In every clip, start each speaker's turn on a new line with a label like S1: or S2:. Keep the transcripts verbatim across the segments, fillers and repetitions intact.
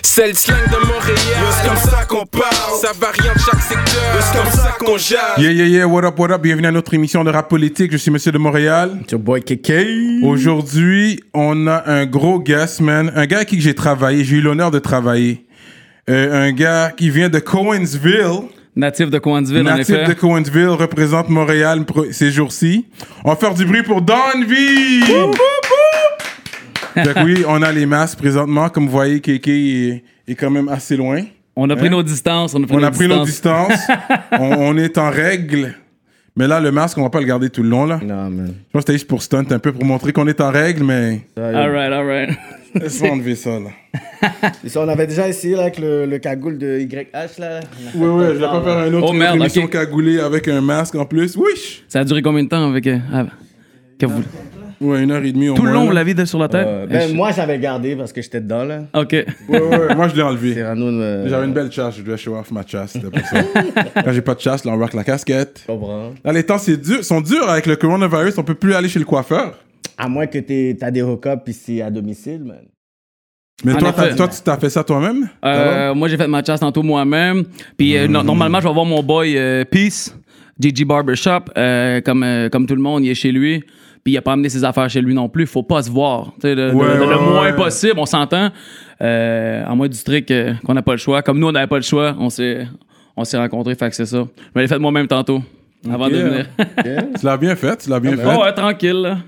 S1: C'est le slang de Montréal. C'est comme ça qu'on parle. Ça varie en chaque secteur. C'est comme ça qu'on jase.
S2: Yeah, yeah, yeah, what up, what up. Bienvenue à notre émission de rap politique. Je suis Monsieur de Montréal.
S3: It's your boy K K.
S2: Aujourd'hui, on a un gros guest, man. Un gars avec qui j'ai travaillé. J'ai eu l'honneur de travailler. Euh, un gars qui vient de Cowansville.
S4: Natif de Cowansville, en effet.
S2: Natif de Cowansville, représente Montréal ces jours-ci. On va faire du bruit pour Don V! Donc oui, on a les masques présentement. Comme vous voyez, K K est, est quand même assez loin.
S4: On a pris
S2: hein?
S4: nos distances. On a pris,
S2: on
S4: nos,
S2: a pris
S4: distances.
S2: nos distances. on, on est en règle. Mais là, le masque, on va pas le garder tout le long, là.
S3: Non, man.
S2: Je pense que c'était juste pour stunt, un peu pour montrer qu'on est en règle, mais...
S4: All right, all right.
S2: Laisse-moi enlever ça, là.
S3: C'est ça, on avait déjà essayé là, avec le, le cagoule de Y H, là.
S2: Oui, oui, je vais pas faire un autre
S4: Oh, merde,
S2: émission
S4: ok.
S2: cagoulée avec un masque en plus. Wesh!
S4: Ça a duré combien de temps avec... Euh, ah, que vous...
S2: Ouais, une heure et demie au
S4: Tout le
S2: moins,
S4: long,
S2: là.
S4: vous l'avez sur la tête?
S3: Euh, ben, moi, j'avais gardé parce que j'étais dedans, là.
S4: OK.
S2: Ouais, ouais, moi je l'ai enlevé.
S3: Cyrano me...
S2: J'avais une belle chasse, je devais show off ma chasse, c'était pour ça. Quand j'ai pas de chasse, là, on rock la casquette.
S3: Je comprends.
S2: Là, les temps c'est dur, sont durs avec le coronavirus, on peut plus aller chez le coiffeur.
S3: À moins que t'aies- t'as des hookups pis c'est à domicile, man.
S2: Mais
S4: En
S2: toi,
S4: effet.
S2: t'as- toi, tu t'as fait ça toi-même?
S4: Euh, moi, j'ai fait ma chasse tantôt moi-même. Puis euh, no- normalement, je vais voir mon boy euh, Peace, J G Barbershop. Euh, comme, euh, comme tout le monde, il est chez lui. Puis il a pas amené ses affaires chez lui non plus. Faut pas se voir. Tu sais, le,
S2: Ouais,
S4: le- le
S2: ouais,
S4: moins
S2: ouais.
S4: possible, on s'entend. Euh, à moins du truc euh, qu'on n'a pas le choix. Comme nous, on n'avait pas le choix, on s'est, on s'est rencontrés. Fait que c'est ça. Je me l'ai fait moi-même tantôt. Avant
S2: Ok.
S4: de venir.
S2: Tu l'as bien fait, tu l'as bien fait.
S4: Oh, ouais, tranquille. Là.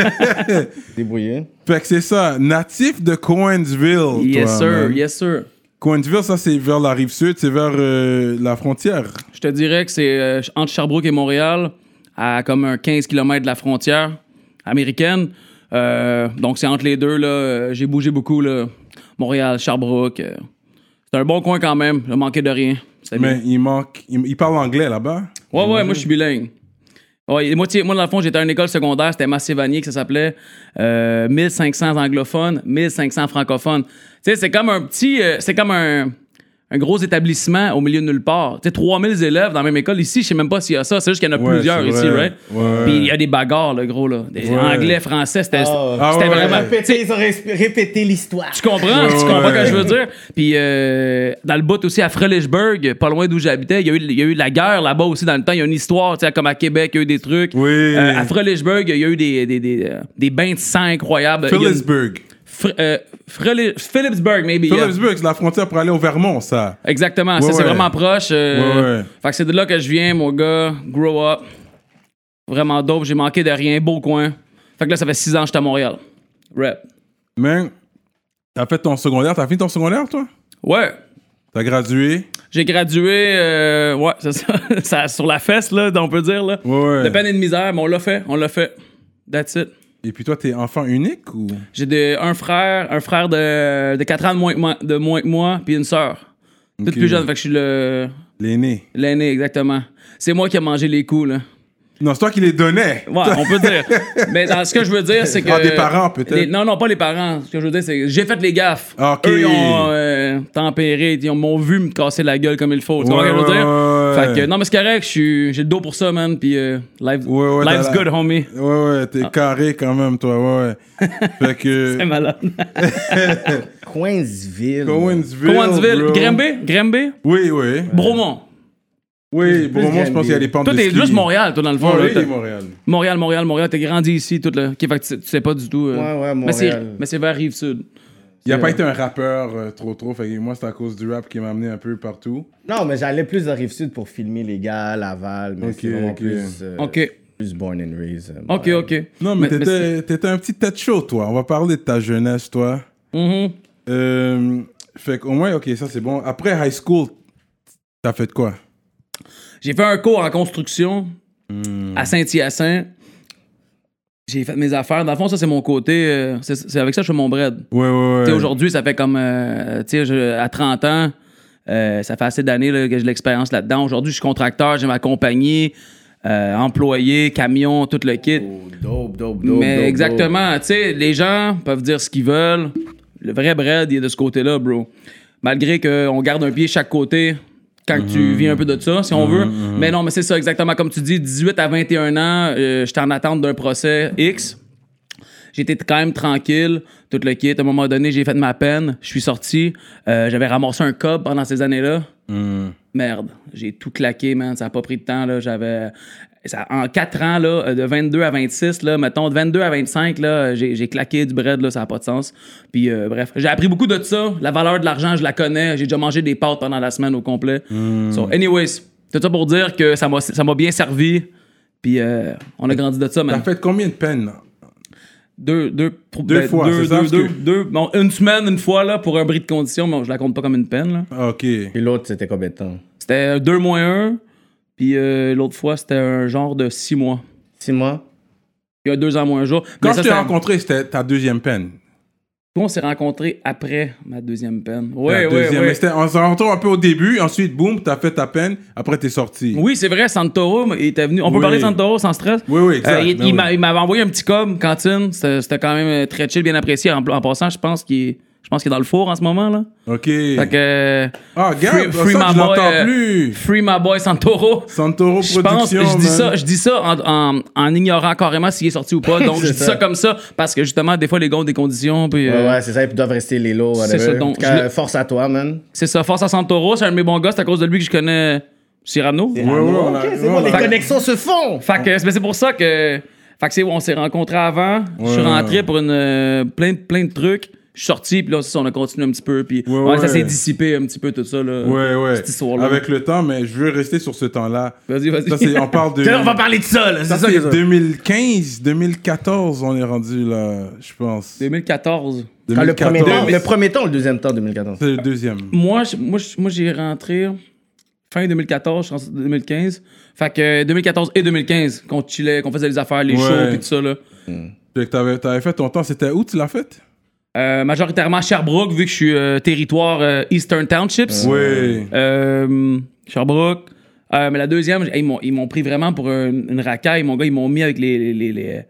S3: Débrouillé.
S2: Fait que c'est ça, natif de Cowansville.
S4: Yes,
S2: toi,
S4: sir.
S2: man.
S4: Yes, sir.
S2: Cowansville, ça c'est vers la rive sud, c'est vers euh, la frontière.
S4: Je te dirais que c'est euh, entre Sherbrooke et Montréal, à comme un quinze kilomètres de la frontière américaine. Euh, donc, c'est entre les deux. Là. Euh, J'ai bougé beaucoup. Là. Montréal, Sherbrooke. euh. C'est un bon coin quand même. J'ai manqué de rien. C'était
S2: Mais
S4: bien.
S2: il manque, il, il parle anglais là-bas.
S4: Ouais, ouais, moi, je suis bilingue. Ouais, et moi, tu sais, moi, dans le fond, j'étais à une école secondaire, c'était Massé-Vanier que ça s'appelait. Euh, mille cinq cents anglophones, mille cinq cents francophones. Tu sais, c'est comme un petit... euh, c'est comme un, un gros établissement au milieu de nulle part. Tu sais, trois mille élèves dans la même école. Ici, je sais même pas s'il y a ça. C'est juste qu'il y en a
S2: Ouais,
S4: plusieurs
S2: c'est
S4: ici,
S2: vrai.
S4: right?
S2: Ouais.
S4: Puis il y a des bagarres, le gros, là. Des
S2: Ouais.
S4: anglais, français, c'était
S3: Ah,
S2: ah
S4: c'était
S2: ouais,
S4: vraiment...
S2: ouais.
S3: Répété, ils ont ré- répété l'histoire.
S4: Tu comprends?
S2: Ouais,
S4: tu comprends
S2: ouais.
S4: ce que je veux dire? Puis euh, dans le bout aussi, à Frelichburg, pas loin d'où j'habitais, il y, a eu- il y a eu de la guerre là-bas aussi dans le temps. Il y a une histoire, tu sais, comme à Québec, il y a eu des trucs.
S2: Oui.
S4: Euh, à Frelichburg, il y a eu des, des, des, euh, des bains de sang incroyables. Il y a une-
S2: Phillipsburg.
S4: Fr- euh, Freli- Phillipsburg, maybe. yeah.
S2: Phillipsburg, c'est la frontière pour aller au Vermont, ça.
S4: Exactement,
S2: Ouais,
S4: ça, c'est
S2: ouais.
S4: vraiment proche. euh,
S2: Ouais, ouais.
S4: Fait que c'est de là que je viens, mon gars. Grow up. Vraiment dope. J'ai manqué de rien. Beau coin. Fait que là, ça fait six ans que j'étais à Montréal. Rap.
S2: Mais, t'as fait ton secondaire, t'as fini ton secondaire, toi?
S4: Ouais.
S2: T'as gradué?
S4: J'ai gradué, euh, ouais, c'est ça, ça, sur la fesse, là, on peut dire, là.
S2: Ouais, ouais.
S4: De peine et de misère, mais on l'a fait, on l'a fait. That's it.
S2: Et puis toi, t'es enfant unique ou?
S4: J'ai des- un frère, un frère de, de quatre ans de moins que moi, de moins que moi, puis une sœur. Toute
S2: Ok.
S4: plus jeune, fait que je suis le,
S2: L'aîné.
S4: l'aîné, exactement. C'est moi qui ai mangé les coups, là.
S2: Non, c'est toi qui les donnais.
S4: Ouais, on peut dire. Mais dans ce que je veux dire, c'est que...
S2: Ah, des parents, peut-être.
S4: les- non, non, pas les parents. Ce que je veux dire, c'est que j'ai fait les gaffes.
S2: Ah, ok.
S4: Eux, ils ont euh, tempéré, ils m'ont vu me casser la gueule comme il faut. Tu comprends ce que je veux dire?
S2: Ouais, ouais.
S4: Fait que, non, mais c'est correct, je suis- j'ai le dos pour ça, man. Puis, euh, life,
S2: Ouais, ouais,
S4: life's
S2: t'as la-
S4: good, homie.
S2: Ouais, ouais, t'es carré quand même, toi, ouais, ouais. Fait que...
S4: C'est malade.
S3: Coinsville.
S2: Cowansville,
S4: Cowansville,
S2: bro.
S4: Granby, Granby,
S2: Oui, oui.
S4: Bromont.
S2: Oui,
S3: plus
S2: Bromont, je pense qu'il y a des pentes
S4: Toi,
S2: de
S4: t'es
S2: ski.
S4: juste Montréal, toi, dans le fond.
S2: Ouais,
S4: là.
S2: oui,
S4: T'as-
S2: Montréal.
S4: Montréal, Montréal, Montréal. T'es grandi ici, tout là. Ok, fait que tu, tu sais pas du tout. euh.
S3: Ouais, ouais,
S4: Mais c'est,
S3: Montréal.
S4: mais c'est vers Rive-Sud.
S2: Il a
S4: C'est,
S2: pas
S4: euh,
S2: été un rappeur euh, trop trop, fait que moi c'est à cause du rap qui m'a amené un peu partout.
S3: Non, mais j'allais plus de Rive-Sud pour filmer les gars, Laval, mais
S2: Ok,
S3: c'est vraiment
S2: ok.
S3: plus, euh,
S4: Ok,
S3: plus born and raised. euh,
S4: ok,
S3: Montréal.
S4: ok.
S2: Non, mais,
S4: Mais- mais
S2: t'étais, t'étais un petit tête chaud, toi. On va parler de ta jeunesse, toi.
S4: Mhm.
S2: Euh, fait qu'au moins, ok, ça c'est bon. Après high school, t'as fait quoi?
S4: J'ai fait un cours en construction
S2: Hmm.
S4: à Saint-Hyacinthe. J'ai fait mes affaires. Dans le fond, ça, c'est mon côté. euh, c'est, c'est avec ça que je fais mon bread.
S2: Ouais, ouais,
S4: Tu sais,
S2: ouais.
S4: aujourd'hui, ça fait comme. euh, tu sais, je- à trente ans, euh, ça fait assez d'années là, que j'ai de l'expérience là-dedans. Aujourd'hui, je suis contracteur, j'ai ma compagnie, euh, employé, camion, tout le kit.
S3: Oh, dope, dope, dope.
S4: Mais
S3: dope,
S4: exactement, tu sais, les gens peuvent dire ce qu'ils veulent. Le vrai bread, il est de ce côté-là, bro. Malgré qu'on garde un pied chaque côté quand tu vis un peu de ça, si on veut. Mais non, mais c'est ça, exactement comme tu dis, dix-huit à vingt et un ans, euh, j'étais en attente d'un procès X. j'étais quand même tranquille, tout le kit. À un moment donné, j'ai fait ma peine, je suis sorti. Euh, j'avais ramassé un cob pendant ces années-là.
S2: Mm.
S4: Merde, j'ai tout claqué, man. Ça a pas pris de temps, là. J'avais... Ça, en quatre ans, là, de vingt-deux à vingt-six, là, mettons, de vingt-deux à vingt-cinq, là, j'ai, j'ai claqué du bread, là, ça n'a pas de sens. Puis, euh, bref, j'ai appris beaucoup de ça. La valeur de l'argent, je la connais. J'ai déjà mangé des pâtes pendant la semaine au complet. Mm. So, anyways, tout ça pour dire que ça m'a, ça m'a bien servi. Puis, euh, on a grandi de ça, man.
S2: T'as fait combien de peines, là?
S4: Deux, deux,
S2: deux
S4: ben,
S2: fois,
S4: deux,
S2: c'est ça,
S4: deux, deux,
S2: que...
S4: deux, bon, une semaine, une fois, là, pour un bris de condition, mais je la compte pas comme une peine, là.
S2: OK.
S3: Et l'autre, c'était combien de temps?
S4: C'était deux moins un. Puis euh, l'autre fois, c'était un genre de six mois.
S3: Six mois?
S4: Il y a deux ans moins un jour.
S2: Quand
S4: Mais ça,
S2: je t'ai
S4: c'était-
S2: rencontré, c'était ta deuxième peine.
S4: Nous, on s'est rencontrés après ma deuxième peine. Oui,
S2: La
S4: oui,
S2: deuxième.
S4: oui.
S2: Mais c'était- on s'est rencontré un peu au début, ensuite, boum, t'as fait ta peine, après t'es sorti.
S4: Oui, c'est vrai, Santoro, il était venu. On peut
S2: Oui.
S4: parler de Santoro sans stress?
S2: Oui, oui, exact.
S4: Euh, il,
S2: Ben
S4: il
S2: oui.
S4: m'a- il m'avait envoyé un petit com, cantine. C'était, c'était quand même très chill, bien apprécié. En, en passant, je pense qu'il est, je pense qu'il est dans le four en ce moment, là.
S2: OK.
S4: Fait que...
S2: Ah,
S4: Free,
S2: regarde,
S4: free
S2: ça,
S4: my
S2: je
S4: boy,
S2: l'entends
S4: euh,
S2: plus.
S4: Free my boy Santoro.
S2: Santoro
S4: Je pense,
S2: Production,
S4: je dis
S2: man.
S4: ça, je dis ça en, en, en ignorant carrément s'il est sorti ou pas. Donc, je
S3: C'est
S4: dis
S3: ça.
S4: ça comme ça parce que justement, des fois, les gars ont des conditions. Puis,
S3: Ouais,
S4: euh,
S3: ouais, c'est ça. Et puis ils doivent rester les lots.
S4: c'est ça, donc,
S3: En tout cas,
S4: je l'ai-
S3: force à toi, man.
S4: C'est ça, force à Santoro. C'est un de mes bons gars. C'est à cause de lui que je connais Cyrano.
S2: Ouais, ouais, on a-
S3: Ok, c'est
S2: ouais,
S3: bon,
S2: on
S3: les
S2: a-
S3: connexions se font.
S4: Fait que mais c'est pour ça que. Fait que c'est on s'est rencontrés avant. Je suis
S2: Ouais.
S4: rentré pour une euh, plein, de- plein de trucs. Je suis sorti, puis là, c'est ça, on a continué un petit peu. Puis
S2: Ouais,
S4: ouais, ça
S2: ouais.
S4: s'est dissipé un petit peu, tout ça. Là,
S2: Ouais, ouais.
S4: Cette histoire-là.
S2: Avec le temps, mais je veux rester sur ce temps-là.
S4: Vas-y, vas-y.
S2: Ça, c'est, on parle de...
S3: Là, on va parler de ça, là.
S2: Ça,
S3: C'est ça
S2: c'est
S3: que ça.
S2: deux mille quinze, deux mille quatorze, on est rendu là, je pense.
S4: deux mille quatorze.
S3: Ah, le, premier temps,
S2: deux mille quatorze.
S3: le premier temps ou le deuxième temps, deux mille quatorze?
S2: C'est le deuxième.
S4: Moi, je- moi, je- moi, j'ai rentré fin deux mille quatorze, je suis rentré en deux mille quinze. Fait que deux mille quatorze et deux mille quinze, qu'on chillait, qu'on faisait les affaires, les
S2: Ouais.
S4: shows, puis tout ça, là.
S2: Fait que t'avais, t'avais fait ton temps, c'était où tu l'as fait?
S4: Euh, majoritairement Sherbrooke, vu que je suis euh, territoire euh, Eastern Townships.
S2: Oui.
S4: Euh, Sherbrooke. Euh, mais la deuxième, ils m'ont, ils m'ont pris vraiment pour une, une racaille. Mon gars, ils m'ont mis avec les, les, les, les,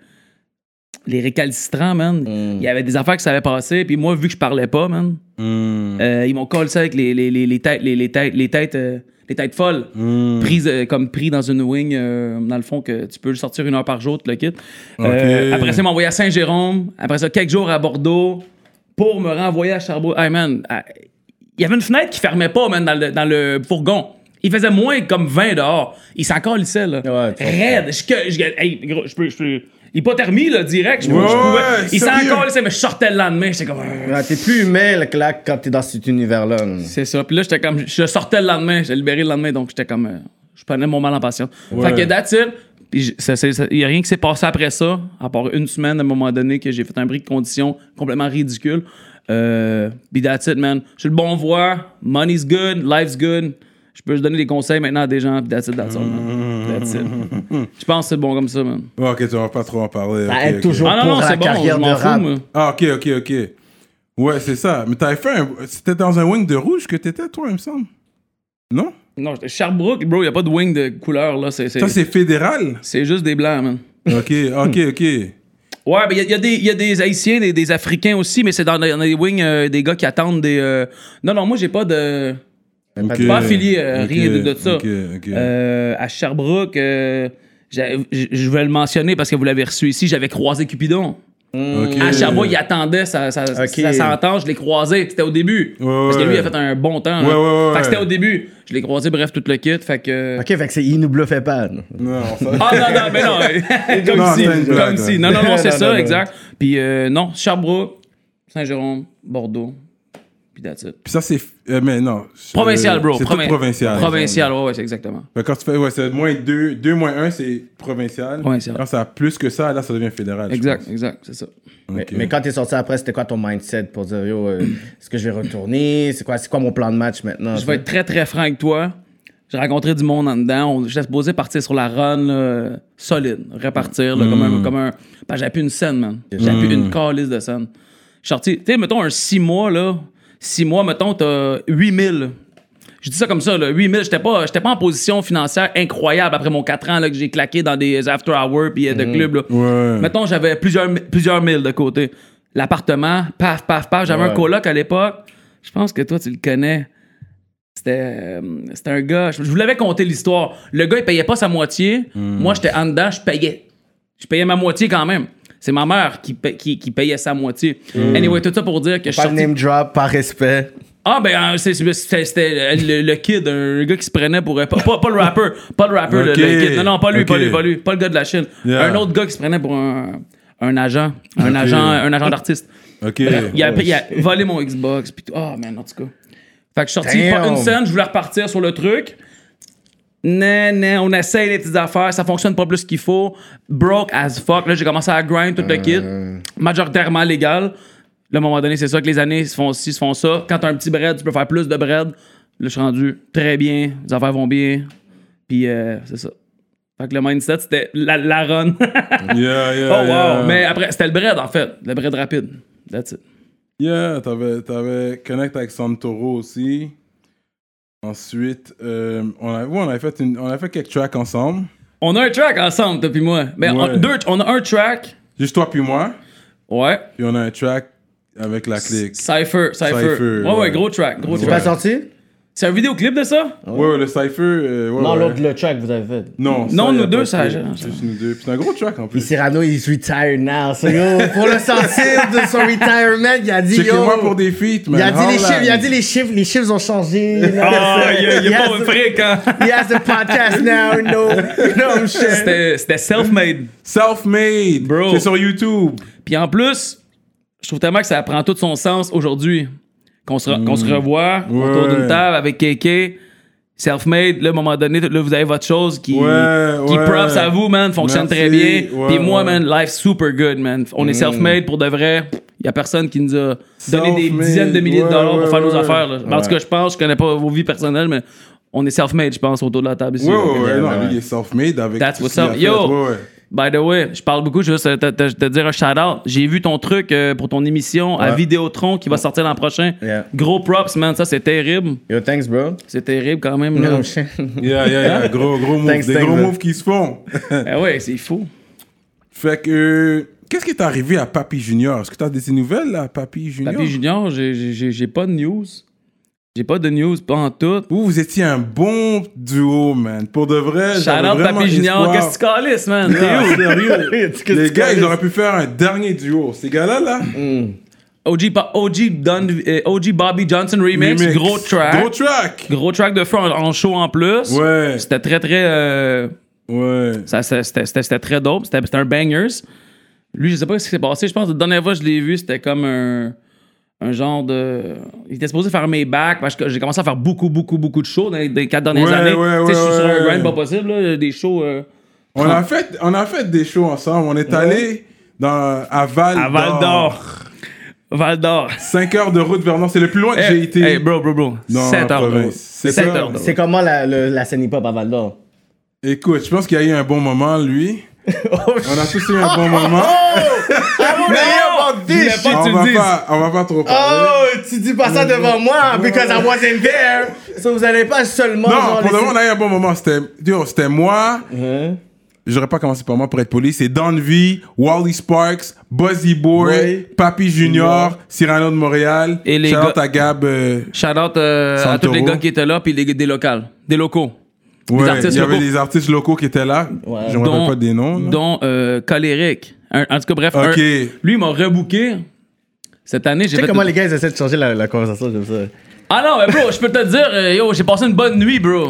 S4: les récalcitrants, man. Il y avait des affaires qui savaient passer. Puis moi, vu que je parlais pas, man,
S2: Mm.
S4: euh, ils m'ont collé ça avec les, les, les, les têtes, les, les têtes, les têtes, euh, les têtes folles.
S2: Mm.
S4: Prises, euh, comme pris dans une wing, euh, dans le fond, que tu peux le sortir une heure par jour, tout le kit. Euh,
S2: Ok.
S4: après ça, ils m'ont envoyé à Saint-Jérôme. Après ça, quelques jours à Bordeaux pour me renvoyer à Sherbrooke. Hey, man, ah, il y avait une fenêtre qui fermait pas, man, dans le, dans le fourgon. Il faisait moins comme vingt dehors. Il s'en calissait, là.
S3: Ouais, tu
S4: Raide. Je, que- je, hey, gros, je peux... Je peux hypothermie, là, direct. Je, peux-
S2: Ouais,
S4: je pouvais...
S2: ouais,
S4: il s'en
S2: sérieux.
S4: calissait, mais je sortais le lendemain. J'étais comme... euh,
S3: Ouais, t'es plus humain là, que là, quand t'es dans cet univers-là. là.
S4: C'est ça. Puis là, j'étais comme... Je sortais le lendemain. J'étais libéré le lendemain, donc j'étais comme... euh, je prenais mon mal en patience.
S2: Ouais.
S4: Fait que that's it. Puis il n'y a rien qui s'est passé après ça, à part une semaine, à un moment donné, que j'ai fait un bris de condition complètement ridicule. Euh, Puis that's it, man. Je suis le bon voie. Money's good. Life's good. Je peux juste donner des conseils maintenant à des gens. Puis that's it, that's all, man. That's it. Je pense que c'est bon comme ça, man.
S2: Ouais, ok, tu vas pas trop en parler.
S3: Ça
S2: ok,
S3: aide
S2: ok.
S3: toujours
S4: Ah non,
S3: pour
S4: non,
S3: la
S4: c'est bon.
S3: carrière
S4: Je
S3: de
S4: m'en fous,
S3: rap.
S4: moi.
S2: Ah, ok, ok, ok. Ouais, c'est ça. Mais t'avais fait un... C'était dans un wing de rouge que t'étais, toi, il me semble? Non?
S4: Non, j'étais Sherbrooke, bro. Il n'y a pas de wing de couleur, là. C'est, c'est,
S2: Ça, c'est fédéral?
S4: c'est juste des blancs, man.
S2: Ok, ok, ok.
S4: Ouais, mais il y, a- y a des- y a des Haïtiens, des, des Africains aussi, mais c'est dans, dans les wings euh, des gars qui attendent des. euh, Non, non, moi, j'ai pas de.
S2: Ok.
S4: Pas affilié, euh,
S2: Ok,
S4: rien de, de ça.
S2: Ok, ok.
S4: Euh, à Sherbrooke, euh, j'ai- je je vais le mentionner parce que vous l'avez reçu ici, j'avais croisé Cupidon.
S2: Ok.
S4: À Sherbrooke, il attendait sa, sa,
S3: Ok.
S4: sa sentence, je l'ai croisé. C'était au début.
S2: Ouais,
S4: Parce que
S2: ouais.
S4: lui, il a fait un bon temps.
S2: Ouais,
S4: hein.
S2: ouais, ouais,
S4: Fait que c'était
S2: ouais.
S4: au début. Je l'ai croisé, bref, tout le kit. Fait que.
S3: Ok, fait que c'est, il nous bluffait pas. là.
S2: Non, ça...
S4: Ah non, non, mais non. comme
S2: Non,
S4: si.
S2: c'est une
S4: Comme
S2: blague,
S4: si.
S2: ouais.
S4: Non, non, non, c'est
S3: Non,
S4: ça,
S3: non, non.
S4: exact. Puis euh, non, Sherbrooke, Saint-Jérôme, Bordeaux. Puis that's it.
S2: Puis ça, c'est... euh, mais non.
S4: Provincial, bro.
S2: C'est
S4: Provi-
S2: tout provincial.
S4: Provincial, ouais, ouais, c'est exactement.
S2: Fait que quand tu fais... Ouais, c'est moins deux. deux moins un, c'est provincial.
S4: Provincial.
S2: Quand ça a plus que ça, là, ça devient fédéral. je
S4: Exact,
S2: pense.
S4: exact, c'est ça.
S3: Mais,
S2: Ok.
S3: mais quand t'es sorti après, c'était quoi ton mindset pour dire, yo, euh, est-ce que je vais retourner? C'est quoi, c'est quoi mon plan de match maintenant?
S4: Je vais être très, très franc avec toi. J'ai rencontré du monde en dedans. On- J'étais supposé partir sur la run là, solide, repartir là, comme un. Comme un parce que j'avais plus une scène, man. J'avais plus une calice de scène. Je suis sorti, tu sais, mettons un six mois, là. six mois, mettons, t'as huit mille. Je dis ça comme ça, là, huit mille. J'étais pas, j'étais pas en position financière incroyable après mon quatre ans là, que j'ai claqué dans des after hours puis euh, de clubs. Là.
S2: Ouais.
S4: Mettons, j'avais plusieurs, mi- plusieurs mille de côté. L'appartement, paf, paf, paf. J'avais
S3: Ouais.
S4: un coloc à l'époque. Je pense que toi, tu le connais. C'était, euh, c'était un gars. Je, je vous l'avais conté l'histoire. Le gars, il payait pas sa moitié. Moi, j'étais en dedans, je payais. Je payais ma moitié quand même. C'est ma mère qui, paye, qui, qui payait sa moitié. Mm. Anyway, tout ça pour dire que je
S3: Pas
S4: suis
S3: de
S4: sorti...
S3: name drop, par respect.
S4: Ah, ben, c'est, c'était, c'était le, le kid, un gars qui se prenait pour... Pas, pas, pas le rapper, pas le rapper, okay. le, le kid. Non, non, pas lui, okay. pas lui, pas lui. Pas le gars de la Chine. Yeah. Un autre gars qui se prenait pour un, un agent, un okay. agent, un agent d'artiste.
S2: OK.
S4: Bref, il, a, il a volé mon Xbox, pis tout. Oh, man, en tout cas. Fait que je suis sorti pas une scène, je voulais repartir sur le truc. Non, non, on essaye les petites affaires, ça fonctionne pas plus qu'il faut. Broke as fuck. Là, j'ai commencé à grind tout le kit. Euh... Majoritairement légal. Là, à un moment donné, c'est ça que les années se font ci, se font ça. Quand t'as un petit bread, tu peux faire plus de bread. Là, je suis rendu très bien. Les affaires vont bien. Puis, euh, c'est ça. Fait que le mindset, c'était la, la run.
S2: yeah, yeah,
S4: oh, wow.
S2: Yeah.
S4: Mais après, c'était le bread, en fait. Le bread rapide. That's it.
S2: Yeah, t'avais, t'avais connect avec Santoro aussi. Ensuite, euh, on, a, ouais, on, avait fait une, on a fait quelques tracks ensemble.
S4: On a un track ensemble, toi puis moi. Mais ouais. on, deux, on a un track.
S2: Juste toi puis moi.
S4: Ouais.
S2: Puis on a un track avec la clique.
S4: Cypher, Cypher. Cypher ouais, ouais, ouais, gros track. Gros
S3: C'est
S4: track.
S3: pas sorti?
S4: C'est un vidéoclip de ça?
S2: Ouais, ouais, le Cypher. Euh, ouais,
S3: non,
S2: ouais.
S3: l'autre, le track que vous avez fait.
S2: Non,
S4: non
S2: ça,
S4: nous deux, ça.
S2: C'est juste nous deux. Puis c'est un gros track en plus.
S3: Et Cyrano, il est retired now. So, yo, pour le sentir de son retirement, il a dit.
S2: C'est
S3: yo,
S2: moi pour des feats, man.
S3: Il a dit les chiffres, il a dit les chiffres, les chiffres ont changé.
S4: Ah, oh, il y a pas un fric, hein.
S3: He has a podcast now, no, no shit.
S4: C'était, c'était self-made.
S2: Self-made.
S4: Bro.
S2: C'est sur YouTube.
S4: Puis en plus, je trouve tellement que ça prend tout son sens aujourd'hui. Qu'on se, mm. qu'on se revoit ouais. autour d'une table avec K K, self-made, là, à un moment donné, là, vous avez votre chose qui,
S2: ouais,
S4: qui
S2: ouais.
S4: props à vous, man, fonctionne
S2: Merci.
S4: très bien.
S2: Ouais,
S4: Puis moi,
S2: ouais.
S4: man, life super good, man. On mm. est self-made pour de vrai. Il y a personne qui nous a donné des dizaines de milliers
S2: ouais,
S4: de dollars
S2: ouais,
S4: pour faire
S2: ouais.
S4: nos affaires. Là. Ouais. En tout cas, je pense, je connais pas vos vies personnelles, mais on est self-made, je pense, autour de la table ici.
S2: Ouais, ouais, ouais, non, lui, il est self-made avec
S4: That's
S2: tout
S4: what's
S2: ce qu'il
S4: up.
S2: a
S4: Yo,
S2: fait. Ouais, ouais.
S4: by the way, je parle beaucoup, je veux juste te, te, te dire un shout-out. J'ai vu ton truc euh, pour ton émission ouais. à Vidéotron qui va sortir l'an prochain.
S3: Yeah.
S4: Gros props, man, ça c'est terrible.
S3: Yo, thanks, bro.
S4: C'est terrible quand même.
S3: No,
S4: là.
S3: shit.
S2: Yeah, yeah, yeah. Gros, gros moves.
S3: Thanks,
S2: des
S3: thanks,
S2: gros
S3: man.
S2: moves qui se font.
S4: Ah ouais, c'est fou.
S2: Fait que, euh, qu'est-ce qui est arrivé à Papy Junior? Est-ce que tu as des nouvelles là, Papy Junior?
S4: Papy Junior, j'ai, j'ai, j'ai pas de news. J'ai pas de news, pas en tout.
S2: Vous, vous étiez un bon duo, man. Pour de vrai, j'avais
S4: Shout-out
S2: vraiment
S4: Papy Junior,
S2: espoir.
S4: qu'est-ce que tu calisses, man?
S2: Non,
S4: T'es où?
S2: sérieux. Les gars, ils auraient pu faire un dernier duo. Ces gars-là, là.
S3: Mm.
S4: O G, O G, Dun, euh, O G Bobby Johnson remix,
S2: Remix.
S4: gros track.
S2: Gros track.
S4: Gros track de feu en, en show en plus.
S2: Ouais.
S4: C'était très, très... Euh,
S2: Ouais.
S4: ça, c'était, c'était, c'était très dope. C'était, c'était un bangers. Lui, je sais pas ce qui s'est passé. Je pense que la dernière fois que je l'ai vu, c'était comme un... Un genre de... Il était supposé faire mes bacs parce que j'ai commencé à faire beaucoup, beaucoup, beaucoup de shows dans les, dans les quatre dernières
S2: Ouais,
S4: années.
S2: ouais,
S4: tu sais,
S2: ouais,
S4: je suis sur un
S2: ouais.
S4: grind pas possible, là, des shows... Euh,
S2: On a, fait, on a fait des shows ensemble. On est
S3: Ouais.
S2: allé dans, à Val d'Or.
S4: à Val d'Or. Val d'Or.
S2: cinq heures de route vers Nord. C'est le plus loin que j'ai
S4: Hey,
S2: été.
S4: hey, bro, bro, bro.
S2: dans
S4: sept
S2: la
S4: heures de
S2: province.
S4: route.
S2: C'est
S4: sept
S2: ça.
S4: heures de route.
S3: C'est comment la, le, la scène hip-hop à Val d'Or?
S2: Écoute, je pense qu'il y a eu un bon moment, lui.
S3: Oh,
S2: On a tous eu un bon moment.
S4: Mais yo, je voulais pas que
S2: On
S4: tu
S2: va
S4: le dises.
S2: pas, on va pas trop parler.
S3: Oh, tu dis pas ça devant moi, because I wasn't there. So vous allez pas seulement.
S2: Non,
S3: genre,
S2: pour le
S3: laisser-
S2: moment, on a eu un bon moment. C'était, yo, c'était moi.
S3: Hein?
S2: J'aurais pas commencé par moi pour être poli. C'est Don V, Wally Sparks, Buzzy Boy,
S3: Ouais.
S2: Papy Junior, Cyrano de Montréal.
S4: Et les
S2: Shout out
S4: gars-
S2: à Gab. euh,
S4: Shout out euh, à
S2: Santoro.
S4: tous les gars qui étaient là, puis les, des locales. Des locaux.
S2: ouais,
S4: des artistes
S2: il y avait
S4: locaux.
S2: des artistes locaux qui étaient là.
S3: Ouais.
S2: Je me rappelle pas des noms. là.
S4: Dont euh, Coléric. Un- En tout cas, bref.
S2: Ok.
S4: un- lui, il m'a rebooké. Cette année, j'ai
S3: Tu sais
S4: fait...
S3: comment les gars ils essaient de changer la, la conversation comme ça?
S4: Ah non, mais bro, je peux te dire, euh, yo, j'ai passé une bonne nuit, bro.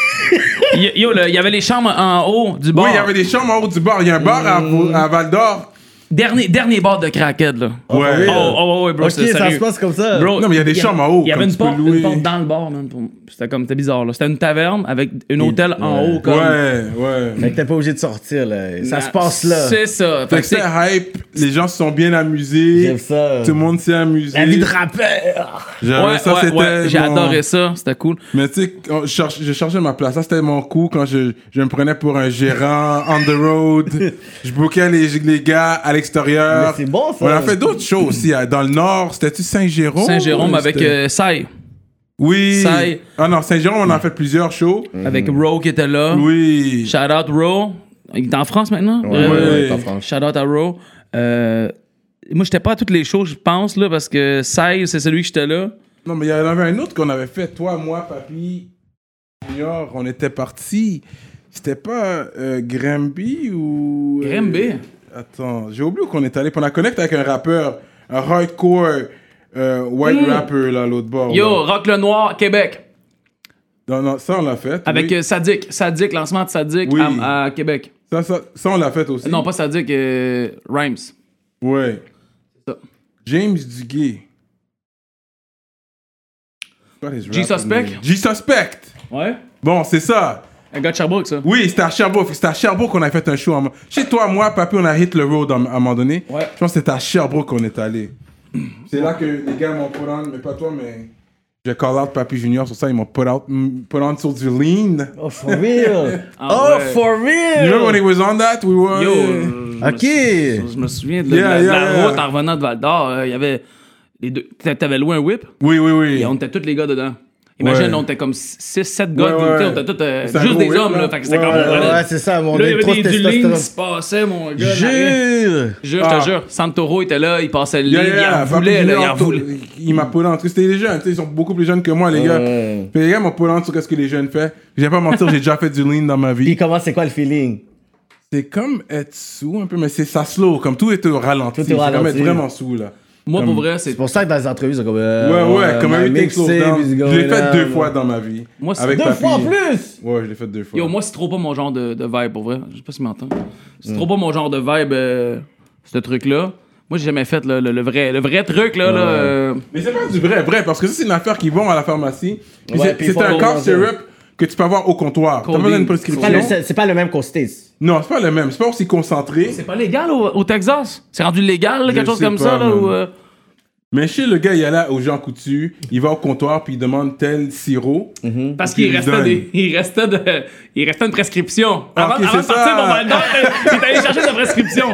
S4: Y- yo, il y avait les chambres en haut du bar.
S2: Oui, il y avait des chambres en haut du bar. Il y a un bar à, à Val d'Or.
S4: Dernier, dernier bar de crackhead, là.
S2: Ouais.
S4: Oh, oh, oh, ouais, bro,
S3: Ok,
S4: c'est
S3: ça
S4: sérieux.
S3: se passe comme ça.
S4: Bro,
S2: Non, mais il y a des chambres en haut,
S4: Il y avait
S2: comme
S4: une
S2: tu peux
S4: porte,
S2: louer.
S4: une porte dans le bar, man. pour- C'était comme, c'était bizarre, là. C'était une taverne avec un hôtel en haut, comme.
S2: Ouais, ouais.
S3: Fait que t'es pas obligé de sortir, là. Ça
S4: Na-
S3: se passe là.
S4: C'est ça.
S2: Fait
S4: Fait
S2: que
S4: que c'est-
S2: c'était hype. Les gens se sont bien amusés.
S3: J'aime ça.
S2: Tout le monde s'est amusé.
S3: La vie de rappeur.
S2: J'avais
S4: Ouais,
S2: ça,
S4: ouais,
S2: c'était
S4: ouais, j'ai
S2: mon-
S4: adoré ça, c'était cool.
S2: Mais tu sais, quand je cherche- je cherchais ma place. Ça, c'était mon coup quand je, je me prenais pour un gérant on the road. Je bookais les, les gars à l'extérieur.
S3: Mais c'est bon, ça.
S2: On a fait d'autres shows aussi. à- Dans le nord, c'était-tu Saint-Jérôme?
S4: Saint-Jérôme
S2: Ouais,
S4: avec
S2: c'était-
S4: euh, Sai,
S2: Oui.
S4: Sai.
S2: Ah non, Saint-Jérôme, on a fait plusieurs shows.
S4: avec Ro qui était là.
S2: Oui.
S4: Shout out Ro. Il est en France maintenant.
S3: Ouais,
S4: Euh,
S3: ouais,
S2: ouais,
S3: pas franc.
S4: Shout out à Ro. Euh, moi, j'étais pas à toutes les shows, je pense, là, parce que Sai, c'est celui que j'étais là.
S2: Non, mais il y en avait un autre qu'on avait fait. Toi, moi, Papy, Junior, on était partis. C'était pas euh, Gramby ou... euh,
S4: Grimby.
S2: Attends, j'ai oublié où qu'on est allé. Puis on a connecté avec un rappeur, un hardcore euh, white
S4: Mm.
S2: rapper, là, l'autre bord.
S4: Yo,
S2: là.
S4: Rock le Noir, Québec.
S2: Non, non, ça, on l'a fait.
S4: Avec
S2: oui.
S4: euh, Sadik. Sadik, lancement de Sadik
S2: Oui.
S4: à, à Québec.
S2: Ça, ça, ça, on l'a fait aussi.
S4: Non, pas Sadik, euh, Rhymes.
S2: Ouais.
S4: C'est ça.
S2: James Duguay. What is
S4: G
S2: rapper
S4: Suspect?
S2: name? G Suspect.
S4: Ouais.
S2: Bon, c'est ça.
S4: Un gars de Sherbrooke, ça.
S2: Oui, c'était à Sherbrooke. C'était à Sherbrooke qu'on a fait un show. à un moment- Chez toi, moi, papi, on a hit le road à un moment donné.
S4: Ouais.
S2: Je pense que c'était à Sherbrooke qu'on est allé. C'est là que les gars m'ont put on, mais pas toi, mais... Je call out Papi Junior sur ça, ils m'ont put, out, put on sur du lean.
S3: Oh, for real?
S4: Ah,
S3: oh,
S4: ouais.
S3: for
S2: You
S3: real?
S2: remember when he was on that? We were...
S4: Yo,
S2: Yeah.
S4: euh,
S3: Ok.
S4: Je me, je me souviens de,
S2: Yeah,
S4: la, de
S2: yeah,
S4: la
S2: yeah.
S4: route en revenant de Val d'Or. euh, Il y avait les deux. T'avais loué un whip
S2: Oui, oui, oui.
S4: et on était tous les gars dedans. Imagine,
S2: Ouais.
S4: on était comme six sept gars.
S2: Ouais,
S4: tu sais,
S2: ouais.
S4: On était tous euh,
S2: C'est un
S4: juste
S2: gros
S4: des
S2: whip,
S4: hommes.
S2: là.
S4: Là, fait que c'était
S2: Ouais,
S4: comme.
S2: ouais,
S4: on
S3: Ouais,
S4: prenait-
S3: c'est ça, mon
S4: Là, il y
S3: Dieu, trop
S4: avait
S3: de
S4: des- du lean qui
S3: testostérone.
S4: se passait, mon gars. en arrière.
S3: Jure!
S4: Jure, je
S2: Ah.
S4: te jure. Santoro était là, il passait le
S2: Yeah,
S4: lean,
S2: yeah,
S4: il en
S2: Papi
S4: voulait, là, il
S2: Junior,
S4: en voulait.
S2: Il m'a put on. C'était les jeunes, tu sais, ils sont beaucoup plus jeunes que moi, les gars.
S3: Ouais.
S2: Puis les gars m'ont put on sur qu'est-ce que les jeunes font. Je vais pas mentir, j'ai déjà fait du lean dans ma
S3: Puis
S2: vie.
S3: comment, c'est quoi le feeling?
S2: C'est comme être sous un peu, mais c'est ça slow, comme tout est au ralenti.
S3: Tout est au
S2: C'est comme
S3: ralenti.
S2: être vraiment sous, là.
S4: Moi,
S2: Comme-
S4: pour vrai, c'est.
S3: C'est pour ça que dans les entrevues, c'est comme.
S2: Ouais,
S3: Euh,
S2: ouais, comme
S3: my
S2: everything slows
S3: mixtape
S2: down.
S3: is
S2: Je
S3: going
S2: l'ai fait
S3: down.
S2: deux fois dans ma vie.
S4: Moi, c'est
S2: avec
S3: Deux
S2: Papi.
S3: fois en plus!
S2: Ouais, je l'ai fait deux fois.
S4: Yo, moi, c'est trop pas mon genre de, de vibe, pour vrai. Je sais pas si tu m'entends. C'est trop pas mon genre de vibe, euh, ce truc-là. Moi, j'ai jamais fait là, le, le vrai, le vrai truc, là. là euh,
S2: Mais c'est pas du vrai, vrai, parce que ça, c'est une affaire qui vont à la pharmacie. Puis
S3: Ouais,
S2: c'est-
S3: puis ils
S2: c'est
S3: font
S2: un
S3: le
S2: cough
S3: manger.
S2: syrup que tu peux avoir au comptoir. T'as pas besoin d'une
S3: C'est
S2: prescription.
S3: pas, le, c'est c'est pas le même qu'au States.
S2: Non, c'est pas le même. C'est pas aussi concentré.
S4: C'est pas légal au, au Texas? C'est rendu légal, là,
S2: Je
S4: quelque chose
S2: sais
S4: comme
S2: pas,
S4: ça, là?
S2: man.
S4: Ou, euh,
S2: Mais chez le gars, il est là au Jean Coutu, il va au comptoir puis il demande tel sirop.
S4: Parce
S2: Puis
S4: qu'il
S2: il
S4: restait,
S2: donne.
S4: des, il, restait de, il restait une prescription.
S2: Ah,
S4: Avant,
S2: ok,
S4: avant de
S2: c'est
S4: partir
S2: ça.
S4: pour Val d'Or, il est allé chercher sa prescription.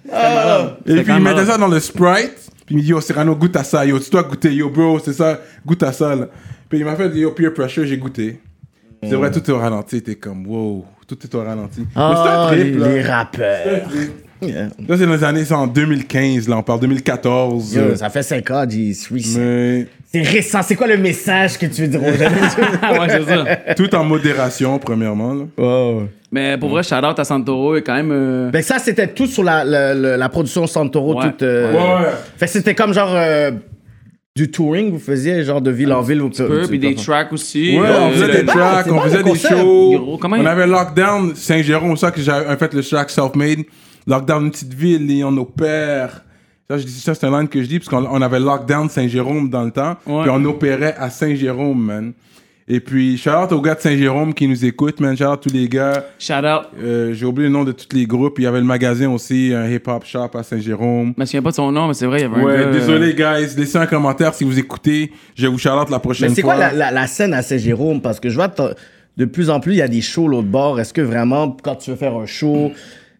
S2: Et puis
S4: quand
S2: il
S4: même
S2: mettait
S4: malade.
S2: ça dans le Sprite. Puis il me dit, yo, Cyrano, goûte à ça. Yo, tu dois goûter. Yo, bro, c'est ça. Goûte à ça, là. Puis il m'a fait, yo, peer pressure, j'ai goûté. C'est vrai, tout est au ralenti. T'es comme, wow, tout est au ralenti. Mais c'est un
S3: Ah, les,
S2: trip, là.
S3: les rappeurs.
S2: C'est un trip.
S3: Yeah.
S2: Là, c'est dans les années, c'est en deux mille quinze, là. On parle deux mille quatorze.
S3: Yo,
S2: euh,
S3: ça fait cinq ans, G. C'est recent.
S2: mais
S3: C'est récent. C'est quoi le message que tu veux dire aux jeunes?
S4: Ah ouais, c'est ça.
S2: tout en modération, premièrement, là.
S3: Oh.
S4: Mais pour vrai, shout-out à Santoro, il est quand même... euh,
S3: Ben ça, c'était tout sur la, la, la, la production Santoro.
S4: Ouais.
S3: Toute, euh,
S2: Ouais.
S3: Fait que c'était comme genre euh, du touring, vous faisiez, genre de ville en ville. Vous,
S4: peu, puis des tracks aussi.
S2: Ouais,
S4: euh,
S2: on faisait
S4: le-
S2: des
S3: bon,
S2: tracks,
S3: c'est
S2: on
S3: bon,
S2: faisait
S3: le
S2: des
S3: concept.
S2: shows.
S4: Gros, comment
S2: On
S4: il-
S2: avait Lockdown, Saint-Jérôme, ça que j'avais fait le track Self-Made. Lockdown, une petite ville, et on opère. Ça, je dis, ça c'est un line que je dis, parce qu'on on avait Lockdown Saint-Jérôme dans le temps,
S4: Ouais.
S2: puis on opérait à Saint-Jérôme, man. Et puis, shout out aux gars de Saint-Jérôme qui nous écoutent, man. Shout out tous les gars.
S4: Shout-out.
S2: Euh, J'ai oublié le nom de tous les groupes. Il y avait le magasin aussi, un hip-hop shop à Saint-Jérôme.
S4: Je me souviens pas de son nom, mais c'est vrai, il y avait un
S2: Ouais,
S4: gars, euh,
S2: désolé, guys. Laissez un commentaire si vous écoutez. Je vais vous shout out la prochaine
S3: Mais c'est
S2: fois.
S3: quoi la, la, la scène à Saint-Jérôme? Parce que je vois t- de plus en plus, il y a des shows l'autre bord. Est-ce que vraiment, quand tu veux faire un show,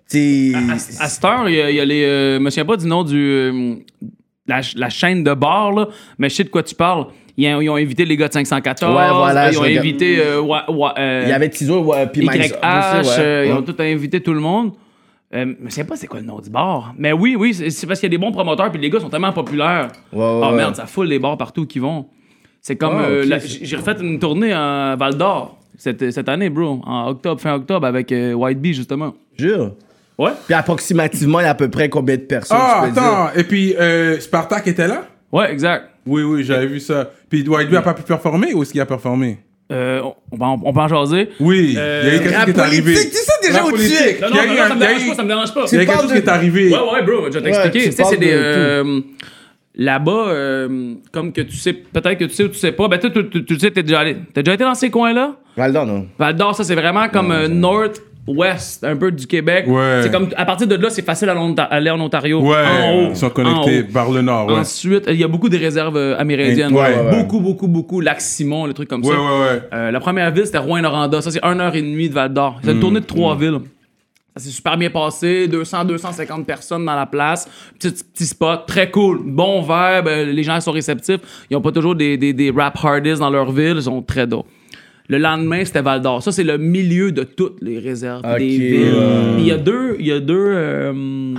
S3: tu
S4: À, à cette heure, il y a, il y a les. Euh, je me souviens pas du nom du. euh, la, ch- la chaîne de bar, là, mais je sais de quoi tu parles. Ils, ont- ils ont invité les gars de cinq cent quatorze.
S3: Ouais, voilà,
S4: Ils
S3: je
S4: ont
S3: regarde.
S4: invité. Euh, wa- wa- euh,
S3: il y avait Tizo, ouais, puis Mike
S4: Y H,
S3: aussi, ouais.
S4: euh, ils ont
S3: Ouais.
S4: tout invité tout le monde. Euh, je sais pas c'est quoi le nom du bar. Mais oui, oui, c'est c'est parce qu'il y a des bons promoteurs puis les gars sont tellement populaires.
S3: Ouais, ouais,
S4: oh
S3: ouais.
S4: merde, ça foule les bars partout qui vont. C'est comme.
S3: Ah,
S4: euh,
S3: ok,
S4: la-
S3: c'est-
S4: j'ai j'ai refait une tournée à Val d'Or cette, cette année, bro. En octobre, fin octobre, avec euh, White Bee, justement.
S3: Jure.
S4: Ouais?
S3: Puis approximativement, il y a à peu près combien de personnes?
S2: Ah,
S3: tu peux
S2: attends. Et puis, euh, Spartak était là?
S4: Ouais, exact.
S2: Oui, oui, j'avais vu ça. Puis Dwight B a pas pu performer ou est-ce qu'il a performé?
S4: Euh, on, peut en- on peut en jaser.
S2: Oui,
S4: Euh,
S2: il y a eu quelque
S3: la
S2: chose qui est arrivé.
S3: politique, tu sais déjà
S2: La
S3: où tu
S2: politique.
S3: es.
S4: Non,
S2: Il y a
S4: non,
S2: eu
S4: non,
S2: un-
S4: ça me
S2: il y a
S4: dérange
S2: eu-
S4: pas, ça me dérange pas.
S2: Il y a quelque
S3: parles
S2: chose
S3: de-
S2: qui est arrivé.
S4: Ouais, ouais, bro, je vais t'expliquer.
S3: Ouais, tu
S4: tu sais,
S3: parles
S4: c'est des.
S3: de
S4: euh, là-bas, euh, comme que tu sais, peut-être que tu sais ou tu sais pas, ben toi, tu, tu, tu sais, t'es déjà allé. T'as déjà été dans ces coins-là?
S3: Val d'Or, non?
S4: Val d'Or, ça, c'est vraiment comme euh, North-West, un peu du Québec.
S2: Ouais.
S4: C'est comme, à partir de là, c'est facile à l'Onta- aller en Ontario.
S2: Ouais,
S4: En haut.
S2: ils sont
S4: En
S2: connectés
S4: haut.
S2: par le nord, ouais.
S4: Ensuite, il y a beaucoup de réserves euh, amérindiennes.
S2: Ouais, ouais,
S3: ouais.
S4: Beaucoup, beaucoup, beaucoup. Lac-Simon, les trucs comme
S2: Ouais,
S4: ça.
S2: ouais, ouais.
S4: Euh, la première ville, c'était Rouyn-Noranda. Ça, c'est une heure et demie de Val d'Or. C'est une tournée de trois villes. Ça s'est super bien passé. deux cents à deux cent cinquante personnes dans la place. Petit, petit spot, très cool. Bon vibe. euh, Les gens sont réceptifs. Ils n'ont pas toujours des, des, des rap hardies dans leur ville. Ils sont très doux. Le lendemain, c'était Val d'Or. Ça, c'est le milieu de toutes les réserves
S3: Ok.
S4: des villes. Puis il y a deux... Il y a deux... euh,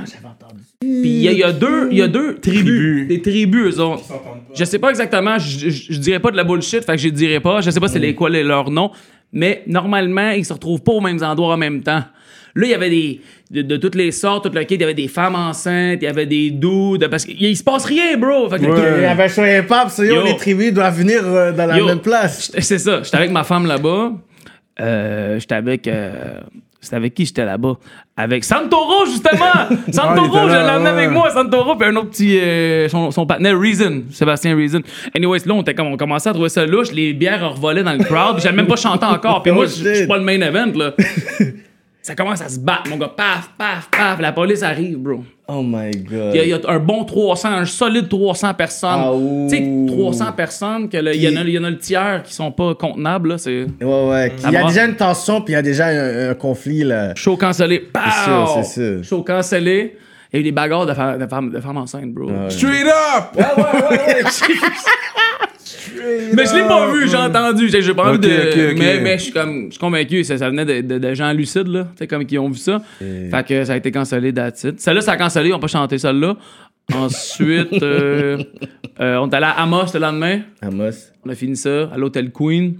S4: Puis il y, a- il y a deux, il y a deux tribus.
S2: Tribus.
S4: Des tribus, eux autres. Je sais pas exactement, je, je, je dirais pas de la bullshit, fait que je dirais pas. Je sais pas c'est les quoi les, leurs noms, mais normalement, ils se retrouvent pas aux mêmes endroits en même temps. Là, il y avait des... De, de toutes les sortes, tout le kit, il y avait des femmes enceintes, il y avait des dudes, parce qu'il se passe rien, bro! Fait que
S2: Ouais.
S3: Il y avait un show hip-hop, so yo,
S4: Yo.
S3: les tribus doivent venir euh, dans la
S4: Yo,
S3: même place.
S4: j'étais- C'est ça. J'étais avec ma femme là-bas. Euh, j'étais avec... euh, c'était avec qui j'étais là-bas? Avec Santoro, justement! Santoro,
S2: Ah, il était
S4: je
S2: là,
S4: l'ai amené
S2: ouais.
S4: avec moi, Santoro, puis un autre petit... euh, son, son partenaire, Reason, Sébastien Reason. Anyways, là, on, était comme, on commençait à trouver ça louche, les bières revolaient dans le crowd, puis j'avais même pas chanté encore, puis moi,
S3: Oh,
S4: je je suis
S3: shit.
S4: pas le main event, là. Ça commence à se battre, mon gars. Paf, paf, paf. La police arrive, bro.
S3: Oh my God.
S4: Il y, a, il y a un bon trois cents, un solide trois cents personnes.
S3: Ah, ouh.
S4: Tu sais, trois cents personnes, que le- il y, en a- il y en a le tiers qui sont pas contenables, là. C'est
S3: Ouais, ouais. Il y a
S4: va.
S3: déjà une tension, puis il y a déjà un, un conflit, là.
S4: show cancellé. Pow!
S3: C'est sûr, c'est sûr.
S4: Show cancellé. Il y a eu des bagarres de, fa- de femmes, de femmes enceintes, bro.
S2: Straight up!
S4: Mais je l'ai pas vu, j'ai entendu. J'ai j'ai pas envie
S2: Ok,
S4: de.
S2: ok, ok.
S4: Mais, mais je suis comme, je suis convaincu, ça, ça venait de, de- de gens lucides, là. Tu sais, comme qui ont vu ça. Fait que ça a été cancellé, that's it. Celle-là, ça a cancellé, ils ont pas chanté celle-là. Ensuite, euh, euh, on est allé à Amos le lendemain.
S3: Amos.
S4: On a fini ça à l'Hôtel Queen.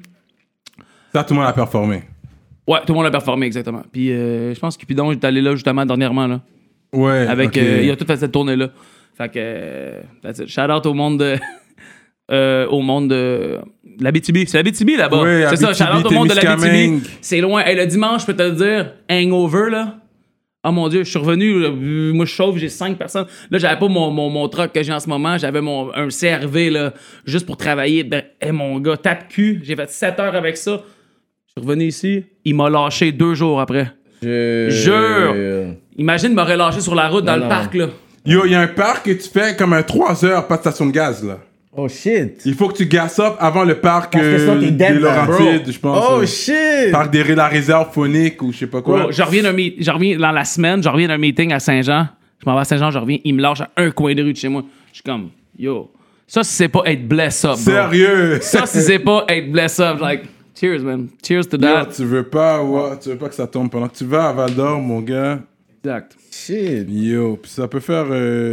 S2: Ça, tout le monde a performé.
S4: Ouais, tout le monde a performé, exactement. Puis euh, je pense que Cupidon est allé là, justement, dernièrement, là.
S2: Ouais.
S4: Avec,
S2: ok.
S4: euh, il a tout fait cette tournée-là. Fait que, euh, that's it. Shout out au monde de. euh, au monde de. L'Abitibi. C'est l'Abitibi là-bas.
S2: Ouais,
S4: c'est ça,
S2: Abitibi,
S4: shout out au monde de l'Abitibi.
S2: Témiscamingue.
S4: C'est loin. Hey, le dimanche, je peux te le dire, hangover, là. Oh mon Dieu, je suis revenu, là, moi je chauffe, j'ai cinq personnes. Là, j'avais pas mon, mon, mon truck que j'ai en ce moment, j'avais mon, un C R V, là, juste pour travailler. Ben, hey, mon gars, tape-cul, j'ai fait sept heures avec ça. Je suis revenu ici, il m'a lâché deux jours après.
S3: Je...
S4: Jure. Imagine, il m'aurait lâché sur la route dans
S3: Non,
S4: le
S3: non.
S4: parc, là.
S2: Yo, il y a un parc que tu fais comme un trois heures, pas de station de gaz, là.
S3: Oh shit.
S2: Il faut que tu gasses up avant le parc
S3: Parce que sinon, t'es
S2: euh,
S3: dead,
S2: des
S3: là,
S2: Laurentides,
S4: bro.
S2: je pense.
S3: Oh
S2: euh,
S3: shit.
S2: Parc des la réserve phonique ou je sais pas quoi.
S4: Bro, je reviens d'un meet- je reviens dans la semaine, je reviens d'un meeting à Saint-Jean. Je m'en vais à Saint-Jean, je reviens, il me lâche à un coin de rue de chez moi. Je suis comme, yo, ça, si c'est pas être bless up, bro.
S2: Sérieux?
S4: Ça, si c'est pas être bless up, like, cheers, man. Cheers to
S2: Yo,
S4: that.
S2: tu veux pas, ouais, tu veux pas que ça tombe pendant que tu vas à Val d'Or, mon gars.
S4: Exact.
S3: Shit.
S2: Yo, puis ça peut faire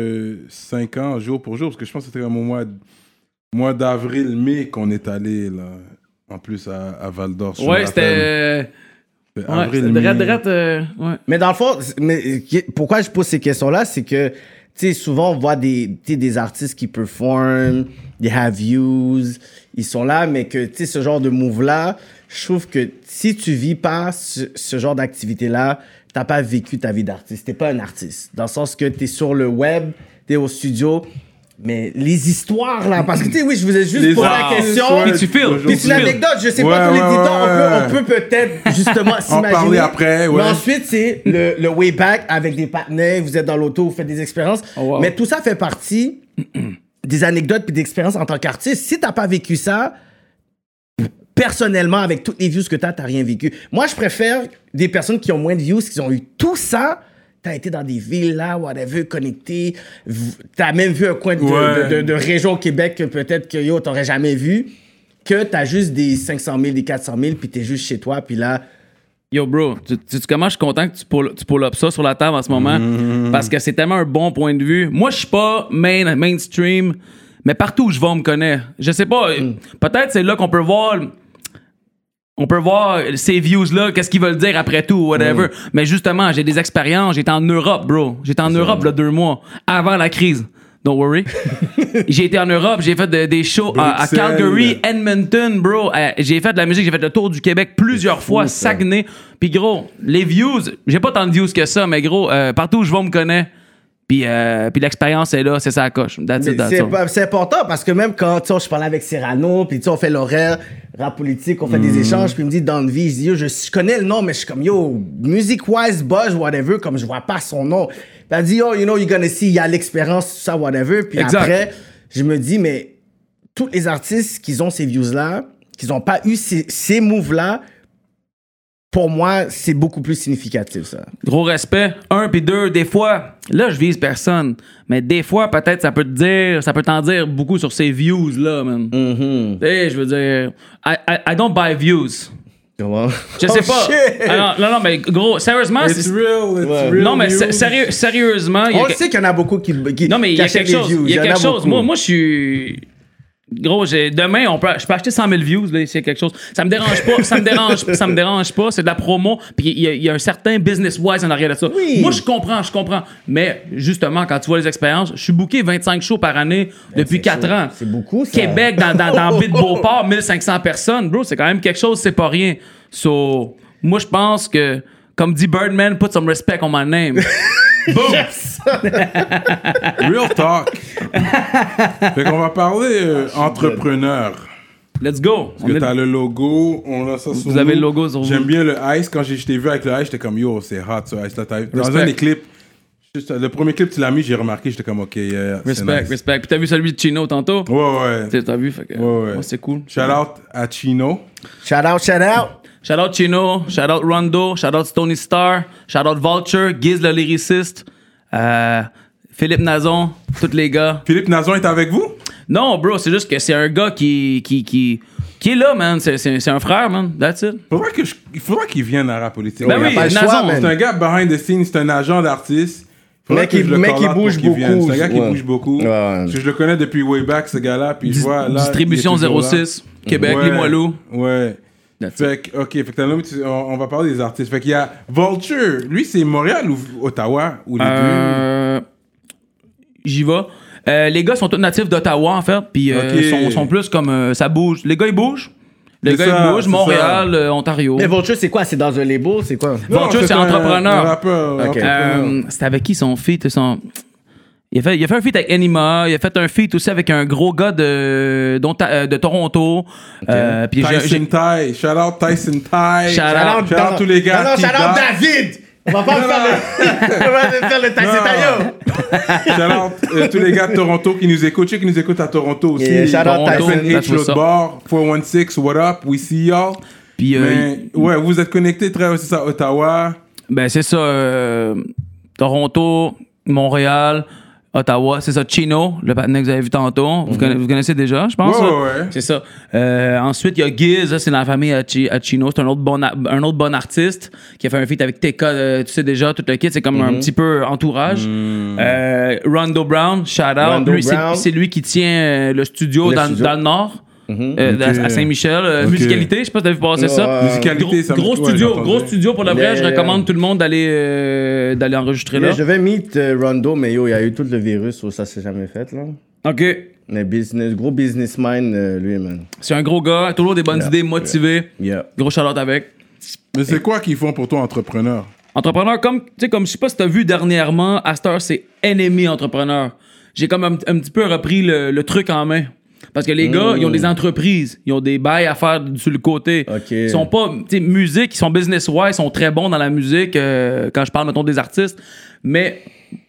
S2: cinq ans, jour pour jour, parce que je pense que c'était comme au mois, d- mois d'avril, mai qu'on est allé, là, en plus à, à Val d'Or. je me
S4: Ouais,
S2: rappelle.
S4: c'était.
S2: C'était
S4: Ouais,
S2: avril,
S4: c'était
S2: mai.
S4: drette, drette, euh, ouais.
S3: Mais dans le fond, c'est- mais, euh, qui- pourquoi je pose ces questions-là, c'est que, tu sais, souvent on voit des, tu sais, des artistes qui performent, they have views, ils sont là, mais que, tu sais, ce genre de move-là, je trouve que si tu vis pas ce, ce genre d'activité-là, t'as pas vécu ta vie d'artiste. T'es pas un artiste. Dans le sens que t'es sur le web, t'es au studio, mais les histoires, là, parce que, tu sais, oui, je vous ai juste
S2: Les
S3: posé la
S2: artistes,
S3: question.
S2: ouais,
S4: Puis tu files.
S3: Puis c'est l'anecdote, je sais
S2: Ouais,
S3: pas tous les
S2: ouais,
S3: détails,
S2: ouais, ouais.
S3: on peut, on peut peut-être justement s'imaginer.
S2: parler après, ouais.
S3: Mais ensuite, c'est le, le way back avec des partenaires, vous êtes dans l'auto, vous faites des expériences.
S4: Oh, wow.
S3: Mais tout ça fait partie des anecdotes puis d'expériences en tant qu'artiste. Si t'as pas vécu ça, personnellement, avec toutes les views que t'as, t'as rien vécu. Moi, je préfère des personnes qui ont moins de views, qui ont eu tout ça. T'as été dans des villes là, whatever, connecté. V- T'as même vu un coin de,
S2: Ouais.
S3: de, de, de région au Québec que peut-être que yo, t'aurais jamais vu. Que t'as juste des cinq cent mille, des quatre cent mille, puis t'es juste chez toi, puis là...
S4: Yo, bro, tu, tu, tu- comment je suis content que tu pull, tu pull up ça sur la table en ce moment? Parce que c'est tellement un bon point de vue. Moi, je suis pas main, mainstream, mais partout où je vais, on me connaît. Je sais pas, euh, peut-être c'est là qu'on peut voir. On peut voir ces views-là, qu'est-ce qu'ils veulent dire après tout, whatever. Mais justement, j'ai des expériences. J'étais en Europe, bro. J'étais en Europe, là, deux mois, avant la crise. Don't worry. J'ai été en Europe, j'ai fait de- des shows à, à
S2: Bruxelles.
S4: Calgary, Edmonton, bro. Euh, j'ai fait de la musique, j'ai fait le tour du Québec plusieurs fois,
S3: fou, ça.
S4: Saguenay. Puis gros, les views, j'ai pas tant de views que ça, mais gros, euh, partout où je vais, on me connaît. Puis, euh, puis l'expérience est là, c'est ça la coche. That's
S3: Mais
S4: it, that's
S3: C'est
S4: all.
S3: pas- c'est important parce que même quand tu sais, je parlais avec Cyrano, puis tu sais, on fait l'horaire, rap politique, on fait
S4: Mm.
S3: des échanges, puis il me dit dans le vie, je dis, yo, je, je connais le nom, mais je suis comme, yo, music-wise, buzz, whatever, comme je vois pas son nom. Puis elle dit, yo, you know, you're gonna see, il y a l'expérience, tout ça, whatever. Puis
S4: Exact.
S3: après, je me dis, mais tous les artistes qui ont ces views-là, qui n'ont pas eu ces, ces moves-là, pour moi, c'est beaucoup plus significatif, ça.
S4: Gros respect. Un puis deux, des fois, là, je vise personne. Mais des fois, peut-être, ça peut te dire, ça peut t'en dire beaucoup sur ces views-là, man.
S3: Mm-hmm.
S4: Tu sais, je veux dire, I, I, I don't buy views.
S3: Comment?
S4: Je sais
S3: Oh,
S4: pas.
S3: shit!
S4: Ah, non, non, non, mais gros, sérieusement,
S2: It's
S4: c'est-
S2: real, it's
S3: Ouais.
S2: real.
S4: non, mais
S2: views.
S4: sé- sérieux, sérieusement, il y a
S3: On
S4: que-
S3: sait qu'il y en a beaucoup qui, qui
S4: non, mais il y a
S3: qui achètent
S4: quelque
S3: les
S4: chose.
S3: views.
S4: Il y a
S3: en
S4: quelque chose.
S3: beaucoup.
S4: Moi, moi, je suis. Gros, j'ai, demain, on peut, je peux acheter cent mille views, là, s'il y a quelque chose. Ça me dérange pas, ça me dérange, ça me dérange pas, c'est de la promo, puis il y, y a un certain business-wise en arrière de ça.
S3: Oui.
S4: Moi, je comprends, je comprends. Mais, justement, quand tu vois les expériences, je suis booké vingt-cinq shows par année depuis quatre ans.
S3: C'est beaucoup, ça.
S4: Québec, dans, dans, dans Ville de Beauport, mille cinq cents personnes, bro, c'est quand même quelque chose, c'est pas rien. So, moi, je pense que, comme dit Birdman, put some respect on my name. Boom!
S2: Real talk. Fait qu'on va parler euh, entrepreneur.
S4: Let's go!
S2: Parce que t'as le logo, on a ça sur
S4: Vous avez
S2: nous.
S4: le logo sur vous.
S2: J'aime bien le Ice. Quand j'ai- je t'ai vu avec le Ice, j'étais comme yo, c'est hot ce Ice là. T'as- Dans
S4: Respect.
S2: un des clips, juste, le premier clip tu l'as mis, j'ai remarqué, j'étais comme ok, yeah, c'est
S4: Respect,
S2: nice.
S4: respect. Puis t'as vu celui de Chino tantôt?
S2: Ouais, ouais.
S4: T'sais, T'as vu? Fait que,
S2: Ouais, ouais.
S4: ouais, c'est cool.
S2: Shout out à Chino.
S3: Shout out, shout out.
S4: Shout out Chino, shout out Rondo, shout out Stony Star, shout out Vulture, Giz le lyriciste, euh, Philippe Nazon, tous les gars.
S2: Philippe Nazon est avec vous?
S4: Non, bro, c'est juste que c'est un gars qui, qui, qui, qui est là, man. C'est, c'est, c'est un frère, man. That's it.
S2: Faudrait que je- il faudrait qu'il vienne à rap politique.
S4: Ben
S2: Ouais,
S4: oui,
S3: pas le choix,
S4: Nazon,
S3: man.
S2: c'est un gars behind the scenes, c'est un agent d'artiste. Faudrait
S3: Mec,
S2: que
S3: il-
S2: je le
S3: mec,
S2: call
S3: il
S2: out
S3: bouge
S2: pour qu'il vienne.
S3: beaucoup.
S2: C'est un gars qui
S3: Ouais.
S2: bouge beaucoup.
S3: Ouais, ouais.
S2: Parce que je le connais depuis way back, ce gars-là. Puis je vois là.
S4: Distribution
S2: il est toujours
S4: zéro
S2: là.
S4: six, Québec,
S2: Ouais,
S4: Limoilou.
S2: Ouais.
S4: That's
S2: Fait que, ok, fait que t'as nommé- tu- on, on va parler des artistes. Fait qu'il y a Vulture. Lui, c'est Montréal ou Ottawa? Ou les
S4: Euh, J'y vais. Euh, les gars sont tous natifs d'Ottawa, en fait. Puis euh,
S2: Ok.
S4: sont, sont plus comme. euh, ça bouge. Les gars, ils bougent. Les
S2: C'est
S4: gars,
S2: ça,
S4: ils bougent.
S2: c'est
S4: Montréal, euh, Ontario.
S3: Mais Vulture, c'est quoi? C'est dans un label? C'est quoi?
S2: deux? Non,
S4: Vulture, c'est
S2: un-
S4: entrepreneur.
S2: Un rappeur.
S3: Ok.
S2: entrepreneur.
S4: Euh, C'était avec qui son feat? Son... Il, a fait, il a fait un feat avec Anima. Il a fait un feat aussi avec un gros gars de, d'Onta- euh, de Toronto. Euh, puis j'ai- j'ai-
S2: Tyson Ty. Shout out Tyson Ty.
S4: Shout out.
S2: Shout out tous les gars.
S3: Non, non,
S2: qui
S3: shout out
S2: dansent.
S3: David! On va pas me faire le... On va me faire le taxi taillot.
S2: Shout out euh, tous les gars de Toronto qui nous écoutent. Je sais qu'ils nous écoutent à Toronto aussi.
S3: Yeah, shout out
S4: Toronto,
S3: Tyson.
S2: H
S4: that's what's
S2: l'autre
S4: up.
S2: bord. quatre un six, what up? We see y'all.
S4: Puis, euh,
S2: Mais, ouais, vous êtes connectés très, c'est ça, Ottawa.
S4: ben, c'est ça. euh, Toronto, Montréal, Ottawa. C'est ça. Chino, le partenaire que vous avez vu tantôt. Vous, conna- vous connaissez déjà, je pense.
S2: Ouais,
S4: là?
S2: ouais, ouais.
S4: C'est ça. Euh, ensuite, il y a Giz, ça, c'est dans la famille à, Chi- à Chino. C'est un autre, bon a- un autre bon artiste qui a fait un feat avec T K, euh, tu sais déjà, tout le kit. C'est comme un petit peu entourage. Euh, Rondo Brown, shout out.
S3: Rondo
S4: Lui, c'est,
S3: Brown.
S4: c'est lui qui tient euh, le studio,
S3: Le
S4: dans,
S3: studio.
S4: dans le Nord. Euh,
S2: Ok.
S4: à- à Saint-Michel, euh,
S2: Ok.
S4: musicalité, je sais pas si t'as vu passer ça.
S3: Ouais.
S2: Musicalité, ça me-
S4: Gros
S2: ouais,
S4: studio,
S2: j'ai
S4: gros
S2: entendu.
S4: studio pour le vrai.
S3: Yeah,
S4: je
S3: yeah.
S4: recommande tout le monde d'aller euh, d'aller enregistrer là.
S3: Je devais meet euh, Rondo, mais yo, il y a eu tout le virus, so ça s'est jamais fait, là.
S4: Ok.
S3: Mais business, gros businessman, euh, lui, man.
S4: C'est un gros gars, toujours des bonnes
S3: Yeah.
S4: idées, motivé.
S3: Yeah.
S4: Gros shout-out avec.
S2: Mais c'est quoi qu'ils font pour toi, entrepreneur?
S4: Entrepreneur, comme, tu sais, comme je sais pas si t'as vu dernièrement, à cette heure, c'est Enemy Entrepreneur. J'ai comme un, un petit peu repris le, le truc en main. Parce que les gars, ils ont des entreprises, ils ont des bails à faire sur le côté.
S3: Ok.
S4: Ils sont pas, tu sais, musique, ils sont business-wise, ils sont très bons dans la musique, euh, quand je parle, mettons, des artistes. Mais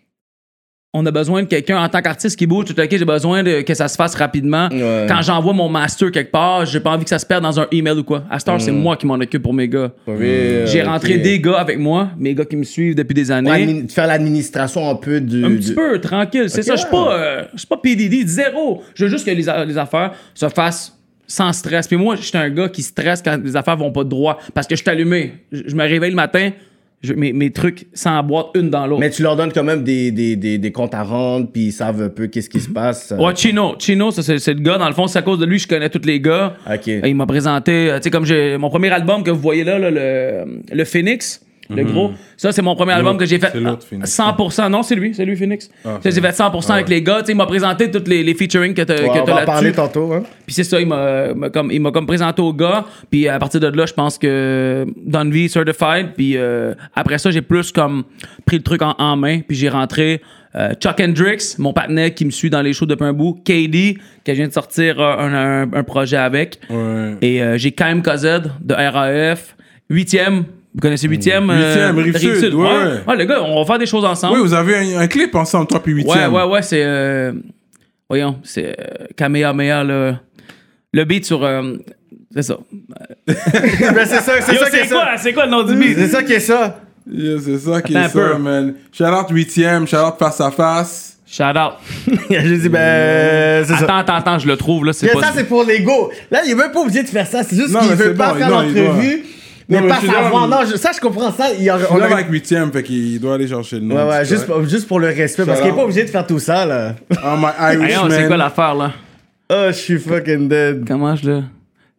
S4: on a besoin de quelqu'un en tant qu'artiste qui bouge. Tout OK, j'ai besoin de, que ça se fasse rapidement.
S3: Ouais.
S4: Quand j'envoie mon master quelque part, j'ai pas envie que ça se perde dans un email ou quoi. À cette heure, c'est moi qui m'en occupe pour mes gars.
S3: For real,
S4: J'ai
S3: ok.
S4: rentré des gars avec moi, mes gars qui me suivent depuis des années.
S3: Ouais, admin- faire l'administration un peu du.
S4: Un
S3: du-
S4: petit peu, tranquille. C'est
S3: Ok,
S4: ça, je suis
S3: ouais.
S4: pas, euh, je suis pas P D D, zéro. Je veux juste que les, a- les affaires se fassent sans stress. Puis moi, je suis un gars qui stresse quand les affaires vont pas de droit. Parce que je suis allumé. Je, je me réveille le matin, je- mes, mes trucs s'emboîtent une dans l'autre.
S3: Mais tu leur donnes quand même des, des, des, des comptes à rendre, puis ils savent un peu qu'est-ce qui se passe.
S4: Ouais, Chino. Chino, ça, c'est, c'est le gars. Dans le fond, c'est à cause de lui que je connais tous les gars.
S3: Ok.
S4: Et il m'a présenté, euh, tu sais, comme j'ai mon premier album que vous voyez là, là, le, le Phoenix. Le gros, ça c'est mon premier album
S2: L'autre,
S4: que j'ai fait
S2: c'est l'autre Phoenix.
S4: cent pour cent. Non, c'est lui, c'est lui Phoenix.
S2: Ah,
S4: Ça, j'ai
S2: ok.
S4: fait cent pour cent avec les gars. Tu sais, il m'a présenté tous les, les featuring que t'as,
S3: Ouais,
S4: que
S3: on
S4: t'as
S3: va en
S4: là-dessus.
S3: parler tantôt, hein.
S4: Puis c'est ça, il m'a, m'a comme, il m'a comme présenté au gars. Puis à partir de là, je pense que Dunvey Certified. Puis euh, après ça, j'ai plus comme pris le truc en, en main. Puis j'ai rentré euh, Chuck Hendricks, mon partenaire qui me suit dans les shows depuis un bout. K D, que je viens de sortir euh, un, un, un projet avec.
S2: Ouais.
S4: Et euh, j'ai K M K Z de R A F. Huitième. Vous connaissez Huitième?
S2: Huitième, Rive-Sud, ouais, ouais.
S4: ouais. les gars, on va faire des choses ensemble.
S2: Oui, vous avez un, un clip ensemble, toi puis
S4: Ouais,
S2: huitième.
S4: ouais, ouais, c'est. euh, voyons, c'est euh, Kamehameha, le, le beat sur. euh, c'est ça.
S3: Ben, c'est ça, c'est
S4: Yo,
S3: ça qui est
S4: c'est quoi,
S3: ça.
S4: c'est quoi le nom du beat?
S3: C'est ça qui est ça.
S2: Yeah, c'est ça qui est
S4: Attends un
S2: ça,
S4: peu.
S2: man. Shout out huitième, shout out face à face.
S4: Shout out.
S3: J'ai dit, ben, c'est ça.
S4: Attends, attends, attends, je le trouve, là, c'est
S3: Mais
S4: pas.
S3: ça, c'est pour l'ego. Là, il est même pas obligé de faire ça. C'est juste
S2: Non,
S3: qu'il
S2: mais
S3: veut
S2: c'est
S3: pas
S2: bon,
S3: faire
S2: non, il
S3: l'entrevue, mais
S2: Non, mais
S3: pas
S2: je suis
S3: savoir.
S2: dans-
S3: Non, je- ça, je comprends ça. Il y a-
S2: On
S3: on
S2: est
S3: avait-
S2: avec huitième, fait qu'il doit aller chercher le nom.
S3: Ouais, ouais,
S2: c'est
S3: juste,
S2: correct.
S3: pour- juste pour le respect, parce qu'il est pas obligé de faire tout ça, là.
S2: Oh my
S4: Voyons,
S2: Irishman.
S4: c'est quoi l'affaire, là?
S3: Oh, je suis fucking dead.
S4: Comment je le.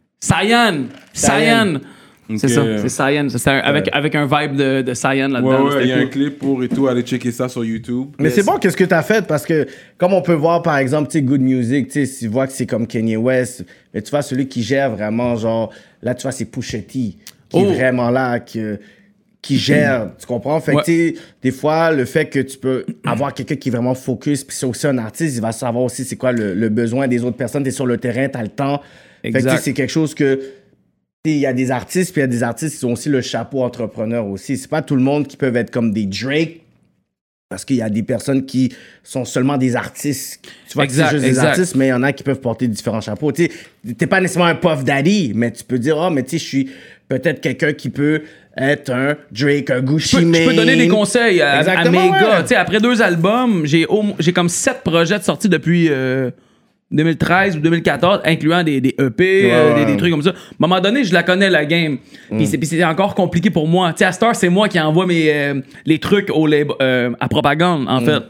S4: Cyan! Cyan! C'est
S2: Ok.
S4: ça, c'est Cyan. C'est un- avec, avec un vibe de, de Cyan là-dedans.
S2: Ouais, ouais,
S4: c'était
S2: il y a un
S4: cool.
S2: clip pour et tout. Allez checker ça sur YouTube.
S3: Mais c'est bon, qu'est-ce que t'as fait? Parce que, comme on peut voir, par exemple, tu sais, Good Music, tu sais, si tu vois que c'est comme Kanye West, mais tu vois, celui qui gère vraiment, genre, là, tu vois, c'est Pusha T, qui
S4: Oh.
S3: est vraiment là, qui, qui gère, tu comprends? Fait que,
S4: Ouais.
S3: tu sais, des fois, le fait que tu peux avoir quelqu'un qui est vraiment focus, puis c'est aussi un artiste, il va savoir aussi c'est quoi le, le besoin des autres personnes. T'es sur le terrain, t'as le temps. Fait que, tu sais,
S4: Exact.
S3: c'est quelque chose que, il y a des artistes, puis il y a des artistes qui ont aussi le chapeau entrepreneur aussi. C'est pas tout le monde qui peut être comme des Drake, parce qu'il y a des personnes qui sont seulement des artistes. Tu vois que
S4: Exact,
S3: c'est juste des
S4: exact.
S3: artistes, mais il y en a qui peuvent porter différents chapeaux. Tu sais, t'es pas nécessairement un Puff Daddy, mais tu peux dire, oh, mais tu sais, je suis peut-être quelqu'un qui peut être un Drake, un Gucci
S4: Je peux, je peux
S3: Mane.
S4: donner des conseils à, à
S3: Exactement,
S4: mes
S3: ouais.
S4: gars. Tu sais, après deux albums, j'ai, au- j'ai comme sept projets de sortie depuis euh, deux mille treize ou deux mille quatorze, incluant des, des E P,
S3: Ouais,
S4: euh,
S3: ouais.
S4: Des, des trucs comme ça. À un moment donné, je la connais, la game. Puis, c'est, puis c'est encore compliqué pour moi. Tu sais, à Star, c'est moi qui envoie mes, euh, les trucs au lab- euh, à propagande, en fait.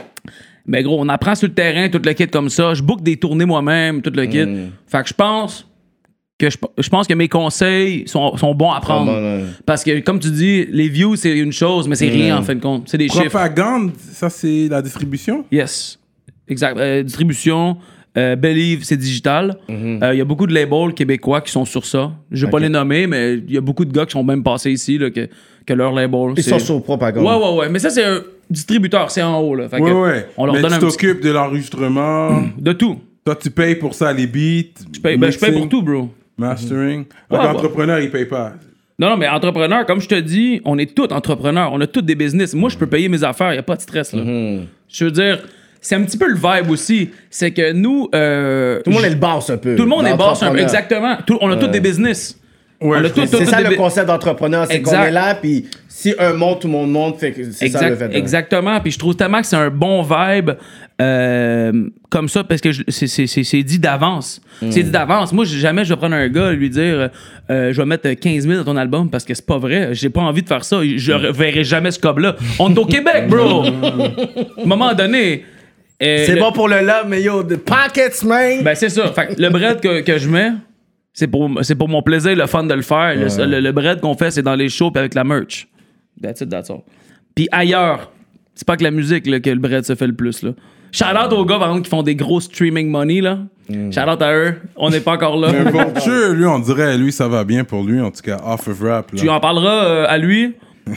S4: Mais gros, on apprend sur le terrain, tout le kit comme ça. Je book des tournées moi-même, tout le kit. Fait que je pense que je, je pense que mes conseils sont, sont bons à prendre.
S3: bon, ouais.
S4: Parce que, comme tu dis, les views, c'est une chose, mais c'est rien en fin de compte. C'est des chiffres.
S2: Propagande, ça c'est la distribution?
S4: Yes. Exact. Euh, distribution. Euh, Believe, c'est digital. Il y a beaucoup de labels québécois qui sont sur ça. Je vais pas
S3: Ok.
S4: les nommer, mais il y a beaucoup de gars qui sont même passés ici, là, que, que leur label.
S3: Ils
S4: c'est-
S3: sont sur propagande.
S4: Ouais, ouais, ouais. Mais ça, c'est un distributeur, c'est en haut. Là. Fait que
S2: Ouais, ouais.
S4: On leur
S2: Mais
S4: donne
S2: tu
S4: un petit...
S2: t'occupes de l'enregistrement.
S4: De tout.
S2: Toi, tu payes pour ça, les beats.
S4: Je paye, ben, je paye pour tout, bro.
S2: Mastering.
S4: Ouais,
S2: Donc,
S4: ouais.
S2: l'entrepreneur, il paye pas.
S4: Non, non, mais entrepreneur, comme je te dis, on est tous entrepreneurs. On a tous des business. Moi, je peux payer mes affaires. Il n'y a pas de stress, là. Je veux dire, c'est un petit peu le vibe aussi. C'est que nous... euh,
S3: Tout le monde est le boss un peu.
S4: Tout le monde est boss, un peu.
S3: L'entrepreneur.
S4: Exactement. Tout- on a tous des business.
S2: Ouais,
S4: on a
S2: je
S4: tous-
S2: comprends.
S3: C'est
S4: tous
S3: ça
S4: des
S3: le
S4: bi-
S3: concept d'entrepreneur, c'est qu'on
S4: Exact.
S3: est là, puis si un monte, tout le monde monte, fait que c'est ça le
S4: Exact,
S3: fait.
S4: exactement. Puis je trouve tellement que c'est un bon vibe euh, comme ça parce que je- c'est, c'est, c'est, c'est dit d'avance. C'est dit d'avance. Moi, jamais je vais prendre un gars et lui dire euh, je vais mettre quinze mille dans ton album parce que c'est pas vrai. J'ai pas envie de faire ça. Je verrai jamais ce cob-là. On est au Québec, bro. À un moment donné. euh,
S3: C'est
S4: le-
S3: bon pour le love, mais yo, the pockets, man!
S4: Ben, c'est ça. Fait que le bread que, que je mets, c'est pour, c'est pour mon plaisir, le fun de le faire. Le, le, le bread qu'on fait, c'est dans les shows puis avec la merch. That's it, that's all. Puis ailleurs, c'est pas que la musique là, que le bread se fait le plus. Là. Shout out aux gars, par exemple, qui font des gros streaming money. Là. Shout out à eux. On n'est pas encore là.
S2: Mais Vulture, lui, on dirait, lui, ça va bien pour lui, en tout cas, off of rap. Là.
S4: Tu en parleras euh, à lui.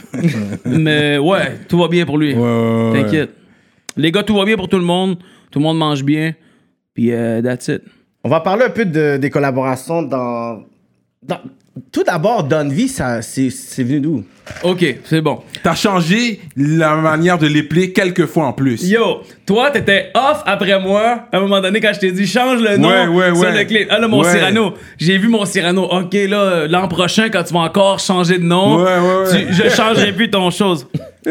S4: Mais ouais, tout va bien pour lui.
S2: Ouais, ouais, ouais.
S4: T'inquiète. Les gars, tout va bien pour tout le monde. Tout le monde mange bien. Puis euh, that's it.
S3: On va parler un peu de, des collaborations dans... dans- Tout d'abord, Dunvie, ça, c'est, c'est venu d'où?
S4: OK, c'est bon.
S2: T'as changé la manière de l'épeler quelques fois en plus.
S4: Yo, toi, t'étais off après moi. À un moment donné, quand je t'ai dit change le nom
S2: Ouais, ouais,
S4: sur
S2: ouais.
S4: le clip. Ah là, mon
S2: Ouais.
S4: Cyrano. J'ai vu mon Cyrano. OK, là, l'an prochain, quand tu vas encore changer de nom,
S2: Ouais, ouais, ouais.
S4: tu- je changerai plus ton chose.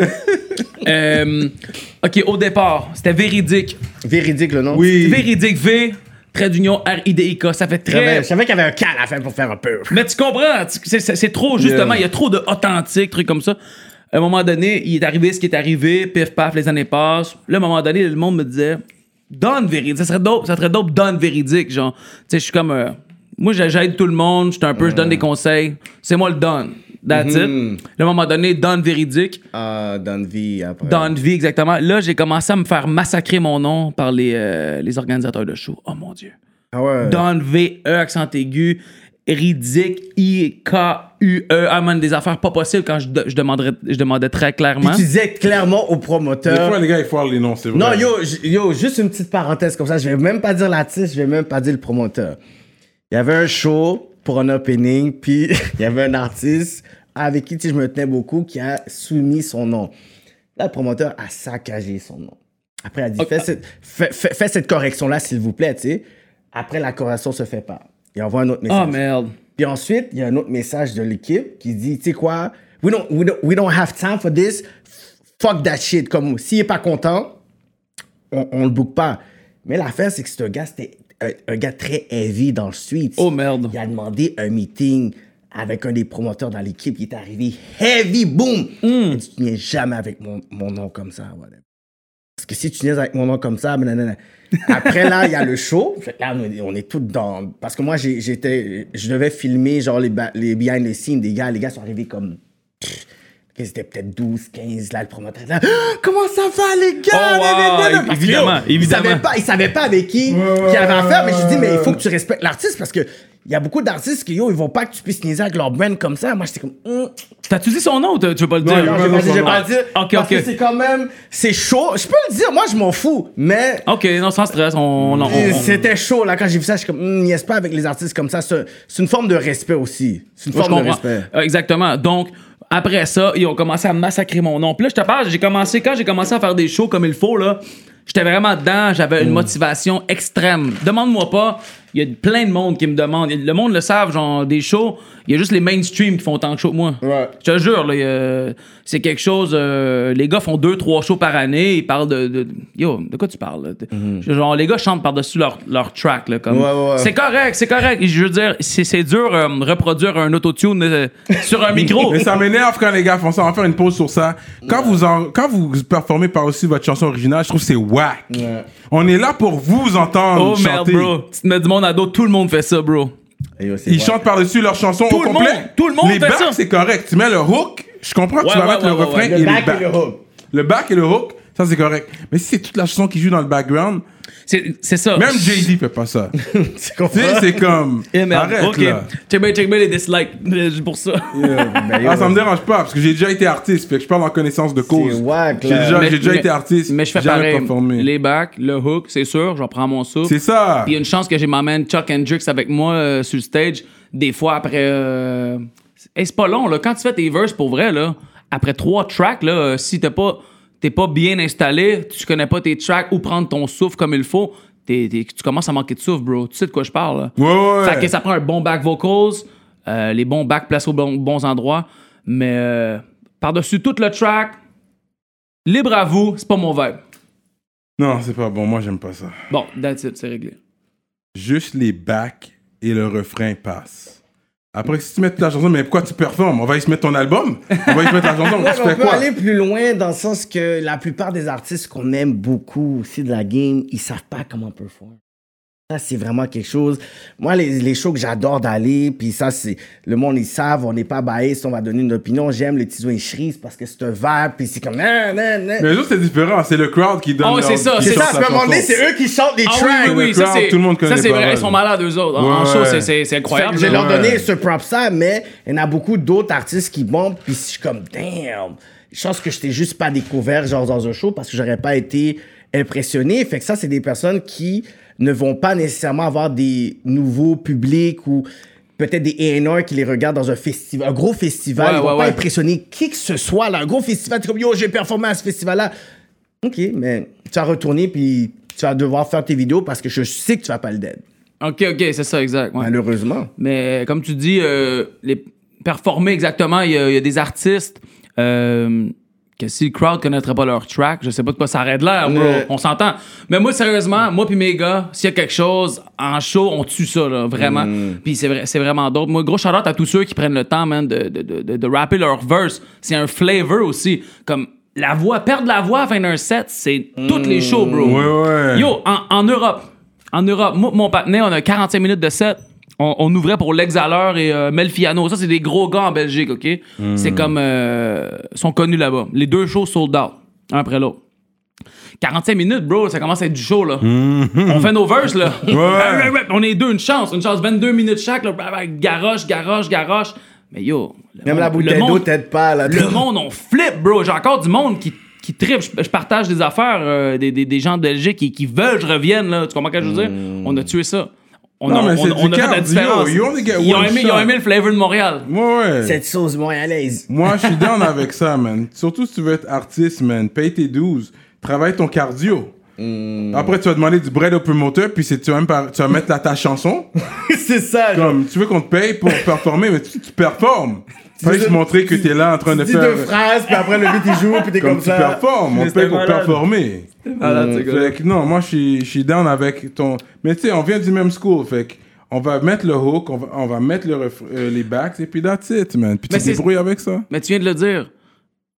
S4: Euh, OK, au départ, c'était véridique.
S3: Véridique, le nom?
S2: Oui.
S4: Véridique, V, trait d'union, R I D I K. Ça fait
S3: Je savais,
S4: très...
S3: je savais qu'il y avait un cas à la fin pour faire un peu.
S4: Mais tu comprends, tu- c'est, c'est- c'est trop, justement, il y a trop de authentique, trucs comme ça. À un moment donné, il est arrivé ce qui est arrivé, pif paf, les années passent. Là, à un moment donné, le monde me disait, donne véridique, ça serait dope, ça serait dope, donne véridique, genre. Tu sais, je suis comme, euh, moi, j'aide tout le monde, je suis un peu, je donne des conseils, c'est moi le donne. That's it. Là, à un moment donné, donne véridique,
S3: Ah, Dunvie, après.
S4: donne vie, exactement. Là, j'ai commencé à me faire massacrer mon nom par les, euh, les organisateurs de show. Oh mon Dieu.
S3: Ah ouais.
S4: Don V, E, accent aigu, Ridic, I, K, U, E. Ah, man, des affaires pas possibles quand je, de- je, demanderais, je demandais très clairement.
S3: Puis tu disais clairement au
S2: Des
S3: promoteur...
S2: fois, les gars, ils foirent les noms, c'est vrai.
S3: Non, yo, j- yo, juste une petite parenthèse comme ça. Je vais même pas dire l'artiste, je vais même pas dire le promoteur. Il y avait un show pour un opening, puis il y avait un artiste avec qui tu sais, je me tenais beaucoup qui a soumis son nom. Là, le promoteur a saccagé son nom. Après, il a dit
S4: Ok.
S3: fais, cette, fais, fais- fais cette correction-là, s'il vous plaît, tu sais. Après, la correction se fait pas. Il envoie un autre message.
S4: Oh merde.
S3: Puis ensuite, il y a un autre message de l'équipe qui dit, tu sais quoi, we don't, we, don't, we don't have time for this. Fuck that shit. Comme, s'il est pas content, on, on le book pas. Mais l'affaire, c'est que ce gars, c'était un, un gars très heavy dans le street.
S4: Oh merde.
S3: Il a demandé un meeting avec un des promoteurs dans l'équipe. Il est arrivé heavy, boom.
S4: Hmm.
S3: Il dit, tu viens jamais avec mon, mon nom comme ça. Whatever. Parce que si tu niaises avec mon nom comme ça, blablabla. Après, là, il y a le show. Fait que là, on est, on est tous dans... Parce que moi, j'ai, j'étais... Je devais filmer, genre, les, ba- les behind the scenes des gars. Les gars sont arrivés comme... Pff, ils étaient peut-être douze, quinze, là, le promoteur. Là, comment ça va, les gars?
S4: Oh, wow,
S3: Parce que,
S4: évidemment,
S3: yo,
S4: évidemment.
S3: Ils savaient pas, ils savaient pas avec qui, qui avait affaire. Mais je dis, mais il faut que tu respectes l'artiste parce que il y a beaucoup d'artistes qui, yo, ils vont pas que tu puisses niaiser avec leur brand comme ça. Moi, j'étais comme... Mm.
S4: T'as-tu dit son nom ou tu veux pas le dire?
S3: Non, j'ai pas dit, j'ai pas dit.
S4: Ok,
S3: parce
S4: ok.
S3: que c'est quand même... C'est chaud. Je peux le dire, moi, je m'en fous. Mais...
S4: Ok, non, sans stress. On, on, on- on-
S3: C'était chaud, là, quand j'ai vu ça. Je suis comme, mm, niaise pas avec les artistes comme ça. C'est, c'est une forme de respect aussi. C'est une
S4: Moi, je
S3: forme de
S4: comprends.
S3: respect.
S4: Euh, exactement. Donc, après ça, ils ont commencé à massacrer mon nom. Puis là, je te parle, j'ai commencé, quand j'ai commencé à faire des shows comme il faut, là, j'étais vraiment dedans, j'avais une motivation extrême. Demande-moi pas, il y a plein de monde qui me demande. Le monde le savent, genre, des shows, il y a juste les mainstream qui font tant de shows que moi.
S3: Ouais.
S4: Je te jure, là, il y a- c'est quelque chose. euh, les gars font deux, trois shows par année, ils parlent de. de- yo, de quoi tu parles, là? Genre, les gars chantent par-dessus leur, leur track, là. Comme,
S3: Ouais, ouais, ouais.
S4: C'est correct, c'est correct. Je veux dire, c'est, c'est dur euh, reproduire un autotune euh, sur un micro.
S2: Mais ça m'énerve quand les gars font ça. On va faire une pause sur ça. Quand, vous, en, quand vous performez par-dessus votre chanson originale, je trouve que c'est whack.
S3: Ouais.
S2: On est là pour vous entendre
S4: Oh merde,
S2: chanter.
S4: bro. Tu te mets du monde à dos, tout le monde fait ça, bro.
S3: Et yo, c'est
S2: Ils
S3: vrai.
S2: chantent par-dessus leur chanson
S4: Tout
S2: au
S4: le
S2: complet.
S4: monde, tout le monde
S2: Les
S4: fait
S2: backs,
S4: ça.
S2: c'est correct. Tu mets le hook, je comprends que
S4: Ouais,
S2: tu vas
S4: ouais,
S2: mettre
S4: ouais,
S2: le
S4: ouais,
S2: refrain
S4: ouais.
S2: et
S3: Le
S2: les
S3: back
S2: backs.
S3: et le hook.
S2: Le back et le hook, ça c'est correct. Mais si c'est toute la chanson qui joue dans le background,
S4: C'est, c'est ça.
S2: même Jay-Z fait pas ça.
S3: C'est
S2: Tu sais, c'est comme.
S4: Eh merde,
S2: Arrête
S4: ok.
S2: là.
S4: Check bien, check bien les dislikes euh, pour ça.
S3: Ben, yo,
S2: Ah, ça me dérange pas parce que j'ai déjà été artiste, fait que je parle en connaissance de cause.
S3: C'est whack,
S2: J'ai
S3: là.
S2: déjà,
S4: Mais-
S2: j'ai déjà
S4: mais-
S2: été artiste.
S4: Mais je fais
S2: jamais
S4: pareil.
S2: performé.
S4: Les backs, le hook, c'est sûr, j'en prends mon souffle.
S2: C'est ça.
S4: Puis il y a une chance que j'ai ma man Chuck Hendricks avec moi euh, sur le stage. Des fois, après... Euh... Hey, c'est pas long, là. Quand tu fais tes verses, pour vrai, là, après trois tracks, là, euh, si t'es pas, t'es pas bien installé, tu connais pas tes tracks ou prendre ton souffle comme il faut, t'es, t'es- tu commences à manquer de souffle, bro. Tu sais de quoi je parle, là.
S2: Ouais, ouais.
S4: Fait que ça prend un bon back vocals, euh, les bons backs placés aux bons, bons endroits, mais euh, par-dessus tout le track, libre à vous, c'est pas mon vibe.
S2: Non, c'est pas bon. Moi, j'aime pas ça.
S4: Bon, that's it, c'est réglé.
S2: Juste les backs et le refrain passent. Après, si tu mets toute la chanson, mais pourquoi tu performes? On va y se mettre ton album? On va y se mettre la chanson.
S3: Ouais,
S2: tu
S3: mais on
S2: fais
S3: peut
S2: quoi?
S3: aller plus loin dans le sens que la plupart des artistes qu'on aime beaucoup aussi de la game, ils savent pas comment performer. Ça, c'est vraiment quelque chose. Moi, les, les shows que j'adore d'aller, puis ça, c'est... Le monde, ils savent, on n'est pas biased, on va donner une opinion. J'aime les Tizo et Shreeze parce que c'est un vibe, puis c'est comme... Nan, nan, nan.
S2: Mais les autres, c'est différent. C'est le crowd qui donne.
S4: Ah ouais,
S2: leur-
S4: c'est ça,
S2: qui
S3: C'est
S4: c'est
S2: chante
S3: ça,
S2: la
S3: à un moment donné,
S2: chanson.
S3: c'est eux qui chantent les
S4: Ah
S3: tracks.
S4: oui, oui, oui,
S2: Le
S4: ça
S2: crowd,
S4: c'est...
S2: tout le monde connaît
S4: ça, c'est
S2: les
S4: vrai,
S2: paroles.
S4: ils sont malades, eux autres. En, en
S2: Ouais,
S4: show,
S2: ouais.
S4: c'est, c'est, c'est incroyable.
S3: Je vais leur
S2: Ouais.
S3: donner ce prop-ça, mais il y en a beaucoup d'autres artistes qui bombent, puis je suis comme, damn, je pense que je t'ai juste pas découvert, genre, dans un show, parce que j'aurais pas été impressionné. Fait que ça, c'est des personnes qui ne vont pas nécessairement avoir des nouveaux publics ou peut-être des A and R qui les regardent dans un festival, un gros festival.
S4: Ouais,
S3: Ils vont
S4: ouais,
S3: pas
S4: ouais.
S3: impressionner qui que ce soit, là. Un gros festival, tu es comme, yo, j'ai performé à ce festival-là. OK, mais tu vas retourner, puis tu vas devoir faire tes vidéos parce que je sais que tu vas pas le dead.
S4: OK, OK, c'est ça, exact. Ouais.
S3: Malheureusement.
S4: Mais comme tu dis, euh, les performer exactement, il y, a- il y a des artistes euh, que si le crowd connaîtrait pas leur track, je sais pas de quoi ça arrête l'air, bro.
S3: Ouais.
S4: On s'entend. Mais moi, sérieusement, moi puis mes gars, s'il y a quelque chose en show, on tue ça, là, vraiment. Puis c'est, vrai, c'est vraiment d'autres. Moi, gros shout-out à tous ceux qui prennent le temps, man, de, de, de, de, de rapper leur verse. C'est un flavor aussi. Comme la voix, perdre la voix à la fin d'un set, c'est toutes les shows, bro.
S2: Ouais, ouais.
S4: Yo, en, en Europe, en Europe, moi, mon partenaire, on a quarante-cinq minutes de set. On, on ouvrait pour L'Exhaleur et euh, Melfiano. Ça, c'est des gros gars en Belgique, OK? C'est comme... Euh, sont connus là-bas. Les deux shows sold out, un après l'autre. quarante-cinq minutes, bro, ça commence à être du show, là. On fait nos verses, là. On est deux, une chance. Une chance, vingt-deux minutes chaque, là. Garoche, garoche, garoche. Mais yo... le
S3: Même la
S4: monde-
S3: bouteille
S4: le
S3: d'eau
S4: monde-
S3: t'aide pas, là.
S4: le monde, on flippe, bro. J'ai encore du monde qui, qui trippe. Je, je partage des affaires, euh, des, des, des gens de Belgique qui, qui veulent que je revienne, là. Tu comprends ce que je veux dire? On a tué ça. On
S2: Non,
S4: a,
S2: mais
S4: on,
S2: c'est
S4: on
S2: du
S4: a fait la
S2: cardio.
S4: différence.
S2: You only get
S4: Ils ont,
S2: one
S4: aimé, ils ont
S2: shot.
S4: aimé le flavor de Montréal.
S2: Ouais, ouais.
S3: Cette sauce montréalaise.
S2: Moi, je suis down avec ça, man. Surtout si tu veux être artiste, man. Paye tes douze. Travaille ton cardio. Après, tu vas demander du bread au promoteur, puis c'est, tu, vas même pas- tu vas mettre là, ta chanson.
S3: C'est ça, genre.
S2: Comme, tu veux qu'on te paye pour performer, mais tu, tu performes. Fallait
S3: dis-
S2: te montrer que
S3: tu-
S2: t'es là en train de
S3: Tu dis
S2: faire...
S3: deux phrases, puis après le beat il joue, puis t'es
S2: Comme,
S3: comme,
S2: tu
S3: ça.
S2: performes. On
S4: Mais
S2: te paye
S4: c'était
S2: pour
S4: malade.
S2: performer.
S4: Malade, ce gars-là.
S2: Fait que non, moi, je suis- je suis down avec ton... Mais tu sais, on vient du même school, fait que on va mettre le hook, on va, on va mettre le ref- euh, les backs, et puis that's it, man. Puis
S4: Mais
S2: tu te
S4: c'est-
S2: débrouilles avec ça.
S4: Mais tu viens de le dire.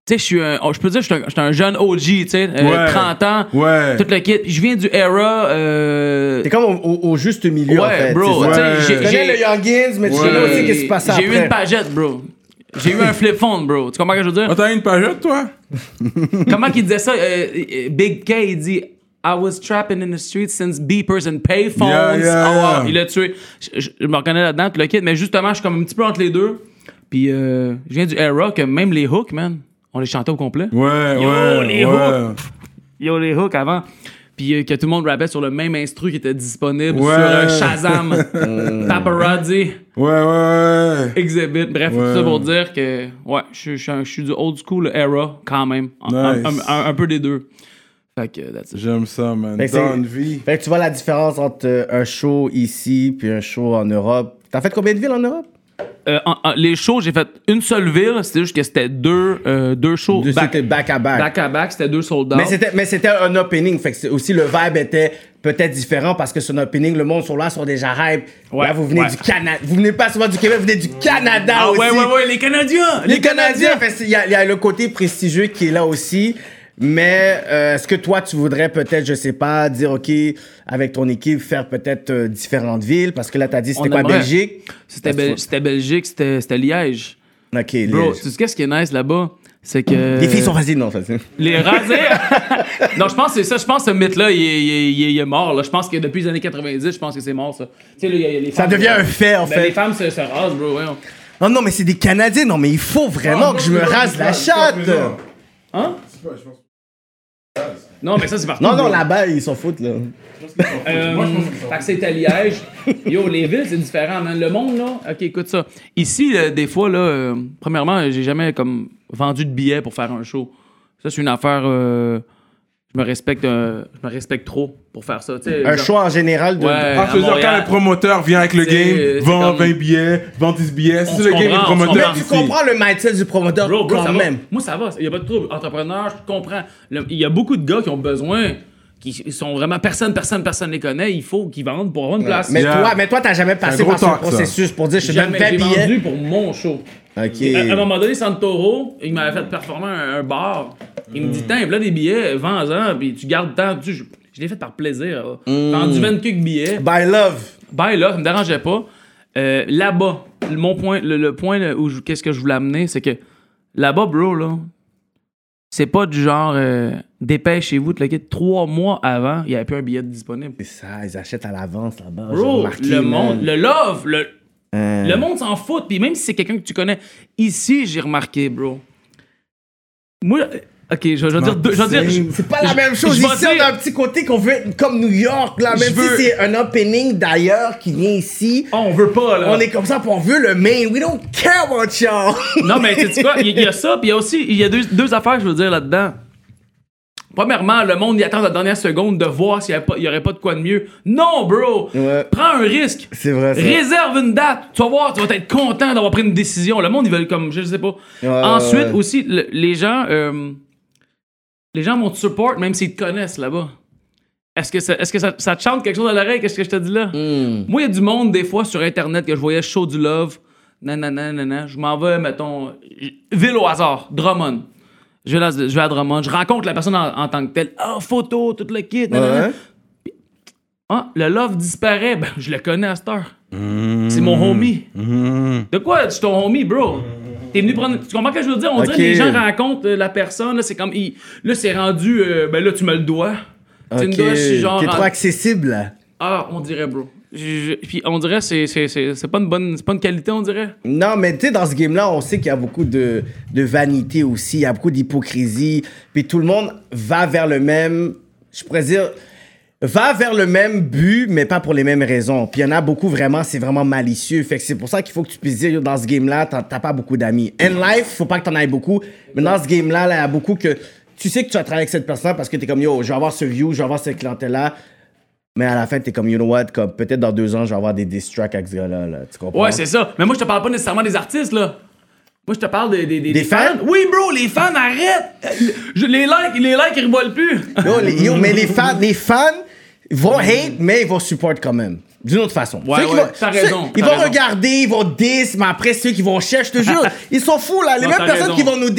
S4: Tu sais, je suis un, je peux dire, je suis un, je suis un jeune O G, tu sais, euh,
S2: Ouais.
S4: trente ans,
S2: Ouais.
S4: tout le kit. Je viens du era. Euh...
S3: T'es comme au, au- au juste milieu,
S4: Ouais,
S3: en fait.
S4: bro,
S3: c'est ça.
S4: tu sais,
S2: Ouais.
S3: Tu
S4: j'ai-
S3: connais
S4: j'ai-
S3: le Youngins, mais tu
S2: Ouais.
S3: connais aussi qu'est-ce qui se passe après.
S4: J'ai eu une pagette, bro. J'ai eu un flip phone, bro. Tu comprends ce que je veux dire?
S2: Oh, t'as une pagette, toi?
S4: Comment qu'il disait ça? Euh, euh, Big K, il dit I was trapping in the streets since beepers and payphones.
S2: Yeah, yeah,
S4: Oh, wow,
S2: yeah.
S4: il a tué. Je, je- je me reconnais là-dedans, tout le kit, mais justement, je suis comme un petit peu entre les deux. Puis euh, je viens du era que même les hooks, man, on les chantait au complet.
S2: Ouais,
S4: Yo,
S2: ouais.
S4: les
S2: ouais.
S4: hooks. Yo, les hooks avant. Puis euh, que tout le monde rappait sur le même instru qui était disponible
S2: Ouais.
S4: sur euh, Shazam, Paparazzi,
S2: Ouais, ouais, ouais.
S4: Exhibit. Bref,
S2: Ouais.
S4: tout ça pour dire que, ouais, je suis- je suis un- je suis du old school era quand même. Un,
S2: Nice.
S4: un- un- un peu des deux. Fait que, that's it.
S2: J'aime ça, man.
S3: Fait que c'est-
S2: Dans une vie.
S3: Fait que tu vois la différence entre euh, un show ici puis un show en Europe. T'as fait combien de villes en Europe?
S4: Euh, en- en- les shows, j'ai fait une seule ville, c'était juste que c'était deux, euh, deux shows
S3: Deux,
S4: back,
S3: C'était back à back.
S4: back à back, c'était deux sold out.
S3: Mais c'était, mais c'était un opening. Fait que c'est- aussi le vibe était peut-être différent parce que c'est un opening. Le monde sont là, sont déjà hype.
S4: Ouais,
S3: Là, vous venez
S4: ouais.
S3: du Canada. Vous venez pas souvent du Québec, vous venez du Canada
S4: Ah
S3: aussi.
S4: ouais, ouais, ouais, les Canadiens!
S3: Les Canadiens, fait que c'est- il y, a- il y a le côté prestigieux qui est là aussi. Mais euh, est-ce que toi, tu voudrais peut-être, je sais pas, dire, OK, avec ton équipe, faire peut-être euh, différentes villes? Parce que là, t'as dit, c'était
S4: On
S3: quoi,
S4: aimerait.
S3: Belgique?
S4: C'était, Bel- c'était Belgique, c'était, c'était Liège.
S3: OK,
S4: Bro,
S3: Liège.
S4: tu sais qu'est-ce qui est nice là-bas? C'est que...
S3: Les filles sont faciles, non, facile.
S4: Les rasés. Non, je pense que c'est ça. Je pense que ce mythe-là, il est, il est- il est- il est mort. Là. Je pense que depuis les années quatre-vingt-dix, je pense que c'est mort, ça. Tu sais, là, il y a- il y a les
S3: Ça
S4: femmes-
S3: devient un fait, en
S4: Ben,
S3: fait.
S4: les femmes se, se rasent, bro. Ouais.
S3: Oh non, mais c'est des Canadiens. Non, mais il faut vraiment que je me rase la chatte.
S4: Hein? Non, mais ça, c'est partout.
S3: Non, non,
S4: bro.
S3: là-bas, ils s'en foutent, là.
S4: Euh, fait que c'est à Liège. Yo, les villes, c'est différent, man. Le monde, là, OK, écoute ça. Ici, là, des fois, là, euh, premièrement, j'ai jamais, comme, vendu de billets pour faire un show. Ça, c'est une affaire... euh, je me respecte euh, je me respecte trop pour faire ça. tu sais,
S3: Un
S4: genre-
S3: choix en général de.
S4: Ouais.
S2: Ah,
S4: à
S2: je veux dire, quand
S4: Montréal.
S2: le promoteur vient avec le
S4: C'est-
S2: game,
S4: c'est
S2: vend
S4: comme-
S2: vingt billets, vend dix billets,
S4: On
S2: c'est
S4: se
S2: le game du
S4: comprend, on se
S2: promoteur.
S4: comprend.
S3: Mais tu
S2: ici.
S3: comprends le mindset du promoteur
S4: Bro, bro,
S3: quand
S4: ça va.
S3: même.
S4: Moi, ça va. Il n'y a pas de trouble. Entrepreneur, je comprends. Le- Il y a beaucoup de gars qui ont besoin, qui sont vraiment... Personne, personne, personne les connaît. Il faut qu'ils vendent pour avoir une place.
S3: Mais
S2: Yeah.
S3: toi, mais toi, t'as jamais passé
S2: gros
S3: par ce
S2: talk, ça.
S3: processus pour dire je te
S4: Jamais,
S3: donne vingt
S4: j'ai
S3: billets.
S4: vendu pour mon show.
S3: Ok.
S4: À, à un moment donné, Santoro, il m'avait fait performer un, un bar. Il me dit, tiens, là, des billets, vends-en, puis tu gardes tant. Je, je l'ai fait par plaisir. là. J'ai vendu vingt quelques billets.
S3: By love.
S4: Ben là, ça me dérangeait pas. Euh, là-bas, le- mon point, le, le point là, où je- qu'est-ce que je voulais amener, c'est que là-bas, bro, là, c'est pas du genre euh, dépêchez-vous de le quitter. Trois mois avant, il n'y avait plus un billet disponible.
S3: C'est ça, ils achètent à l'avance là-bas. j'ai
S4: Bro,
S3: remarqué,
S4: le
S3: man.
S4: monde, le love, le,
S3: Euh,
S4: le monde s'en fout. Puis même si c'est quelqu'un que tu connais, ici, j'ai remarqué, bro. Moi, euh, ok, je, je vais dire deux. Je vais dire. je-
S3: C'est pas la
S4: je-
S3: même chose.
S4: je vais
S3: Ici, on
S4: dire-
S3: a un petit côté qu'on veut être comme New York, là.
S4: Je
S3: Même
S4: veux-
S3: si c'est un opening d'ailleurs qui vient ici,
S4: Oh, on veut pas, là.
S3: on est comme ça, puis on veut le main. We don't care about y'all.
S4: Non, mais tu sais quoi, il y, il y a ça, puis il y a aussi, il y a deux, deux affaires que je veux dire là-dedans. Premièrement, le monde y attend la dernière seconde de voir s'il n'y aurait pas de quoi de mieux. Non, bro!
S3: Ouais.
S4: Prends un risque.
S3: C'est vrai, ça.
S4: Réserve une date. Tu vas voir, tu vas être content d'avoir pris une décision. Le monde, ils veulent comme, je sais pas.
S3: Ouais,
S4: Ensuite,
S3: ouais.
S4: aussi, le- les gens, euh, les gens vont te support même s'ils te connaissent là-bas. Est-ce que, ça, est-ce que ça, ça te chante quelque chose à l'oreille? Qu'est-ce que je te dis là?
S3: Hmm.
S4: Moi, il y a du monde, des fois, sur Internet, que je voyais Show du Love. Nanana, nanana. Je m'en vais, mettons, ville au hasard, Drummond. Je vais, là, je vais à Drummond, je rencontre la personne en, en tant que telle. Ah, photo, tout le kit. nanana.
S3: Ouais.
S4: Ah, le Love disparaît. Ben, je le connais à cette heure. C'est mon homie. De quoi? Je suis ton homie, bro. T'es venu prendre. Tu comprends ce que je veux dire? On dirait
S3: Ok.
S4: que les gens rencontrent euh, la personne. Là, c'est comme. il- Là, c'est rendu. euh, ben là, tu me le dois. Tu me
S3: Ok.
S4: dois, je suis genre.
S3: T'es trop
S4: en-
S3: accessible, là.
S4: Ah, on dirait, bro. Je- je- Puis on dirait c'est c'est c'est c'est pas une bonne c'est pas une qualité, on dirait.
S3: Non, mais tu sais, dans ce game-là, on sait qu'il y a beaucoup de, de vanité aussi, il y a beaucoup d'hypocrisie, puis tout le monde va vers le même, je pourrais dire, va vers le même but, mais pas pour les mêmes raisons. Puis il y en a beaucoup, vraiment, c'est vraiment malicieux. Fait que c'est pour ça qu'il faut que tu puisses dire, yo, dans ce game-là, t'as t'as pas beaucoup d'amis. In life, faut pas que t'en aies beaucoup, mais dans ce game-là, là, il y a beaucoup que tu sais que tu vas travailler avec cette personne parce que t'es comme, yo, je vais avoir ce view, je vais avoir cette clientèle-là. Mais à la fin, t'es comme, you know what, comme peut-être dans deux ans, je vais avoir des diss tracks avec ce gars-là, là. Tu comprends?
S4: Ouais, c'est ça. Mais moi je te parle pas nécessairement des artistes là. Moi je te parle des des, des,
S3: Des fans?
S4: Oui, bro, les fans arrête. Je, les likes, les likes ils revolent plus.
S3: Yo, les- yo, mais les fans, les fans vont hate, mais ils vont support quand même. D'une autre façon.
S4: Ouais,
S3: Ceux qui
S4: ouais,
S3: vont-
S4: t'as
S3: ceux-
S4: raison,
S3: Ils
S4: t'as
S3: vont
S4: raison.
S3: regarder, ils vont diss, mais après, ceux qui vont chercher, je te jure, ils sont fous, là. Les
S4: Non,
S3: mêmes
S4: t'as
S3: personnes
S4: raison.
S3: qui vont nous diss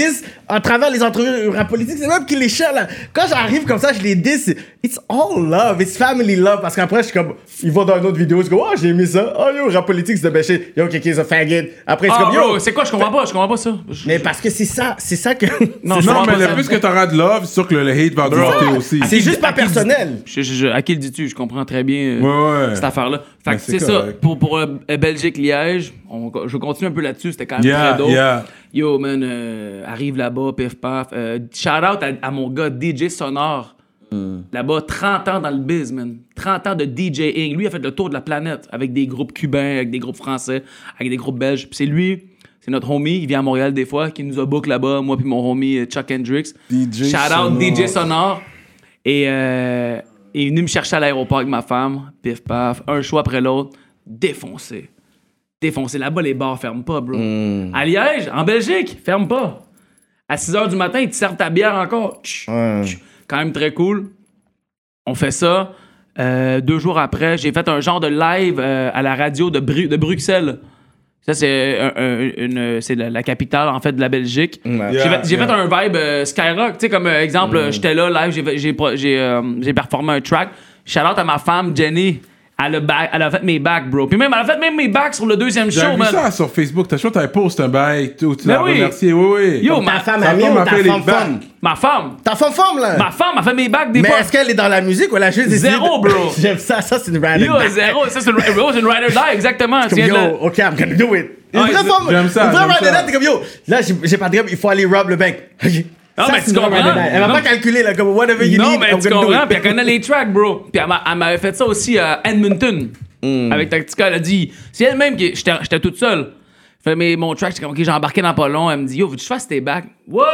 S3: à travers les entrevues rap politiques, c'est même qui les cherche, là. Quand j'arrive comme ça, je les dis, c'est- it's all love, it's family love. Parce qu'après, je suis comme, ils vont dans une autre vidéo, je go, oh, j'ai aimé ça. Oh, yo, rap politique, c'est de bêcher. Yo, Kéké, c'est a faggot. Après, je suis
S4: Ah,
S3: comme, yo.
S4: bro, c'est quoi? Je comprends pas, je comprends pas ça. Je-
S3: Mais parce que c'est ça, c'est ça que.
S4: Non,
S3: c'est
S4: je
S3: ça
S2: Non,
S4: comprends
S2: mais
S3: que
S2: le
S3: ça-
S2: plus que t'auras de love, c'est sûr que le, le hate va augmenter aussi.
S3: C'est juste pas
S4: à qui le dis-
S3: personnel.
S4: Je, je, je- à qui le dis-tu? Je comprends très bien euh,
S2: Ouais, ouais.
S4: cette affaire-là. Fait
S2: Mais
S4: que
S2: c'est
S4: c'est ça.
S2: correct.
S4: Pour, pour euh, Belgique-Liège, on- je continue un peu là-dessus. C'était quand même
S2: Yeah,
S4: très dope.
S2: yeah.
S4: Yo, man, euh, arrive là-bas, pif paf. Euh, shout-out à, à mon gars D J Sonore. Là-bas, trente ans dans le biz, man. trente ans de DJing. Lui a fait le tour de la planète avec des groupes cubains, avec des groupes français, avec des groupes belges. Puis c'est lui, c'est notre homie, il vient à Montréal des fois, qui nous a book là-bas, moi puis mon homie euh, Chuck Hendricks.
S2: D J
S4: Shout-out
S2: Sonore.
S4: D J Sonore. Et euh, il est venu me chercher à l'aéroport avec ma femme. Pif paf, un choix après l'autre. Défoncé. Défoncé. Là-bas, les bars ferment pas, bro. À Liège, en Belgique, ferme pas. À six heures du matin, ils te servent ta bière encore. Tch, tch. Quand même très cool. On fait ça. Euh, deux jours après, j'ai fait un genre de live euh, à la radio de, Bru- de Bruxelles. Ça, c'est, un- un- une, c'est la, la capitale, en fait, de la Belgique. J'ai
S2: Yeah,
S4: fait, j'ai
S2: yeah.
S4: fait un vibe euh, Skyrock. Tu sais, comme euh, exemple, euh, j'étais là, live, j'ai, j'ai, pro- j'ai, euh, j'ai performé un track. Shout-out à ma femme, Jenny. Elle a, back- elle a fait mes backs, bro. Puis même, elle a fait même mes backs sur le deuxième
S2: J'ai
S4: show,
S2: vu
S4: man.
S2: ça sur Facebook. T'as chaud, t'avais post un bail où tu
S4: Ben
S2: l'as
S4: oui.
S2: remercié. Oui, oui.
S4: Yo,
S3: Ta
S4: ma,
S3: femme
S2: sa
S3: amie
S2: femme
S3: ou
S2: a
S3: ta
S2: fait les
S3: femme
S2: bacs.
S3: femme?
S4: ma femme.
S3: Ta femme femme, là?
S4: Ma femme a fait mes backs des
S3: Mais
S4: fois.
S3: est-ce qu'elle est dans la musique ou elle a juste décidé
S4: Zéro,
S3: de-
S4: bro.
S3: J'aime ça, ça c'est une ride
S4: Yo,
S3: and die.
S4: zéro. Ça, c'est une, bro, c'est une ride or die, exactement. Tu
S3: Comme
S4: viens de
S3: yo,
S4: la-
S3: ok, I'm gonna do it. Une
S4: Ouais,
S3: vraie
S4: c'est-
S3: femme,
S2: j'aime ça,
S3: une vraie
S2: j'aime
S3: ride and
S2: ça.
S3: die, t'es comme yo. Là, j'ai j'ai pas de job, il faut aller rob le bank.
S4: Ah,
S3: Ça,
S4: mais
S3: c'est
S4: tu
S3: une vraie
S4: comprends?
S3: ride and die. Elle va
S4: Non.
S3: pas calculer, là, comme whatever you
S4: Non,
S3: need,
S4: mais
S3: I'm
S4: tu
S3: gonna do
S4: comprends.
S3: it.
S4: Puis elle connaît les tracks, bro. Puis elle, m'a- elle m'avait fait ça aussi à Edmonton.
S3: Hmm.
S4: Avec Tactica, elle a dit. C'est elle-même qui. J'étais j'étais toute seule. Fait mais mon track, j'étais comme, ok, j'ai embarqué dans pas long. Elle me dit, yo, veux-tu que je fasse tes backs? What?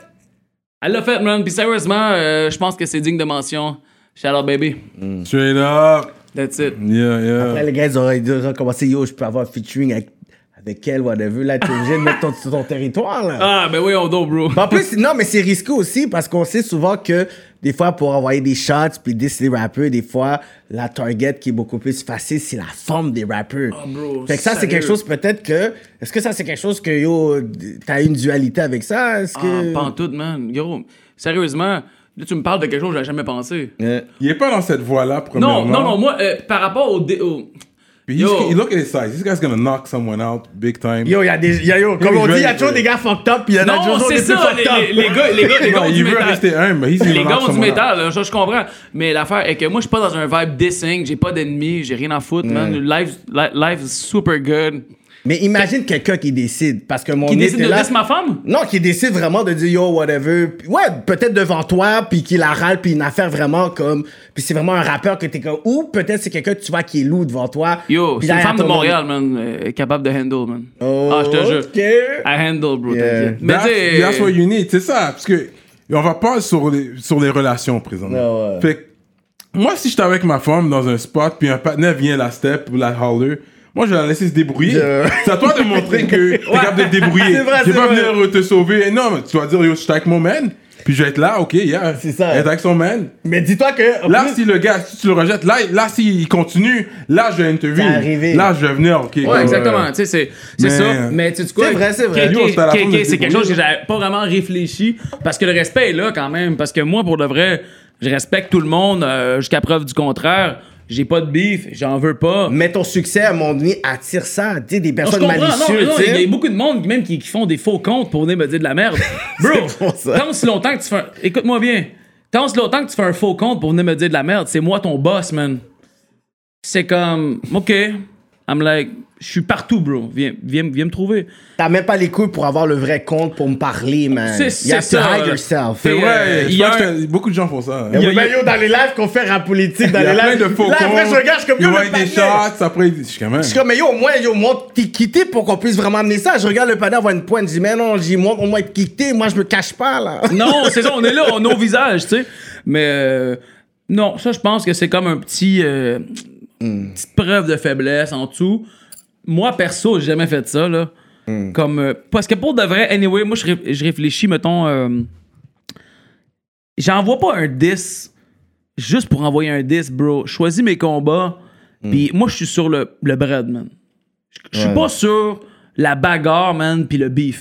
S4: Elle l'a fait, man. Puis sérieusement, euh, je pense que c'est digne de mention. Shout out, baby.
S2: Straight up.
S4: That's it.
S2: Yeah, yeah.
S3: Après, les gars, ils auraient, ils auraient commencé, yo, je peux avoir un featuring avec, avec elle, whatever. Là, t'es obligé de mettre ton, sur ton territoire, là.
S4: Ah, ben oui, on do, bro.
S3: En plus, non, mais c'est risqué aussi parce qu'on sait souvent que des fois, pour envoyer des shots puis décider les rappeurs, des fois, la target qui est beaucoup plus facile, c'est la forme des rappeurs.
S4: Ah, bro,
S3: fait que ça, c'est
S4: sérieux.
S3: quelque chose peut-être que. Est-ce que ça, c'est quelque chose que, yo, t'as une dualité avec ça? Est-ce
S4: Ah,
S3: que.
S4: pas en tout, man. Yo, sérieusement, là, tu me parles de quelque chose que j'avais jamais pensé.
S3: Euh,
S2: Il est pas dans cette voie-là,
S4: Non,
S2: premièrement.
S4: non, non, moi, euh, par rapport au. dé- au-
S2: Puis he's-
S4: Yo.
S2: look at his size. This guy's gonna knock someone out big time.
S3: Yo, il y a des. y a, yo, comme
S2: Yo,
S3: on
S2: je
S3: dit, il y a
S2: vais-
S3: toujours des gars fucked up puis il y en a
S4: Non,
S3: toujours
S4: c'est
S3: des plus
S4: ça,
S3: fucked
S4: les,
S3: up.
S4: les, les gars, les gars, les
S2: Non,
S4: gars ont
S2: il
S4: du
S2: veut
S4: métal.
S2: rester humble, mais he's gonna
S4: Les
S2: knock
S4: gars ont du
S2: someone out.
S4: métal, là, ça je comprends. Mais l'affaire est que moi, je suis pas dans un vibe dissing, j'ai pas d'ennemis, j'ai rien à foutre, man. Life, li- life is super good.
S3: Mais imagine quelqu'un qui décide. Parce que mon
S4: Qui
S3: nez,
S4: décide
S3: t'es
S4: de
S3: là-
S4: laisser ma femme?
S3: Non, qui décide vraiment de dire yo, whatever. Puis ouais, peut-être devant toi, puis qui la râle, puis une affaire vraiment comme. Puis c'est vraiment un rappeur que t'es comme. Ou peut-être c'est quelqu'un que tu vois qui est loup devant toi.
S4: Yo,
S3: puis
S4: c'est une
S3: derrière
S4: femme de
S3: ton
S4: Montréal, man, euh, capable de handle, man.
S3: Oh,
S4: Ah, je te jure.
S3: ok.
S4: I handle, bro,
S3: Yeah.
S4: t'inquiète. Mais
S2: That's,
S4: tu sais,
S2: that's what you need, c'est ça. Parce que on va pas sur les, sur les relations présentement.
S3: Ah ouais.
S2: Fait que moi, si j'étais avec ma femme dans un spot, puis un partenaire vient la step ou la holler, moi, je vais la laisser se débrouiller.
S3: Yeah.
S2: C'est à toi de montrer que t'es capable de te débrouiller.
S3: C'est vrai,
S2: Je vais
S3: c'est
S2: pas
S3: vrai.
S2: venir te sauver. Non, mais tu vas dire, yo, je suis avec mon man, puis je vais être là, ok, yeah.
S3: C'est ça.
S2: Être avec son man.
S3: Mais dis-toi que. en
S2: Là,
S3: plus-
S2: si le gars, si tu le rejettes, là, là s'il continue, là, je vais interview.
S3: C'est arrivé.
S2: Là, je vais venir, ok.
S4: Ouais, exactement. Tu sais, c'est, c'est
S2: Mais-
S4: ça. Mais tu sais quoi?
S3: C'est vrai, c'est vrai.
S4: K K,
S2: Yo, c'est à la
S4: K K,
S2: forme de
S4: c'est quelque
S2: débrouiller.
S4: chose que j'avais pas vraiment réfléchi. Parce que le respect est là quand même. Parce que moi, pour de vrai, je respecte tout le monde euh, jusqu'à preuve du contraire. J'ai pas de beef, j'en veux pas.
S3: Mais ton succès, à un moment donné, attire ça. Tu sais, des
S4: Non, je
S3: personnes
S4: comprends. Non,
S3: malicieuses.
S4: non,
S3: tu
S4: il y
S3: sais.
S4: a beaucoup de monde même qui, qui font des faux comptes pour venir me dire de la merde. Bro,
S3: C'est bon, ça.
S4: tant aussi longtemps que tu fais un... Écoute-moi bien. Tant aussi longtemps que tu fais un faux compte pour venir me dire de la merde, c'est moi ton boss, man. C'est comme, OK, I'm like, je suis partout, bro. Viens, viens, viens me trouver.
S3: T'as même pas les couilles pour avoir le vrai compte pour me parler, man.
S4: C'est-
S3: You have
S4: c'est
S3: to
S4: ça.
S3: hide yourself.
S2: C'est
S4: Et,
S2: vrai,
S4: euh,
S2: je
S4: il y a
S2: pense que
S4: un-
S2: t'as- beaucoup de gens font ça. hein.
S3: Yo,
S4: y a-
S3: ben, yo, dans les lives qu'on fait rap politique, dans
S2: Il y
S3: les
S2: a plein
S3: lives.
S2: de faux
S3: là, après, je
S2: comptes.
S3: regarde, je suis comme
S2: Ils
S3: yo,
S2: voient
S3: le
S2: des
S3: panier.
S2: shots, après, je suis quand même.
S3: Je suis comme, mais yo, au moins, yo, montre t'es quitté pour qu'on puisse vraiment amener ça. Je regarde le panneau, voir une pointe, je dis, mais non, j'y montre au moins être quitté. Moi, je me cache pas, là.
S4: Non, c'est ça, on est là, on est au visage, tu sais. Mais euh, non, ça, je pense que c'est comme un petit... euh, petite preuve de faiblesse en dessous. Moi, perso, j'ai jamais fait ça, là. Comme, euh, parce que pour de vrai, anyway, moi, je, ré- je réfléchis, mettons... euh, j'envoie pas un diss juste pour envoyer un diss, bro. Je choisis mes combats, puis moi, je suis sur le, le bread, man. Je je suis
S3: Ouais.
S4: pas sur la bagarre, man, puis le beef.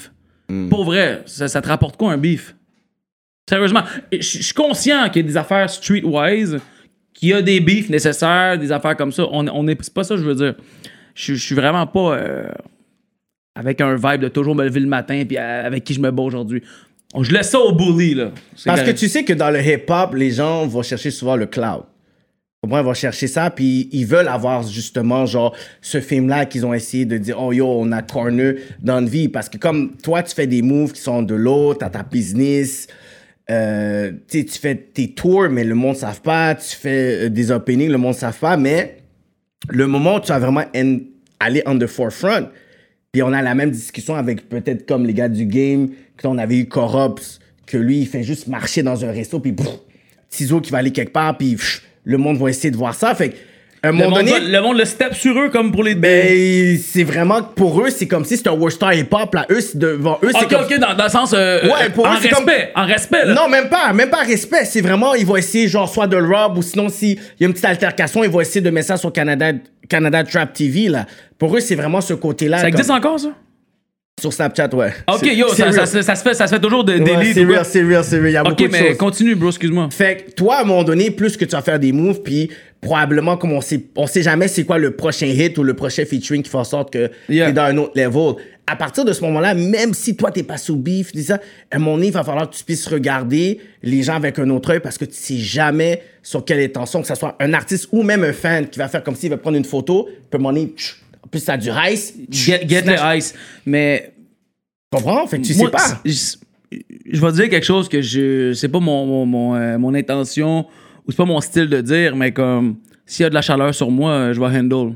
S4: Mm. Pour vrai, ça, ça te rapporte quoi un beef? Sérieusement, je suis conscient qu'il y a des affaires streetwise, qu'il y a des beefs nécessaires, des affaires comme ça. On, on est, c'est pas ça que je veux dire. Je suis vraiment pas euh, avec un vibe de toujours me lever le matin puis avec qui je me bats aujourd'hui. Je laisse ça au bully, là. C'est
S3: Parce
S4: correct.
S3: que tu sais que dans le hip-hop, les gens vont chercher souvent le cloud. Ils vont chercher ça, puis ils veulent avoir justement, genre, ce film-là qu'ils ont essayé de dire, oh yo, on a corner dans une vie. Parce que comme toi, tu fais des moves qui sont de l'autre, t'as ta business, euh, tu fais tes tours, mais le monde ne savent pas. Tu fais des openings, le monde ne savent pas. Mais le moment où tu vas vraiment en, aller on the forefront, puis on a la même discussion avec peut-être comme les gars du game, qu'on avait eu Corrupt, que lui, il fait juste marcher dans un resto, puis pff, Tizo qui va aller quelque part, puis pff, le monde va essayer de voir ça. Fait qu'à un
S4: le,
S3: moment
S4: monde
S3: donné...
S4: va, le monde le step sur eux comme pour les...
S3: Ben, c'est vraiment... Pour eux, c'est comme si c'était un World hip-hop, là. Eux, c'est devant eux, c'est
S4: OK,
S3: comme...
S4: OK, dans, dans le sens... Euh,
S3: Ouais, pour
S4: en
S3: eux, c'est
S4: respect,
S3: comme...
S4: en respect, là.
S3: Non, même pas, même pas respect. C'est vraiment, ils vont essayer, genre, soit de le rob, ou sinon, s'il y a une petite altercation, ils vont essayer de mettre ça sur Canada, Canada Trap T V, là. Pour eux, c'est vraiment ce côté-là.
S4: Ça existe
S3: comme...
S4: encore, ça?
S3: Sur Snapchat, ouais.
S4: OK,
S3: C'est-
S4: yo,
S3: c'est
S4: ça, ça,
S3: real.
S4: ça, ça se fait, ça se fait toujours de, des
S3: Ouais,
S4: leads
S3: c'est
S4: ou quoi?
S3: real, c'est real, c'est real. Il y a
S4: OK,
S3: beaucoup de
S4: mais
S3: choses.
S4: continue, bro, excuse-moi.
S3: Fait que toi, à un moment donné, plus que tu vas faire des moves, puis probablement, comme on sait, on sait jamais c'est quoi le prochain hit ou le prochain featuring qui fait en sorte que
S4: Yeah.
S3: t'es dans un autre level. À partir de ce moment-là, même si toi, t'es pas sous beef, dis ça, à un moment donné, il va falloir que tu puisses regarder les gens avec un autre œil parce que tu sais jamais sur quelle intention, que ce soit un artiste ou même un fan qui va faire comme s'il va prendre une photo, puis à un moment donné, tch, en plus, ça a du ice.
S4: Get, get the ice. Mais...
S3: Tu comprends? Fait que tu
S4: Moi,
S3: sais pas.
S4: Je, je vais te dire quelque chose que je... C'est pas mon, mon, mon, euh, mon intention ou c'est pas mon style de dire, mais comme... S'il y a de la chaleur sur moi, euh, je vais handle.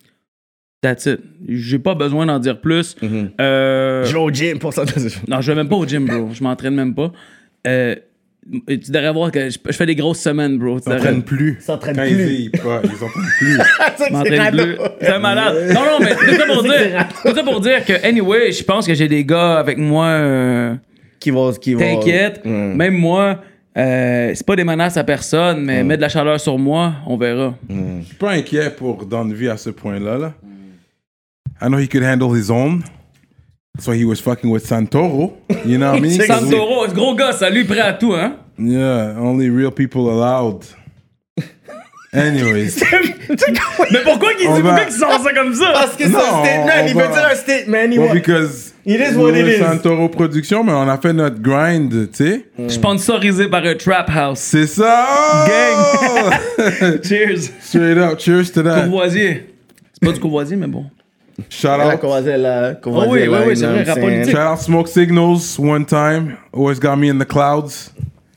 S4: That's it. J'ai pas besoin d'en dire plus.
S3: Mm-hmm.
S4: Euh,
S3: Je vais au gym pour ça.
S4: Non, je vais même pas au gym, bro. Je m'entraîne même pas. Euh, tu devrais voir que je, je fais des grosses semaines, bro. Tu
S2: Ils
S4: devrais-
S2: s'entraînent plus.
S3: Ils s'entraînent
S2: Quand
S3: plus.
S2: ils vivent pas, ils s'entraînent plus.
S4: Je m'entraîne plus. C'est un malade. Non, non, mais tout ça pour
S3: C'est que c'est
S4: dire,
S3: rare.
S4: tout ça pour dire que, anyway, je pense que j'ai des gars avec moi. euh,
S3: Qui vont, qui vont...
S4: T'inquiète.
S3: Mm.
S4: Même moi, euh, c'est pas des menaces à personne, mais mettre de la chaleur sur moi, on verra.
S2: Je suis pas inquiet pour Donvi à ce point-là. Là. I know he could handle his own. That's why he was fucking with Santoro. You know what I mean?
S4: Santoro, ce gros gars, ça lui prêt à tout, hein?
S2: Yeah, only real people allowed. Anyways.
S4: Mais pourquoi qu'il
S2: On
S4: dit
S2: va-
S4: pourquoi qu'il sort ça comme ça?
S3: Parce que c'est
S2: Non,
S3: un statement,
S2: on
S3: il
S2: va-
S3: veut dire un statement. Il
S2: Well,
S3: va-
S2: because
S3: It is what
S2: we
S3: it
S2: were
S3: is.
S2: Santoro Productions, mais on a fait notre grind, tu sais.
S4: Sponsorisé par un trap house.
S2: C'est ça! Gang!
S4: Cheers.
S2: Straight up, cheers to that.
S4: Courvoisier. C'est pas du Courvoisier, mais bon.
S2: Shout
S3: La
S2: out.
S3: Courvoisier, là.
S4: Oh oui, oui, oui, c'est vrai, rap politique.
S2: Shout out Smoke Signals one time. Always got me in the clouds.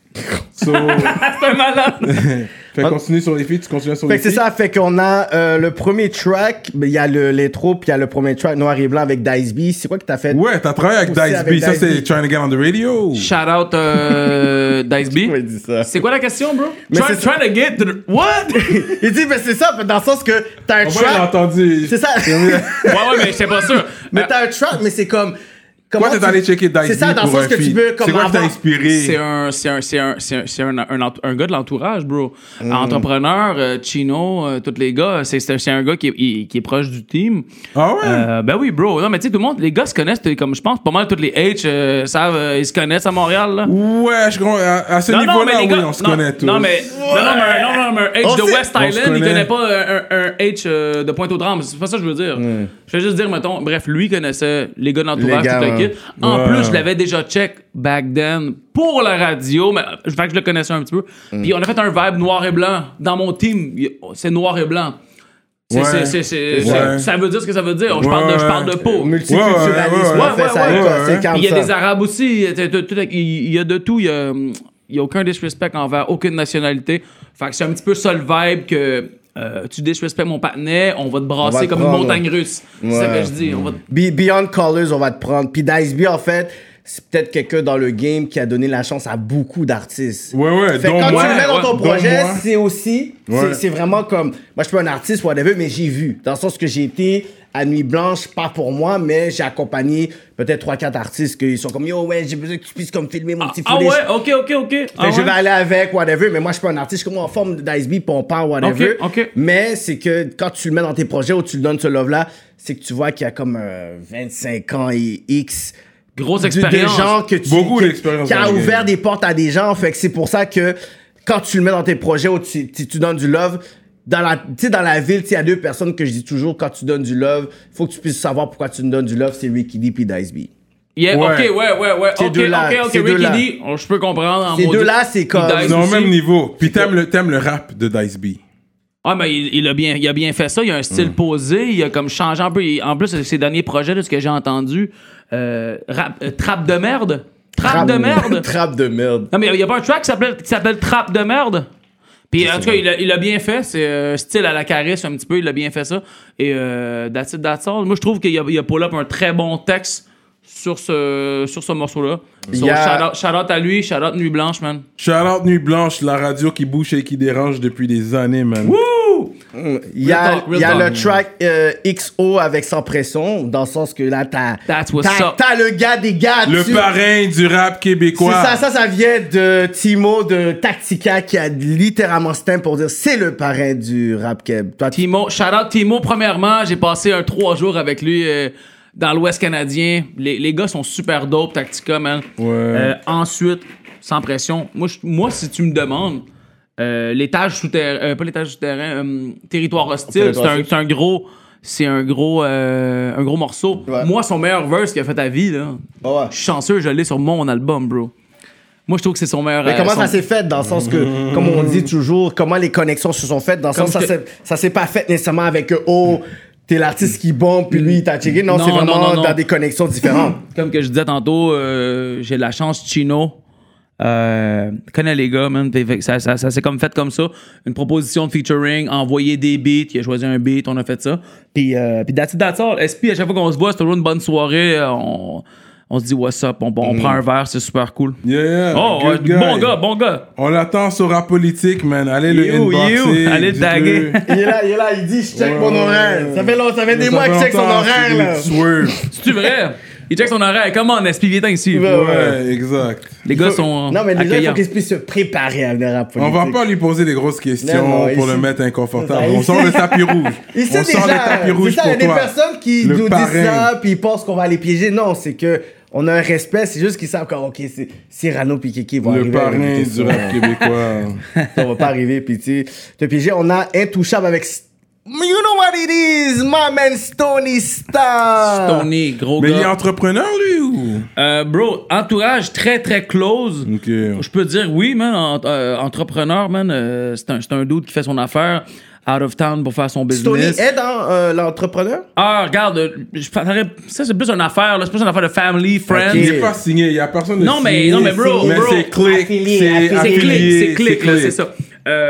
S2: So,
S4: C'est un malade.
S2: fait continue sur les feats, tu continues sur
S3: Fait
S2: les
S3: que c'est
S2: feats.
S3: ça, fait qu'on a euh, le premier track, ben, il y a le- l'intro, puis il y a le premier track noir et blanc avec Dice B. C'est quoi que t'as fait?
S2: Ouais, t'as travaillé avec
S3: Aussi
S2: Dice
S3: avec
S2: B. Ça,
S3: Dice
S2: c'est
S3: B.
S2: Trying to Get on the Radio.
S4: Shout out euh, Dice B.
S3: Pourquoi il dit ça?
S4: C'est quoi la question, bro?
S3: Mais
S4: Try,
S3: c'est-
S4: trying to get to the... What?
S3: Il dit, ben c'est ça, dans le sens que t'as un
S2: Pourquoi il a
S3: track.
S2: entendu?
S3: C'est ça.
S4: ouais, ouais, mais j'étais pas sûr.
S3: Mais t'as un track, mais c'est comme. Comment
S2: Pourquoi t'es
S3: tu-
S2: allé checker Dice B
S3: C'est ça, dans le
S2: pour
S3: sens
S2: un
S3: que tu
S2: feat?
S3: veux comme
S2: C'est quoi qui t'a
S3: avoir-
S2: inspiré?
S4: C'est un, c'est un, c'est un, c'est un, c'est un, un, ent- un gars de l'entourage, bro.
S2: Mm.
S4: Entrepreneur, euh, Chino, euh, tous les gars, c'est, c'est, c'est un gars qui est, il- qui est proche du team.
S2: Ah ouais?
S4: Euh, ben oui, bro. Non, mais tu sais, tout le monde, les gars se connaissent, t'es comme je pense, pas mal tous les H euh, savent, euh, ils se connaissent à Montréal, là.
S2: Ouais, je comprends. À, à ce
S4: Non, non,
S2: niveau-là,
S4: mais les
S2: oui,
S4: gars,
S2: on se
S4: non,
S2: connaît tous.
S4: Non, mais, non, non, mais, un- non, non, mais un H
S3: On
S4: de
S3: sait-
S4: West
S2: on se
S4: Island, il
S2: connaît.
S4: connaît pas un, un- un H euh, de Pointe-aux-Trembles. C'est pas ça que je veux dire. Je veux juste dire, mettons, bref, lui connaissait les gars de l'entourage,
S3: Les gars,
S4: tout le
S3: ouais.
S4: kit. En
S2: Ouais.
S4: plus, je l'avais déjà check back then pour la radio, mais je fait que je le connaissais un petit peu. Puis on a fait un vibe noir et blanc. Dans mon team, il- c'est noir et blanc. C'est,
S2: Ouais.
S4: c'est, c'est, c'est-
S2: Ouais.
S4: c'est- ça veut dire ce que ça veut dire. Je, parle de, je parle de peau.
S3: Multiculturalisme,
S2: Ouais, ouais,
S3: on fait
S4: ouais,
S3: ça,
S4: ouais,
S3: avec
S2: ouais,
S3: toi,
S2: ouais.
S3: c'est calme
S4: Puis il y a
S3: ça.
S4: des Arabes aussi. Il y a, tout- tout- il y a de tout. Il y a, il y a aucun disrespect envers aucune nationalité. Fait que c'est un petit peu ça le vibe que euh, tu disrespectes mon patinet, on va te
S3: On
S4: brasser
S3: va te
S4: comme
S3: prendre.
S4: une montagne russe. C'est ça
S3: Ouais.
S4: que je dis. On va te-
S3: Be- Beyond Colors, on va te prendre. Puis Dice B, en fait, c'est peut-être quelqu'un dans le game qui a donné la chance à beaucoup d'artistes.
S2: Ouais, ouais,
S3: Fait que
S2: dont
S3: quand
S2: moi.
S3: tu le mets dans ton
S2: dont
S3: projet,
S2: moi.
S3: c'est aussi,
S2: Ouais.
S3: c'est- c'est vraiment comme, moi je suis pas un artiste, whatever, mais j'ai vu. Dans le sens que j'ai été à Nuit Blanche, pas pour moi, mais j'ai accompagné peut-être trois quatre artistes qui sont comme, yo, ouais, j'ai besoin que tu puisses comme filmer mon petit
S4: Ah
S3: footage.
S4: ouais, ok, ok, ok.
S3: Fait
S4: Ah
S3: que je
S4: ouais?
S3: vais aller avec, whatever, mais moi je suis pas un artiste, je suis comme en forme d'Ice B, puis on parle, whatever.
S4: Ok, ok.
S3: Mais c'est que quand tu le mets dans tes projets ou tu le donnes ce love-là, c'est que tu vois qu'il y a comme euh, vingt-cinq ans et X,
S4: Grosse
S3: de-
S4: expérience.
S3: de gens que tu
S2: Beaucoup
S3: que-
S2: d'expérience
S3: qui
S2: dans
S3: a
S2: le game.
S3: ouvert des portes à des gens. Fait que c'est pour ça que quand tu le mets dans tes projets où tu, tu, tu donnes du love, dans la, tu sais, dans la ville, il y a deux personnes que je dis toujours, quand tu donnes du love, il faut que tu puisses savoir pourquoi tu nous donnes du love, c'est Ricky D et Dice B.
S4: Yeah,
S2: Ouais.
S4: ok, ouais, ouais, ouais.
S3: Ces
S4: Ok,
S3: deux-là,
S4: ok, ok.
S3: ces
S4: Ricky
S3: deux-là.
S4: D, oh, je peux comprendre. en
S3: Ces
S4: maudit.
S3: deux-là, c'est comme-
S4: Puis Dice
S2: Ils sont au
S4: aussi.
S2: même niveau. Puis t'aimes le, t'aimes le rap de Dice B.
S4: Ah, mais il, il a bien, il a bien fait ça. Il a un style posé. Il a comme changé un peu. Il- en plus, ses derniers projets, de ce que j'ai entendu, euh, rap, euh, Trappe de merde. Trappe de merde.
S3: Trappe de merde.
S4: Non, mais il n'y a pas un track qui s'appelle, qui s'appelle Trappe de merde. Puis en tout cas, il a, il a bien fait. C'est euh, style à la Caris un petit peu. Il a bien fait ça. Et euh, that's it, that's all. Moi, je trouve qu'il a, il a pull up un très bon texte sur ce, sur ce morceau-là. So,
S3: Il y a-
S4: shout, out, shout out à lui. Shout out Nuit Blanche, man.
S2: Shout out Nuit Blanche, la radio qui bouge et qui dérange depuis des années, man.
S4: Wouh!
S3: Il y a,
S4: Real talk, real
S3: il y a
S4: talk.
S3: le track euh, X O avec Sans Pression, dans le sens que là, t'as,
S4: That's what's
S3: t'as,
S4: up.
S3: t'as le gars des gars.
S2: Le
S3: tu-
S2: parrain du rap
S3: C'est
S2: québécois.
S3: ça, ça, ça vient de Timo de Tactica qui a littéralement stamp pour dire c'est le parrain du rap keb. Toi, tu-
S4: Timo, shout out Timo, premièrement, j'ai passé un trois jours avec lui euh, dans l'Ouest canadien. Les, les gars sont super dope, Tactica, man.
S2: Ouais.
S4: Euh, ensuite, sans pression, moi, je- moi si tu me demandes, euh, l'étage souterrain, euh, pas l'étage souterrain, euh, territoire hostile, c'est un, c'est un gros, c'est un gros, euh, un gros morceau.
S3: Ouais.
S4: Moi, son meilleur verse qu'il a fait à vie, là,
S3: Ah ouais.
S4: je suis chanceux, je l'ai sur mon album, bro. Moi, je trouve que c'est son meilleur.
S3: Mais
S4: euh,
S3: comment
S4: son-
S3: ça s'est fait dans le sens que, comme on dit toujours, comment les connexions se sont faites dans le
S4: Comme
S3: sens ça
S4: que-
S3: s'est, ça s'est pas fait nécessairement avec euh, oh t'es l'artiste qui bombe puis lui il t'a checké. Non,
S4: Non,
S3: c'est vraiment
S4: non, non, non.
S3: dans des connexions différentes.
S4: Comme que je disais tantôt, euh, j'ai de la chance, Chino. Euh, connais les gars, man. Fait que Ça, ça, ça s'est comme fait comme ça. Une proposition de featuring, envoyer des beats. Il a choisi un beat, on a fait ça. Puis, euh, puis that's it, that's all. S P, à chaque fois qu'on se voit, c'est toujours une bonne soirée. euh, On, on se dit what's up, on, on prend un verre, c'est super cool.
S2: Yeah, yeah.
S4: Oh,
S2: good
S4: ouais,
S2: guy.
S4: bon gars, bon gars.
S2: On l'attend sur rap politique, man. Allez le
S4: You,
S2: inboxer.
S4: you. Allez le
S2: dites-le.
S4: taguer.
S3: il est là, il est là, il dit je check
S2: Ouais,
S3: mon
S2: ouais,
S3: horaire.
S2: ouais.
S3: Ça fait longtemps, ça fait des
S2: Ça
S3: mois
S2: fait
S3: que je check son
S2: longtemps,
S3: horaire
S2: c'est
S3: là.
S2: des swerves.
S4: C'est-tu vrai? Il check son horaire. Comment on S P, viens ici.
S3: Ouais, ouais.
S2: Ouais, exact.
S4: Les gars sont
S3: Non mais déjà il faut
S4: accueillants.
S3: qu'il puisse se préparer à venir à la
S2: On va
S3: politique.
S2: pas lui poser des grosses questions
S3: Non, non,
S2: pour
S3: ici-
S2: le mettre inconfortable.
S3: C'est ça,
S2: On
S3: ici-
S2: sort le tapis rouge.
S3: Il sait
S2: On
S3: déjà,
S2: sort le tapis rouge
S3: c'est ça, il y a
S2: pour
S3: des
S2: toi.
S3: personnes qui
S2: Le
S3: nous
S2: parrain.
S3: disent ça puis ils pensent qu'on va les piéger. Non, c'est que on a un respect, c'est juste qu'ils savent que ok, c'est Cyrano puis Kiki vont
S2: Le
S3: arriver. avec
S2: parrain
S3: des
S2: du
S3: questions.
S2: rap québécois.
S3: Ça va pas arriver puis tu sais, te piéger. On a Intouchable avec You know what it is, my man Stony Star.
S4: Tony, gros
S2: Mais il est
S4: gars.
S2: entrepreneur, lui, ou?
S4: Euh, bro, entourage très très close.
S2: Ok.
S4: Je peux dire oui, man. en- euh, entrepreneur, man. euh, c'est un, c'est un dude qui fait son affaire out of town pour faire son
S3: Stony
S4: business.
S3: est dans euh, l'entrepreneur.
S4: Ah, regarde, euh, je parlerais- ça c'est plus une affaire, là, c'est plus une affaire de family, friends.
S3: Ok.
S2: Il est pas signé, il y a personne de
S4: Non, mais-
S2: signé.
S4: non, mais bro,
S2: Mais
S4: bro.
S2: c'est clic,
S3: Affilié,
S2: c'est
S3: affilié.
S4: C'est
S2: affilié,
S4: clic, c'est clic, là,
S2: clic.
S4: c'est ça.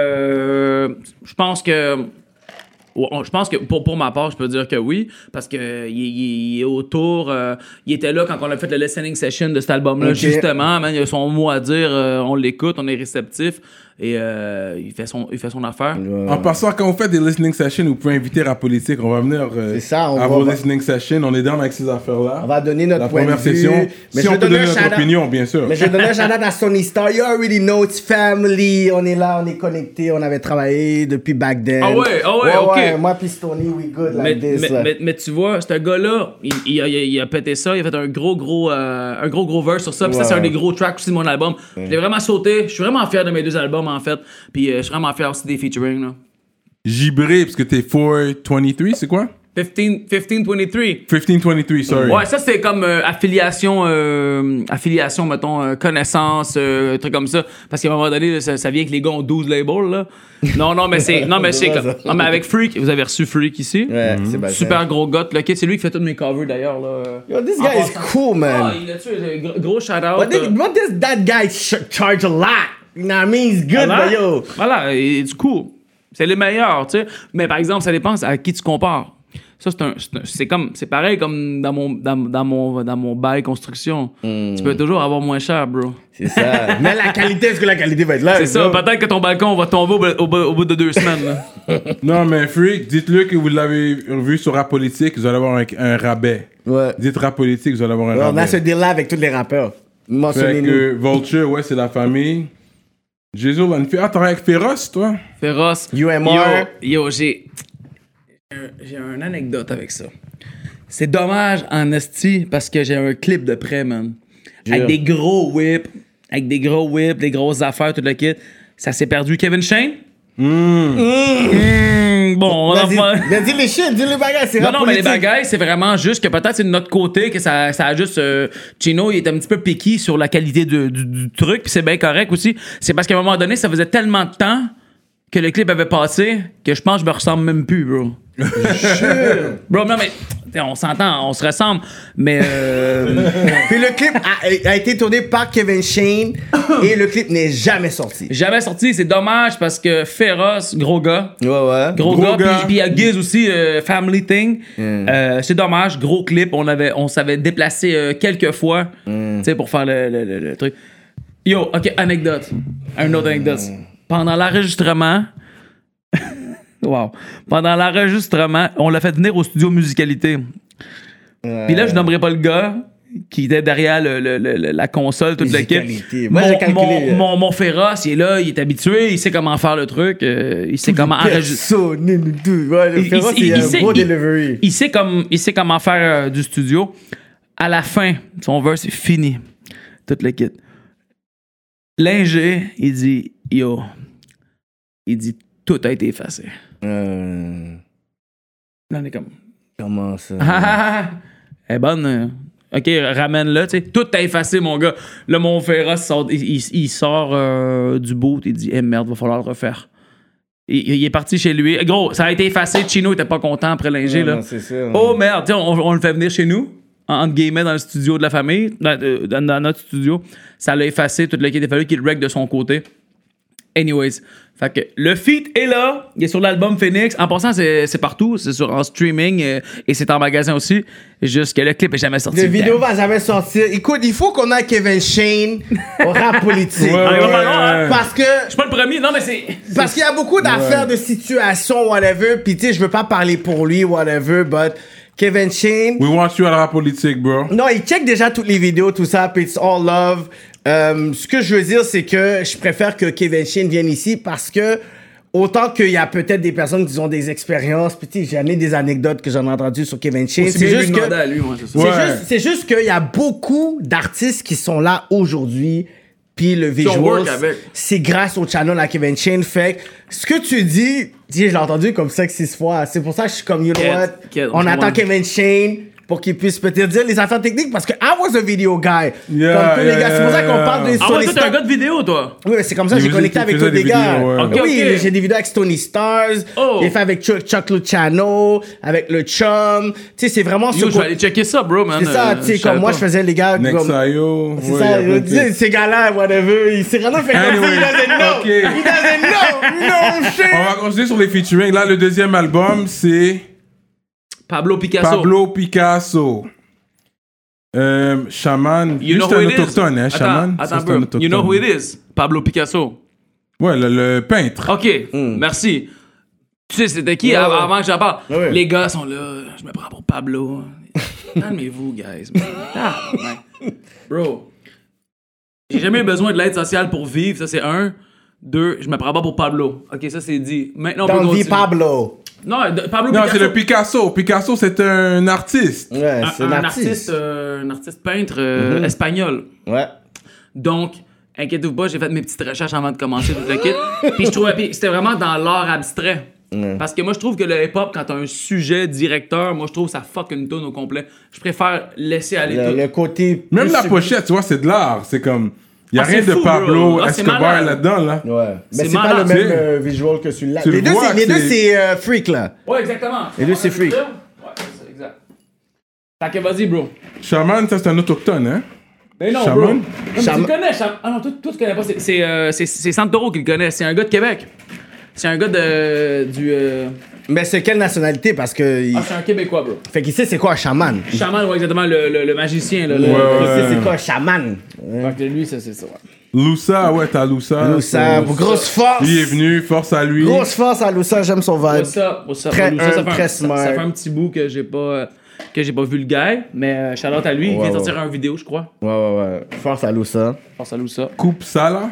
S4: Euh, je pense que. Ouais, Je pense que pour, pour ma part, je peux dire que oui, parce que il, il- il est autour. euh, il était là quand on a fait le listening session de cet album-là,
S3: Ok.
S4: justement. Man, il a son mot à dire, euh, on l'écoute, on est réceptif et euh, il, fait son, il fait son affaire.
S2: En passant, quand vous faites des listening sessions, vous pouvez inviter Rap Politique. On va venir euh,
S3: C'est ça, on
S2: à
S3: va-
S2: vos
S3: va-
S2: listening sessions. On est dans avec ces affaires-là.
S3: On va donner notre
S2: La
S3: point
S2: première
S3: de vue.
S2: session.
S3: Mais
S2: si
S3: je
S2: on
S3: vais
S2: peut
S3: donner
S2: donner
S3: un
S2: notre
S3: shout-out.
S2: opinion, bien sûr.
S3: Mais je vais donner un shout-out à Sony Star. You already know it's family. On est là, on est connectés. On avait travaillé depuis back then.
S4: Ah ouais, ah ouais, ok.
S3: Moi puis Stony, we good
S4: Mais,
S3: like this.
S4: mais,
S3: là.
S4: mais- mais tu vois, ce gars-là, il, il a, il a- il a pété ça, il a fait un gros, gros, euh, un gros, gros verse sur ça. Puis ça,
S3: Ouais.
S4: c'est un des gros tracks aussi de mon album. Je l'ai vraiment sauté. Je suis vraiment fier de mes deux albums, en fait. Puis euh, je suis vraiment fier aussi des featuring, là.
S2: Gibré, parce que t'es quatre vingt-trois, c'est quoi?
S4: quinze, quinze vingt-trois.
S2: quinze vingt-trois, sorry.
S4: Ouais, ça c'est comme euh, affiliation, euh, affiliation, mettons, euh, connaissance, euh, truc comme ça. Parce qu'à un moment donné, là, ça, ça vient que les gars ont douze labels, là. Non, non, mais c'est. Non, mais c'est comme. Non, mais avec Freak, vous avez reçu Freak ici.
S3: Ouais, c'est bien
S4: Super gros gars, le kid, c'est lui qui fait tous mes covers d'ailleurs, là.
S3: Yo, this
S4: En
S3: guy is
S4: passant.
S3: cool, man.
S4: Ah, il a tué, euh, gros- gros shout out.
S3: But, this, but this, that guy ch- charge a lot. You know what I mean? He's good,
S4: Voilà,
S3: but yo.
S4: voilà, et du coup, c'est les meilleurs, tu sais. Mais par exemple, ça dépend à qui tu compares. Ça, c'est un, c'est un- c'est comme, c'est pareil comme dans mon, dans, dans mon, dans mon bail construction.
S3: Hmm.
S4: Tu peux toujours avoir moins cher, bro.
S3: C'est ça. Mais la qualité, est-ce que la qualité va être là?
S4: C'est ça,
S3: bro?
S4: peut-être que ton balcon va tomber au, bout- au, bout- au bout de deux semaines, là.
S2: Non, mais Freak, dites-le que vous l'avez vu sur Rap Politique, vous allez avoir un, un rabais.
S3: Ouais.
S2: Dites Rap Politique, vous allez avoir un
S3: On
S2: rabais.
S3: a ce deal-là avec tous les rappeurs.
S2: Fait
S3: Mentionnez-nous.
S2: que Vulture, ouais, c'est la famille. Jésus, là, une fille. Ah, t'as avec Féroce, toi?
S4: Féroce.
S3: U M R.
S4: Yo, yo j'ai. J'ai un- J'ai une anecdote avec ça. C'est dommage en esti parce que j'ai un clip de près, man. Avec des gros whips, avec des gros whips, des grosses affaires, tout le kit. Ça s'est perdu. Kevin Shane?
S2: Mm.
S4: Mm, bon, on en
S3: Vas-y,
S4: va.
S3: vas-y les shit, dis les bagages, c'est
S4: Non,
S3: rap
S4: non, mais les
S3: politique.
S4: bagailles, c'est vraiment juste que peut-être c'est de notre côté que ça, ça a juste. Euh, Chino, il est un petit peu piqué sur la qualité de- du, du truc, puis c'est bien correct aussi. C'est parce qu'à un moment donné, ça faisait tellement de temps que le clip avait passé que je pense que je me ressemble même plus, bro. Bro, non, mais t'sais, on s'entend, on se ressemble, mais. Euh,
S3: Puis le clip a, a été tourné par Kevin Shane et le clip n'est jamais sorti.
S4: jamais sorti, c'est dommage parce que Féroce, gros gars.
S3: Ouais, ouais.
S4: Gros,
S2: Gros
S4: gars,
S2: gars.
S4: puis puis il y a Giz aussi, euh, Family Thing. Euh, c'est dommage, gros clip. On avait, on s'avait déplacé euh, quelques fois, tu sais, pour faire le, le- le- le truc. Yo, ok, anecdote. Un autre anecdote. Pendant l'enregistrement, wow. Pendant l'enregistrement, on l'a fait venir au studio Musicalité. Puis là, je nommerai pas le gars qui était derrière le- le- le- la console, toute l'équipe.
S3: Musicalité. Moi, j'ai calculé,
S4: Mon,
S3: euh.
S4: mon, mon féroce, il est là, il est habitué, il sait comment faire le truc, euh, il sait comment enregistrer.
S3: Personne, nous deux. Ouais, le
S4: Il-
S3: Ferro,
S4: il-
S3: c'est
S4: il
S3: un
S4: sait-
S3: gros
S4: il-
S3: delivery.
S4: Il sait, comme, il sait comment faire euh, du studio. À la fin, son verse est fini. Tout le kit. L'ingé, il dit yo. Il dit tout a été effacé.
S3: Euh,
S4: Là, on est comme.
S3: comment ça?
S4: Ah, ah, ah, elle est bonne. euh. Ok, ramène-le, tu sais. Tout a effacé, mon gars. Là, mon féroce sort, il, il- il sort euh, du boot. Il dit eh merde, va falloir le refaire. Il, il est parti chez lui. Gros, ça a été effacé. Chino était pas content après l'ingé,
S3: Ouais,
S4: là.
S3: non, c'est ça.
S4: Oh merde, tu sais, on, on le fait venir chez nous, en- entre guillemets, dans le studio de la famille, dans, euh, dans- dans notre studio. Ça l'a effacé, tout le kit. Il a fallu qu'il le règle de son côté. Anyways, fait que le feat est là, il est sur l'album Phoenix. En passant, c'est c'est partout, c'est sur en streaming euh, et c'est en magasin aussi. Juste que le clip est jamais sorti.
S3: La vidéo
S4: Damn.
S3: va jamais sortir. Écoute, il faut qu'on ait Kevin Shane au rap politique.
S2: Ouais,
S4: Ah, il va
S2: ouais,
S4: falloir, hein.
S2: ouais.
S3: Parce que
S4: Je suis pas le premier, non mais c'est.
S3: Parce qu'il y a beaucoup d'affaires, de situations, whatever. Puis tu sais, je veux pas parler pour lui, whatever, but Kevin Shane.
S2: We want you à la rap politique, bro.
S3: Non, il check déjà toutes les vidéos, tout ça, puis it's all love. Euh, ce que je veux dire, c'est que je préfère que Kevin Shane vienne ici parce que autant qu'il y a peut-être des personnes qui ont des expériences, puis tu sais, j'ai amené des anecdotes que j'en ai entendues sur Kevin Shane.
S4: C'est
S3: C'est
S4: bien
S3: juste
S4: lui
S3: que
S4: demander à lui, moi, c'est ça.
S3: c'est
S2: Ouais.
S3: juste, c'est juste qu'il y a beaucoup d'artistes qui sont là aujourd'hui, puis le
S4: ont
S3: visual,
S4: work avec.
S3: c'est grâce au channel à Kevin Shane. Fait que ce que tu dis, tu sais, je l'ai entendu comme cinq six fois. C'est pour ça que je suis comme, you know
S4: Quête,
S3: what,
S4: quête,
S3: on
S4: je
S3: attend
S4: comprends.
S3: Kevin Shane pour qu'il puisse peut-être dire les affaires techniques, parce que I was a video guy.
S2: Yeah,
S3: comme tous les
S2: yeah,
S3: gars. C'est pour ça
S2: yeah,
S3: qu'on
S2: yeah.
S3: parle de
S4: Ah
S3: Sony
S4: ouais, toi, t'es un
S3: Stars.
S4: gars de vidéo, toi.
S3: Oui, c'est comme ça que
S2: Il
S3: j'ai
S2: faisait-
S3: connecté
S2: il
S3: avec
S2: faisait
S3: tous les
S2: des
S3: gars.
S2: vidéos, ouais.
S4: Ok,
S3: Oui,
S4: ok.
S3: j'ai des vidéos avec Stony Stars.
S4: Oh.
S3: J'ai fait avec Chuck, Chuck Luciano, avec le Chum. Tu sais, c'est vraiment ce
S4: Yo, je
S3: co-
S4: vais aller checker ça, bro, man.
S3: C'est ça,
S4: Euh,
S3: tu sais,
S4: je
S3: comme
S4: savais
S3: moi,
S4: pas.
S3: je faisais les gars. comme-
S2: Nexayo.
S3: C'est
S2: ouais,
S3: ça,
S2: y a
S3: je
S2: plein de
S3: disais,
S2: trucs.
S3: ces gars-là, whatever, il s'est rien fait comme
S2: Anyway.
S3: ça, il doesn't know.
S2: Ok.
S3: He doesn't know. No shit.
S2: On va continuer sur les featuring. Là, le deuxième album, c'est
S4: Pablo Picasso.
S2: Pablo Picasso. Euh, Shaman.
S4: You
S2: Lui,
S4: know
S2: c'est
S4: who
S2: un
S4: it is?
S2: autochtone, hein,
S4: Attends,
S2: Shaman. Ça,
S4: attends,
S2: c'est
S4: bro.
S2: un autochtone.
S4: You know who it is? Pablo Picasso.
S2: Ouais, le, le peintre.
S4: OK, merci. Tu sais, c'était qui
S3: Ouais,
S4: av-
S3: ouais.
S4: avant que j'en parle?
S3: Ouais.
S4: Les gars sont là, je me prends pour Pablo. Calmez-vous, guys. man. Ah, man. Bro, j'ai jamais eu besoin de l'aide sociale pour vivre, ça c'est un. Deux, je me prends pas pour Pablo. OK, ça c'est dit. Maintenant, on peut
S3: Don't be
S4: continuer.
S3: Pablo.
S4: Non, de- Pablo
S2: Non,
S4: Picasso.
S2: c'est le Picasso. Picasso, c'est un artiste.
S3: Ouais,
S4: un,
S3: c'est
S4: un
S3: un
S4: artiste,
S3: artiste.
S4: euh, un artiste peintre euh, espagnol.
S3: Ouais.
S4: Donc, inquiétez-vous pas, j'ai fait mes petites recherches avant de commencer tout le kit. Puis je trouvais, puis c'était vraiment dans l'art abstrait. Parce que moi, je trouve que le hip-hop, quand t'as un sujet directeur, moi, je trouve que ça fuck une tonne au complet. Je préfère laisser aller
S3: Le,
S4: tout.
S3: le côté.
S2: Même
S3: plus
S2: la
S3: sub-
S2: pochette, tu vois, c'est de l'art. C'est comme. Il y a
S4: Ah,
S2: rien
S4: c'est
S2: de
S4: fou,
S2: Pablo
S4: bro. Ah, c'est
S2: Escobar
S4: malade.
S2: là-dedans, là.
S3: Ouais.
S4: C'est
S3: Mais c'est pas
S4: malade.
S3: le même
S2: Tu sais.
S3: euh, visual que celui-là.
S2: Tu
S3: Les
S2: le
S3: deux,
S2: vois
S3: c'est- les
S2: que
S3: deux,
S2: c'est-
S3: c'est euh, freak, là.
S4: Ouais, exactement.
S3: Les deux, c'est
S4: Ah,
S3: freak.
S4: ça? Ouais, c'est ça, exact. Fait que vas-y, bro.
S2: Shaman, ça, c'est un autochtone, hein.
S4: Mais non,
S2: Shaman?
S4: bro. Non, mais
S3: Shaman.
S4: tu le connais, Shaman. Ah non, toi, toi, tu connais pas. C'est, c'est, euh, c'est, c'est Santoro qui le connaît. C'est un gars de Québec. C'est un gars de, du... euh,
S3: Mais c'est quelle nationalité? Parce que. il-
S4: Ah, c'est un Québécois, bro.
S3: Fait qu'il sait c'est quoi un chaman.
S4: Chaman, ouais, exactement, le, le, le magicien, là. le-
S2: Ouais,
S3: Il
S2: ouais.
S3: sait c'est quoi un chaman.
S4: Fait que lui, ça, c'est ça, ouais.
S2: Loussa, ouais, t'as Loussa.
S3: Loussa,
S2: C'est-
S3: grosse force.
S2: Lui est venu, force à lui.
S3: Grosse force à Loussa, j'aime son vibe.
S4: What's up, what's up?
S3: Très
S4: Lou, ça, ça
S3: humble,
S4: fait un-
S3: très
S4: ça-
S3: smart.
S4: Ça fait un petit bout que j'ai pas, euh, que j'ai pas vu le gars, mais euh, shout out à lui. Il
S3: Ouais,
S4: vient de sortir
S3: ouais.
S4: un vidéo, je crois.
S3: Ouais, ouais, ouais. Force à Loussa.
S4: Force à Lou, ça.
S2: Coupe ça, là.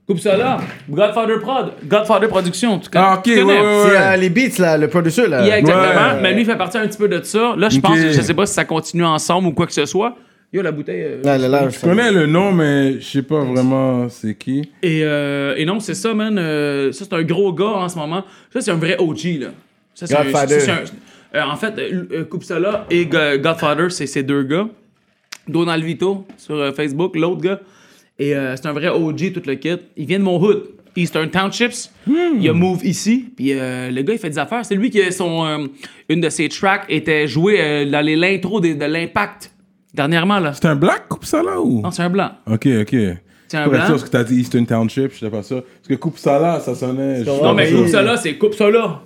S4: Coupe ça là. Godfather Prod. Godfather Production. Tu,
S2: Ah, ok,
S4: tu connais?
S2: ouais, ouais,
S3: C'est
S2: ouais.
S3: euh, les beats, là, le producer, là.
S4: Yeah, exactement.
S2: Ouais.
S4: Mais lui, il fait partie un petit peu de ça. Là, je
S2: Ok.
S4: pense, je sais pas si ça continue ensemble ou quoi que ce soit. Yo, la bouteille. euh,
S3: Là, là, là,
S2: Je connais le nom, mais je sais pas vraiment c'est qui.
S4: Et, euh, et non, c'est ça, man. Euh, ça, c'est un gros gars en ce moment. Ça, c'est un vrai O G, là. Ça, c'est un-
S3: Godfather.
S4: ça, c'est un- euh, en fait, euh, Kupsala et Go- Godfather, c'est ces deux gars. Donald Vito sur euh, Facebook, l'autre gars. Et euh, c'est un vrai O G, tout le kit. Il vient de mon hood, Eastern Townships. Il a move ici. Puis euh, le gars, il fait des affaires. C'est lui qui, son, euh, une de ses tracks était jouée euh, dans les l'intro de, de l'Impact. Dernièrement, là.
S2: C'est un black, coupe ça là ou?
S4: Non, c'est un blanc.
S2: Ok, ok.
S4: C'est un
S2: Pour être
S4: blanc.
S2: sûr, parce que t'as dit Eastern Township, je sais pas ça. Parce que coupe ça là, ça sonnait. je sais
S4: Non,
S2: pas
S4: mais
S2: ça.
S4: Kupsala, c'est Kupsala.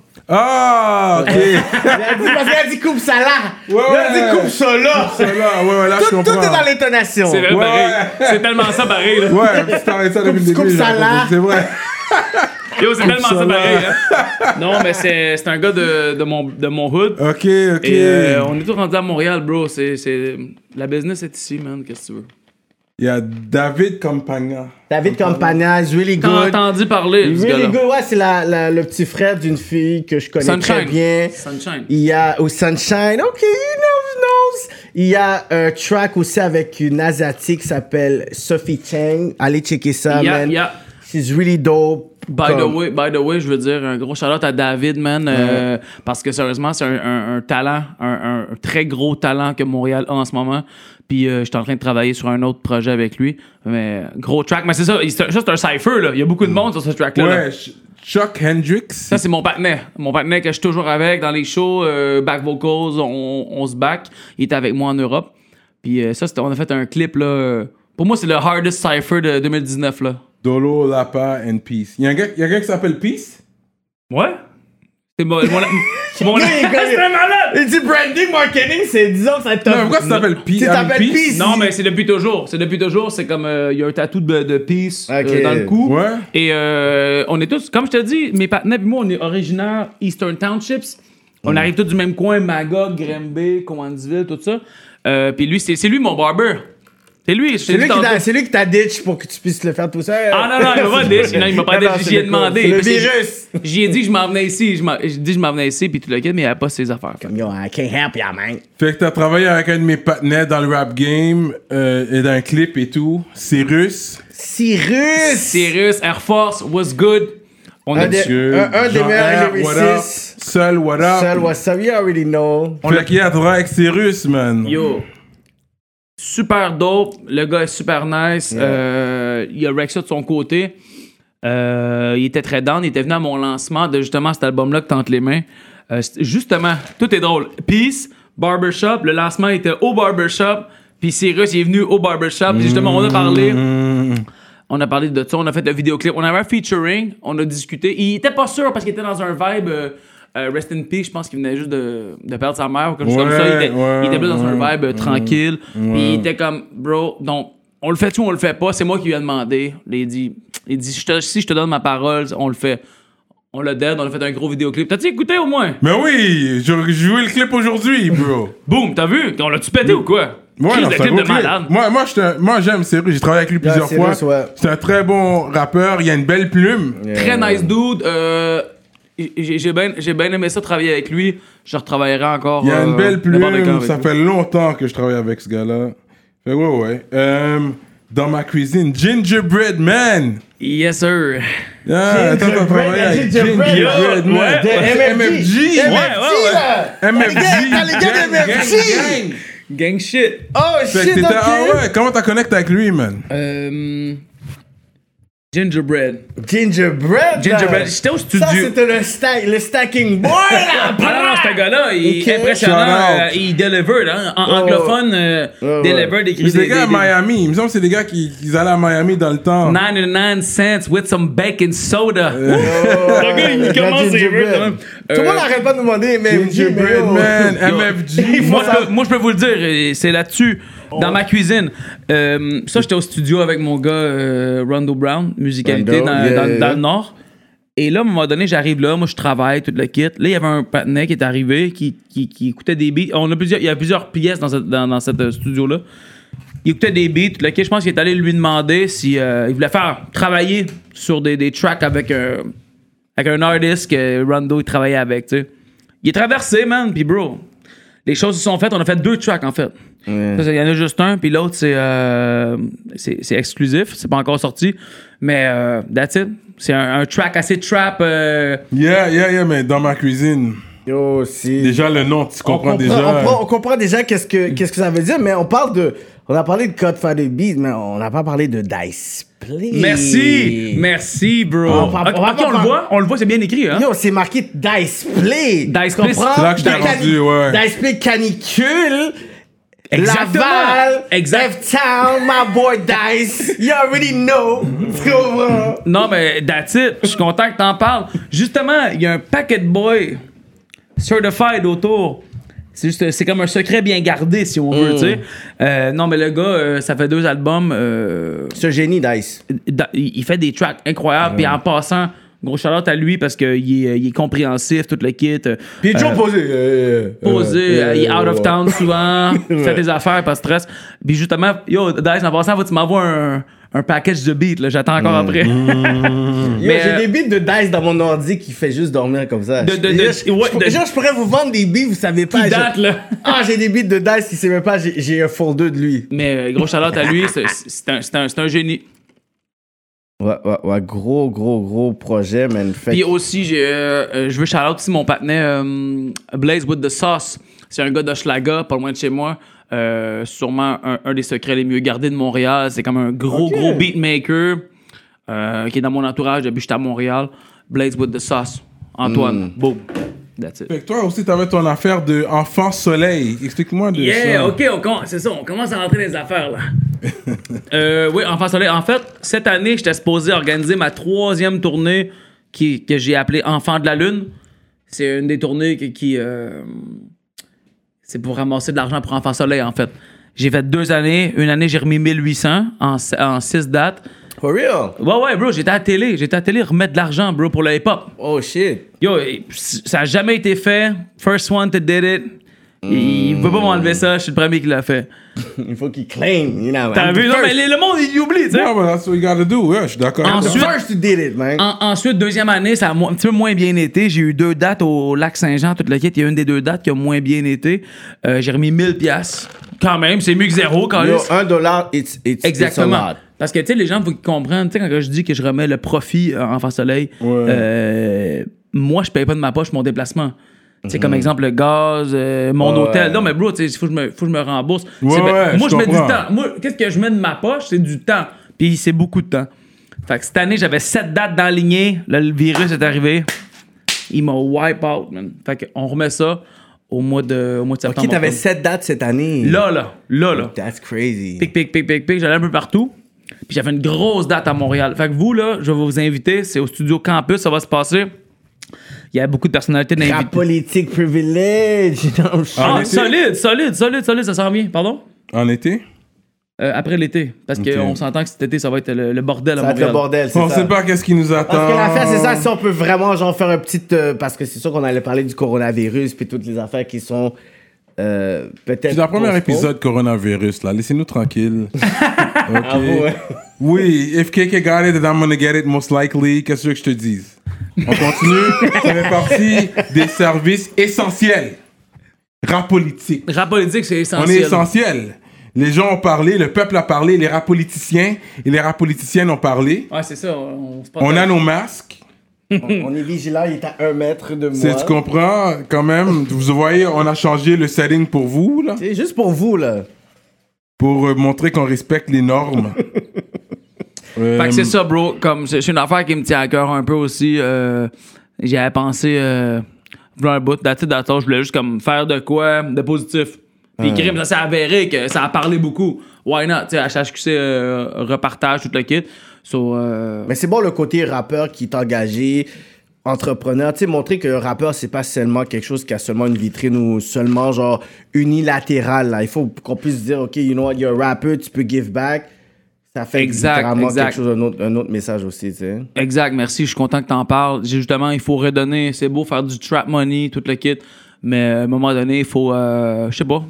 S2: Ah, ok.
S3: Il a dit, parce qu'il a dit coupe ça là.
S2: Ouais,
S3: Il a dit coupe ça là.
S2: Ça là, ouais, ouais, là, je
S3: Tout,
S2: comprends.
S3: tout est dans l'intonation.
S4: C'est vrai,
S2: Ouais,
S4: pareil.
S2: ouais.
S4: C'est tellement ça, pareil, là.
S2: Ouais, tu t'arrêtes ça depuis le
S3: Coupe
S2: début.
S3: ça
S2: genre,
S3: là.
S2: C'est vrai.
S4: Yo, c'est tellement ça
S2: ça,
S4: pareil.
S2: là.
S4: Hein. Non, mais c'est, c'est un gars de, de, mon, de mon hood.
S2: Ok, ok.
S4: Et euh, on est tous rendus à Montréal, bro. C'est, c'est... La business est ici, man. Qu'est-ce que tu veux?
S2: Il y a David Campagna.
S3: David Campagna is really
S4: T'as
S3: good.
S4: entendu parler de ce
S3: Really
S4: gars-là?
S3: good. Ouais, c'est la, la- le petit frère d'une fille que je connais très
S4: Sunshine.
S3: bien.
S4: Sunshine.
S3: Il y a au Sunshine, ok, he knows, he knows. Il y a un track aussi avec une Asiatique qui s'appelle Sophie Chang. Allez checker ça,
S4: Yeah,
S3: man.
S4: yeah.
S3: She's really dope.
S4: By the
S3: Comme-
S4: way, by the way, je veux dire un gros shout-out à David, man, euh, parce que sérieusement, c'est un, un- un talent, un, un- un très gros talent que Montréal a en ce moment. Puis euh, je suis en train de travailler sur un autre projet avec lui. Mais gros track, mais c'est ça, il- c'est un- ça c'est un cypher, là. Il y a beaucoup de monde sur ce track-là. là.
S2: Ouais, Ch- Chuck Hendricks.
S4: Ça, c'est mon partenaire. Mon partenaire que je suis toujours avec dans les shows, euh, back vocals, on, on se back. Il était avec moi en Europe. Puis euh, ça, c'était- on a fait un clip, là. euh, Pour moi, c'est le hardest cypher de deux mille dix-neuf, là.
S2: Dolo, Lapa and Peace. Il y a un gars, il y a un gars qui s'appelle Peace?
S4: Ouais? C'est mon... mon, mon
S3: Il est
S4: c'est un malade!
S3: Il dit branding, marketing, c'est disons que ça te.
S2: Non, pourquoi ça s'appelle Peace?
S3: Tu t'appelles
S2: Peace?
S3: Peace?
S4: Non, mais c'est depuis toujours. C'est depuis toujours. C'est comme, euh, il y a un tatou de, de peace euh,
S3: Ok.
S4: dans le cou.
S2: Ouais.
S4: Et euh, on est tous, comme je te dis, mes partenaires et moi, on est originaires Eastern Townships. On arrive tous du même coin, Magog, Granby, Cowansville, tout ça. Euh, Puis lui, c'est c'est lui mon barber. C'est lui.
S3: C'est lui, qui t'a- c'est lui qui t'a ditch pour que tu puisses le faire tout seul.
S4: Ah non, non, il m'a pas dit. Non, il m'a pas
S3: Non, non,
S4: dit.
S3: c'est
S4: J'y ai
S3: le
S4: demandé.
S3: c'est le
S4: Parce que
S3: virus.
S4: J'y ai dit que je m'en venais ici. Je m'en- J'ai dit que je m'en venais ici, puis tout le kit, mais il n'y avait pas ses affaires. Fait que-
S3: Yo, I can't help ya, man.
S2: Fait que t'as travaillé avec un de mes partenaires dans le rap game, euh, et dans un clip et tout. Cyrus.
S3: Cyrus!
S4: Cyrus, Air Force, was good. On
S3: Un
S4: a
S3: des-
S2: Monsieur
S3: un- un des
S2: Jean
S3: meilleurs
S2: R, what up?
S3: lyricistes.
S2: Seul, what up?
S3: Seul, what's up? You already know.
S2: Fait qu'il a travaillé avec Cyrus, man.
S4: Yo. Super dope. Le gars est super nice. Euh, il a Rex ça de son côté. Euh, il était très down. Il était venu à mon lancement de justement cet album-là que t'as entre les mains. Euh, c'est- justement, tout est drôle. Peace, Barbershop. Le lancement était au Barbershop. Puis Cyrus, il est venu au Barbershop. Puis justement, on a parlé. On a parlé de ça. On a fait un vidéoclip. On avait un featuring. On a discuté. Il était pas sûr parce qu'il était dans un vibe. euh, euh, Rest in Peace, je pense qu'il venait juste de, de perdre sa mère ou quelque chose comme ça. Il était,
S2: Ouais,
S4: il était plus dans un
S2: ouais,
S4: vibe euh, tranquille. Puis il était comme, bro, donc, on le fait-tu ou on le fait pas? C'est moi qui lui ai demandé. Il dit, il dit si, je te, si je te donne ma parole, on le fait. On l'a dead, on a fait un gros vidéoclip. T'as-tu écouté au moins?
S2: Mais oui, j'ai joué le clip aujourd'hui, bro.
S4: Boum, t'as vu? On l'a-tu pété ou quoi?
S2: Ouais,
S4: Crise
S2: non,
S4: de
S2: c'est un
S4: clip
S2: gros
S4: de
S2: clip.
S4: malade.
S2: Moi, moi, j'étais un- moi, j'aime Cyrus. J'ai travaillé avec lui plusieurs
S3: Cyrus,
S2: fois.
S3: ouais.
S2: C'est un très bon rappeur. Il a une belle plume.
S4: Très nice dude. Euh, j'ai j'ai bien j'ai bien aimé ça travailler avec lui. Je retravaillerai encore.
S2: Il a une
S4: euh,
S2: belle
S4: n'importe quand
S2: plume.
S4: avec
S2: Ça
S4: lui.
S2: fait longtemps que je travaille avec ce gars-là. Fait que ouais, ouais. Euh, dans ma cuisine, Gingerbread Man.
S4: Yes, sir.
S2: Ah, attends, t'as travaillé avec
S3: Gingerbread,
S2: Gingerbread
S4: ouais,
S2: Man.
S4: ouais.
S2: C'est M F G.
S3: M F G,
S4: ouais, ouais.
S3: là!
S2: M F G.
S3: T'as les gars de
S2: gang,
S3: M F G.
S2: gang, gang.
S4: Gang shit.
S3: Oh
S2: Fait que
S3: shit,
S2: t'étais,
S3: ok.
S2: ah ouais, comment t'as connecté avec lui, man?
S4: Euh, Gingerbread.
S3: Gingerbread.
S4: Gingerbread.
S3: là.
S4: J'étais au
S3: Ça,
S4: studio.
S3: c'était le, stack, le stacking boy, là!
S4: Ah non, non, ce gars-là, il est
S3: Ok.
S4: impressionnant.
S2: Shout out.
S4: euh, il delivered, hein. En
S3: Oh.
S4: anglophone, euh,
S3: ouais.
S4: delivered, écrit
S2: C'est
S4: des,
S2: des gars à
S4: des- des-
S2: Miami. Il me semble que c'est des gars qui, qui allaient à Miami dans le temps.
S4: ninety-nine cents with some bacon soda.
S3: Oh,
S4: Le gars, il commence à
S3: Gingerbread.
S4: quand même.
S3: Tout le monde
S4: Euh,
S3: n'arrête pas de demander, mais
S2: Gingerbread Man, M F G.
S4: Moi, je peux, moi, je peux vous le dire, euh, c'est là-dessus, dans ma cuisine. Euh, ça, j'étais au studio avec mon gars euh, Rondo Brown, musicalité
S3: Rondo,
S4: dans,
S3: yeah,
S4: dans-
S3: yeah.
S4: dans le Nord. Et là, à un moment donné, j'arrive là, moi, je travaille, tout le kit. Là, il y avait un partenaire qui est arrivé, qui, qui, qui écoutait des beats. On a plusieurs, il y a plusieurs pièces dans cette, dans, dans cette euh, studio-là. il écoutait des beats, le kid, je pense qu'il est allé lui demander si euh, il voulait faire travailler sur des, des tracks avec un, avec un artiste que Rondo il travaillait avec, tu sais. Il est traversé, man, puis bro, les choses se sont faites, on a fait deux tracks, en fait.
S3: Ouais.
S4: Il y en a juste un, puis l'autre, c'est, euh, c'est, c'est exclusif, c'est pas encore sorti, mais euh, that's it. C'est un, un track assez trap. Euh...
S2: Yeah, yeah, yeah, mais dans ma cuisine.
S3: Yo, si.
S2: Déjà, le nom, tu comprends,
S3: on comprend
S2: déjà.
S3: On comprend, on comprend déjà qu'est-ce que, qu'est-ce que ça veut dire, mais on parle de... On a parlé de Godfather Beat, mais on n'a pas parlé de Dice Play.
S4: Merci! Merci, bro.
S3: On
S4: Ok,
S3: va- on va
S4: ok,
S3: pas
S4: on le
S3: par-
S4: voit, on le voit, c'est bien écécrit, hein?
S3: Yo, c'est marqué Dice Play.
S4: Dice
S3: Tu
S4: Play,
S3: comprends?
S2: c'est là que je t'ai
S3: Cani-
S2: rendu, ouais.
S3: Dice Play canicule.
S4: Exactement.
S3: Laval.
S4: Exact.
S3: F-Town, my boy Dice. You already know. Tu comprends?
S4: Non, mais that's it. Je suis content que t'en parles. Justement, il y a un packet boy certified autour. C'est juste, c'est comme un secret bien gardé, si on veut, tu sais. Euh, non, mais le gars, euh, ça fait deux albums. Euh,
S3: Ce génie, Dice.
S4: da- il il fait des tracks incroyables. Puis en passant, gros shout-out à lui parce qu'il est, il est compréhensif, tout le kit. euh,
S3: Puis il est toujours
S4: euh,
S3: posé. euh,
S4: posé,
S3: euh,
S4: euh, il est out of
S3: ouais.
S4: town souvent,
S3: Ouais.
S4: fait tes affaires, pas de stress. Puis justement, yo, Dice, en passant, faut que tu m'envoies un, un package de beats, là, j'attends encore après.
S3: Yo,
S4: Mais,
S3: j'ai
S4: euh,
S3: des beats de Dice dans mon ordi qui fait juste dormir comme ça.
S4: De- de- de-
S3: Yo, je,
S4: ouais,
S3: je-
S4: de-
S3: genre, je pourrais vous vendre des beats, vous savez pas.
S4: Qui
S3: je-
S4: date, là.
S3: Ah, j'ai des beats de Dice, si c'est même pas, j'ai, j'ai un folder de lui.
S4: Mais euh, gros shout-out à lui, c'est, c'est, un, c'est, un, c'est un génie.
S3: Ouais, ouais, ouais, gros, gros, gros projet, man. Fait
S4: Puis
S3: que-
S4: aussi, j'ai, euh, euh, je veux shout-out aussi mon partenaire euh, Blaze with the Sauce. C'est un gars d'Hochelaga, pas loin de chez moi. Euh, sûrement un, un des secrets les mieux gardés de Montréal. C'est comme un gros,
S3: Ok.
S4: gros beatmaker euh, qui est dans mon entourage depuis que j'étais à Montréal. Blaze with the Sauce. Antoine. Boom. That's it.
S2: Fait que toi aussi, t'avais ton affaire de Enfant Soleil. Explique-moi de
S4: Yeah,
S2: ça.
S4: ok, on com- c'est ça, on commence à rentrer dans les affaires là. euh, oui, Enfant Soleil. En fait, cette année, j'étais supposé organiser ma troisième tournée qui, que j'ai appelée Enfant de la Lune. C'est une des tournées qui. qui, euh, c'est pour ramasser de l'argent pour Enfant Soleil, en fait. J'ai fait deux années. Une année, j'ai remis mille huit cents en, en six dates.
S3: For real?
S4: Ouais, ouais, bro, j'étais à la télé. J'étais à la télé remettre de l'argent, bro, pour le hip-hop.
S3: Oh shit.
S4: Yo, ça a jamais été fait. First one to did it. Il veut pas m'enlever ça, je suis le premier qui l'a fait.
S3: Il faut qu'il claim, you know.
S4: T'as
S3: I'm
S4: vu?
S3: the
S4: Non, mais
S3: first.
S4: le monde, il oublie, tu sais.
S2: Yeah, but that's what you gotta do. Ouais, je suis d'accord.
S3: I'm the
S4: Ensuite-
S3: first who did it, man.
S4: En- ensuite, deuxième année, ça a mo- un petit peu moins bien été. J'ai eu deux dates au lac Saint-Jean, toute la quête. Il y a une des deux dates qui a moins bien été. Euh, j'ai remis mille piastres. Quand même, c'est mieux que zéro, quand
S3: Yo,
S4: même.
S3: un dollar, it's, it's,
S4: Exactement.
S3: it's a lot.
S4: Parce que, tu sais, les gens, il faut qu'ils comprennent. Tu sais, quand je dis que je remets le profit euh, en face soleil,
S2: Ouais.
S4: euh, moi, je paye pas de ma poche mon déplacement. Tu sais, comme exemple, le gaz, euh, mon
S3: Ouais.
S4: hôtel. Non, mais bro, tu sais, il faut que je me, faut que je me rembourse.
S2: Ouais,
S4: C'est- ben,
S2: ouais,
S4: moi,
S2: je
S4: je mets du
S2: comprends.
S4: temps. Moi, qu'est-ce que je mets de ma poche? C'est du temps. Puis c'est beaucoup de temps. Fait que cette année, j'avais sept dates d'enlignées. Là, le virus est arrivé. Il m'a wipe out, man. Fait qu'on remet ça au mois de, au mois de septembre.
S3: Ok, t'avais
S4: octobre.
S3: sept dates cette année.
S4: Là, là, là, là.
S3: That's crazy.
S4: Pic, pic, pic, pic, pic. J'allais un peu partout. Puis j'avais une grosse date à Montréal. Fait que vous, là, je vais vous inviter. C'est au Studio Campus, ça va se passer. Il y a beaucoup de personnalités
S3: Rap
S4: d'invités.
S3: politique privilege. Non, je-
S4: Ah,
S2: En été?
S4: solide, solide, solide, solide, ça s'en vient. Pardon?
S2: En été?
S4: Euh, après l'été. Parce
S2: Ok.
S4: qu'on s'entend que cet été, ça va être le, le bordel à
S3: Ça va être
S4: Montréal.
S3: le bordel, c'est
S2: On
S3: ça.
S2: sait pas qu'est-ce qui nous attend.
S3: Parce que l'affaire, c'est ça, si on peut vraiment genre faire un petit... euh, parce que c'est sûr qu'on allait parler du coronavirus puis toutes les affaires qui sont euh, peut-être...
S2: C'est la première
S3: postpone.
S2: épisode coronavirus, là. Laissez-nous tranquilles. Ok.
S3: Ah vous, ouais.
S2: Oui, if K K got it, then I'm gonna get it most likely. Qu'est-ce que tu veux que je te dise? On continue. Ça fait partie des services essentiels. Rap politique.
S4: Rap politique, c'est
S2: On est
S4: essentiel.
S2: essentiel. Les gens ont parlé, le peuple a parlé, les rap politiciens et les rap politiciennes ont parlé.
S4: Ouais, c'est ça. On, se
S2: On a nos masques.
S3: on, on est vigilant, il est à un mètre de moi.
S2: C'est, tu comprends, quand même. Vous voyez, on a changé le setting pour vous, là,
S3: C'est juste pour vous, là.
S2: pour euh, montrer qu'on respecte les normes. Euh,
S4: Fait que c'est ça, bro. Comme c'est c'est une affaire qui me tient à cœur un peu aussi. Euh, J'avais pensé euh, v'là un bout, that's it, that's all. Je voulais juste comme faire de quoi de positif. Puis crime, ça s'est avéré que ça a parlé beaucoup. Why not? Tu sais, H H Q C euh, repartage tout le kit. So, euh,
S3: Mais c'est bon le côté rappeur qui est engagé, entrepreneur. Tu sais, montrer que rappeur, c'est pas seulement quelque chose qui a seulement une vitrine ou seulement genre unilatéral. Là. Il faut qu'on puisse dire, OK, you know what, you're a rapper, tu peux give back. Ça fait
S4: Exact,
S3: littéralement
S4: exact.
S3: quelque chose, un autre, un autre message aussi, tu sais.
S4: Exact, merci. Je suis content que t'en parles. J'ai justement, il faut redonner. C'est beau faire du trap money, tout le kit. Mais à un moment donné, il faut, euh, je sais pas,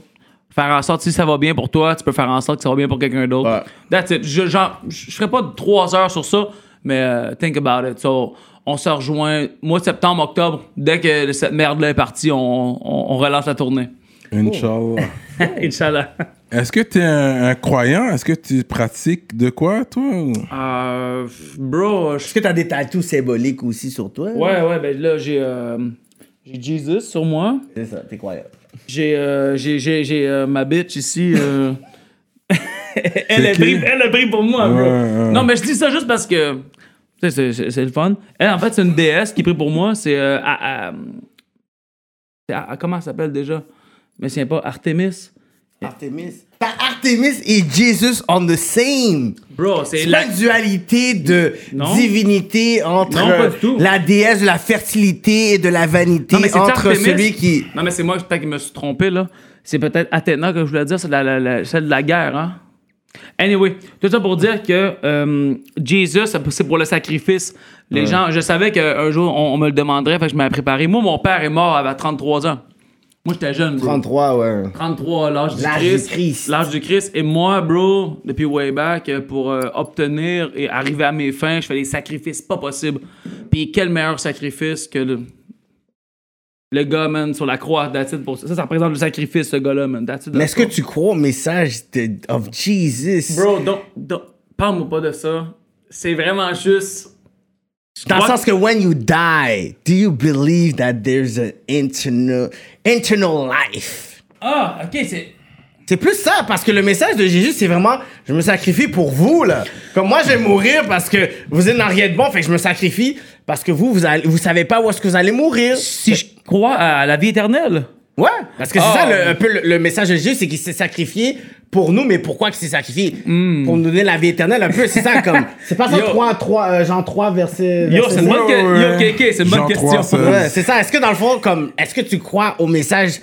S4: Faire en sorte, si ça va bien pour toi, tu peux faire en sorte que ça va bien pour quelqu'un d'autre.
S3: Ouais.
S4: That's it. Je, genre, je ferai pas trois heures sur ça, mais uh, think about it. So, on se rejoint mois de septembre, octobre. Dès que cette merde-là est partie, on, on, on relance la tournée.
S2: Inch'Allah.
S4: Inch'Allah.
S2: Est-ce que t'es un, un croyant? Est-ce que tu pratiques de quoi, toi? ou-
S4: Euh, bro, je-
S3: Est-ce que t'as des tatous symboliques aussi sur toi?
S4: ouais, ouais, ben là, j'ai, euh, j'ai Jesus sur moi.
S3: C'est ça, t'es croyant.
S4: J'ai, euh, j'ai, j'ai, j'ai euh, ma bitch ici. euh. elle, a
S2: qui?
S4: pris, elle a pris pour moi, bro.
S2: Ouais, ouais.
S4: Non, mais je dis ça juste parce que tu sais, c'est, c'est, c'est le fun. Elle, en fait, c'est une déesse qui prie pour moi. C'est. Euh, à- à- c'est à- à- comment elle s'appelle déjà? Mais c'est pas Artemis.
S3: Artemis. T'as Artemis et Jesus on the same.
S4: Bro, c'est
S3: C'est
S4: la.
S3: pas une dualité de
S4: Non.
S3: divinité entre
S4: Non, pas du tout.
S3: la déesse de la fertilité et de la vanité
S4: Non, mais c'est
S3: entre
S4: Artemis.
S3: celui qui...
S4: Non, mais c'est moi peut-être qui me suis trompé, là. C'est peut-être Athéna que je voulais dire, c'est la, la, la- celle de la guerre, hein. Anyway, tout ça pour dire que euh, Jesus, c'est pour le sacrifice. Les gens, je savais qu'un jour, on, on me le demanderait, fait que je m'avais préparé. Moi, mon père est mort à trente-trois ans. Moi, j'étais jeune, bro.
S3: trente-trois, ouais.
S4: trente-trois, l'âge du
S3: L'âge
S4: Christ.
S3: du Christ.
S4: L'âge du Christ. Et moi, bro, depuis way back, euh, pour euh, obtenir et arriver à mes fins, je fais des sacrifices pas possibles. Puis quel meilleur sacrifice que le, le gars, man, sur la croix, that's it, pour ça. Ça, ça représente le sacrifice, ce gars-là, man. That's it,
S3: Mais
S4: that's
S3: est-ce que
S4: all.
S3: tu crois au message de, of Jesus?
S4: Bro, don't, don't- parle-moi pas de ça. C'est vraiment juste... je
S3: Dans le
S4: crois
S3: sens que when you die, do you believe that there's an internal, internal life?
S4: Ah, OK, c'est...
S3: C'est plus ça, parce que le message de Jésus, c'est vraiment, je me sacrifie pour vous, là. Comme moi, je vais mourir parce que vous êtes dans rien de bon, fait que je me sacrifie parce que vous, vous, allez, vous savez pas où est-ce que vous allez mourir.
S4: Si je crois à la vie éternelle...
S3: Ouais, parce que c'est
S4: Oh.
S3: ça, le, un peu le, le message de Jésus, c'est qu'il s'est sacrifié pour nous, mais pourquoi qu'il s'est sacrifié? Pour nous donner la vie éternelle, un peu, c'est ça, comme... C'est pas ça,
S4: Yo.
S3: trois, trois, euh, Jean trois, verset...
S4: Yo,
S3: verset
S4: c'est une bonne,
S3: cinq.
S4: que-
S2: ouais.
S4: Yo, Kéké, c'est une bonne
S2: Jean
S4: question.
S2: trois, ça.
S3: Ouais, c'est ça. Est-ce que dans le fond, comme, est-ce que tu crois au message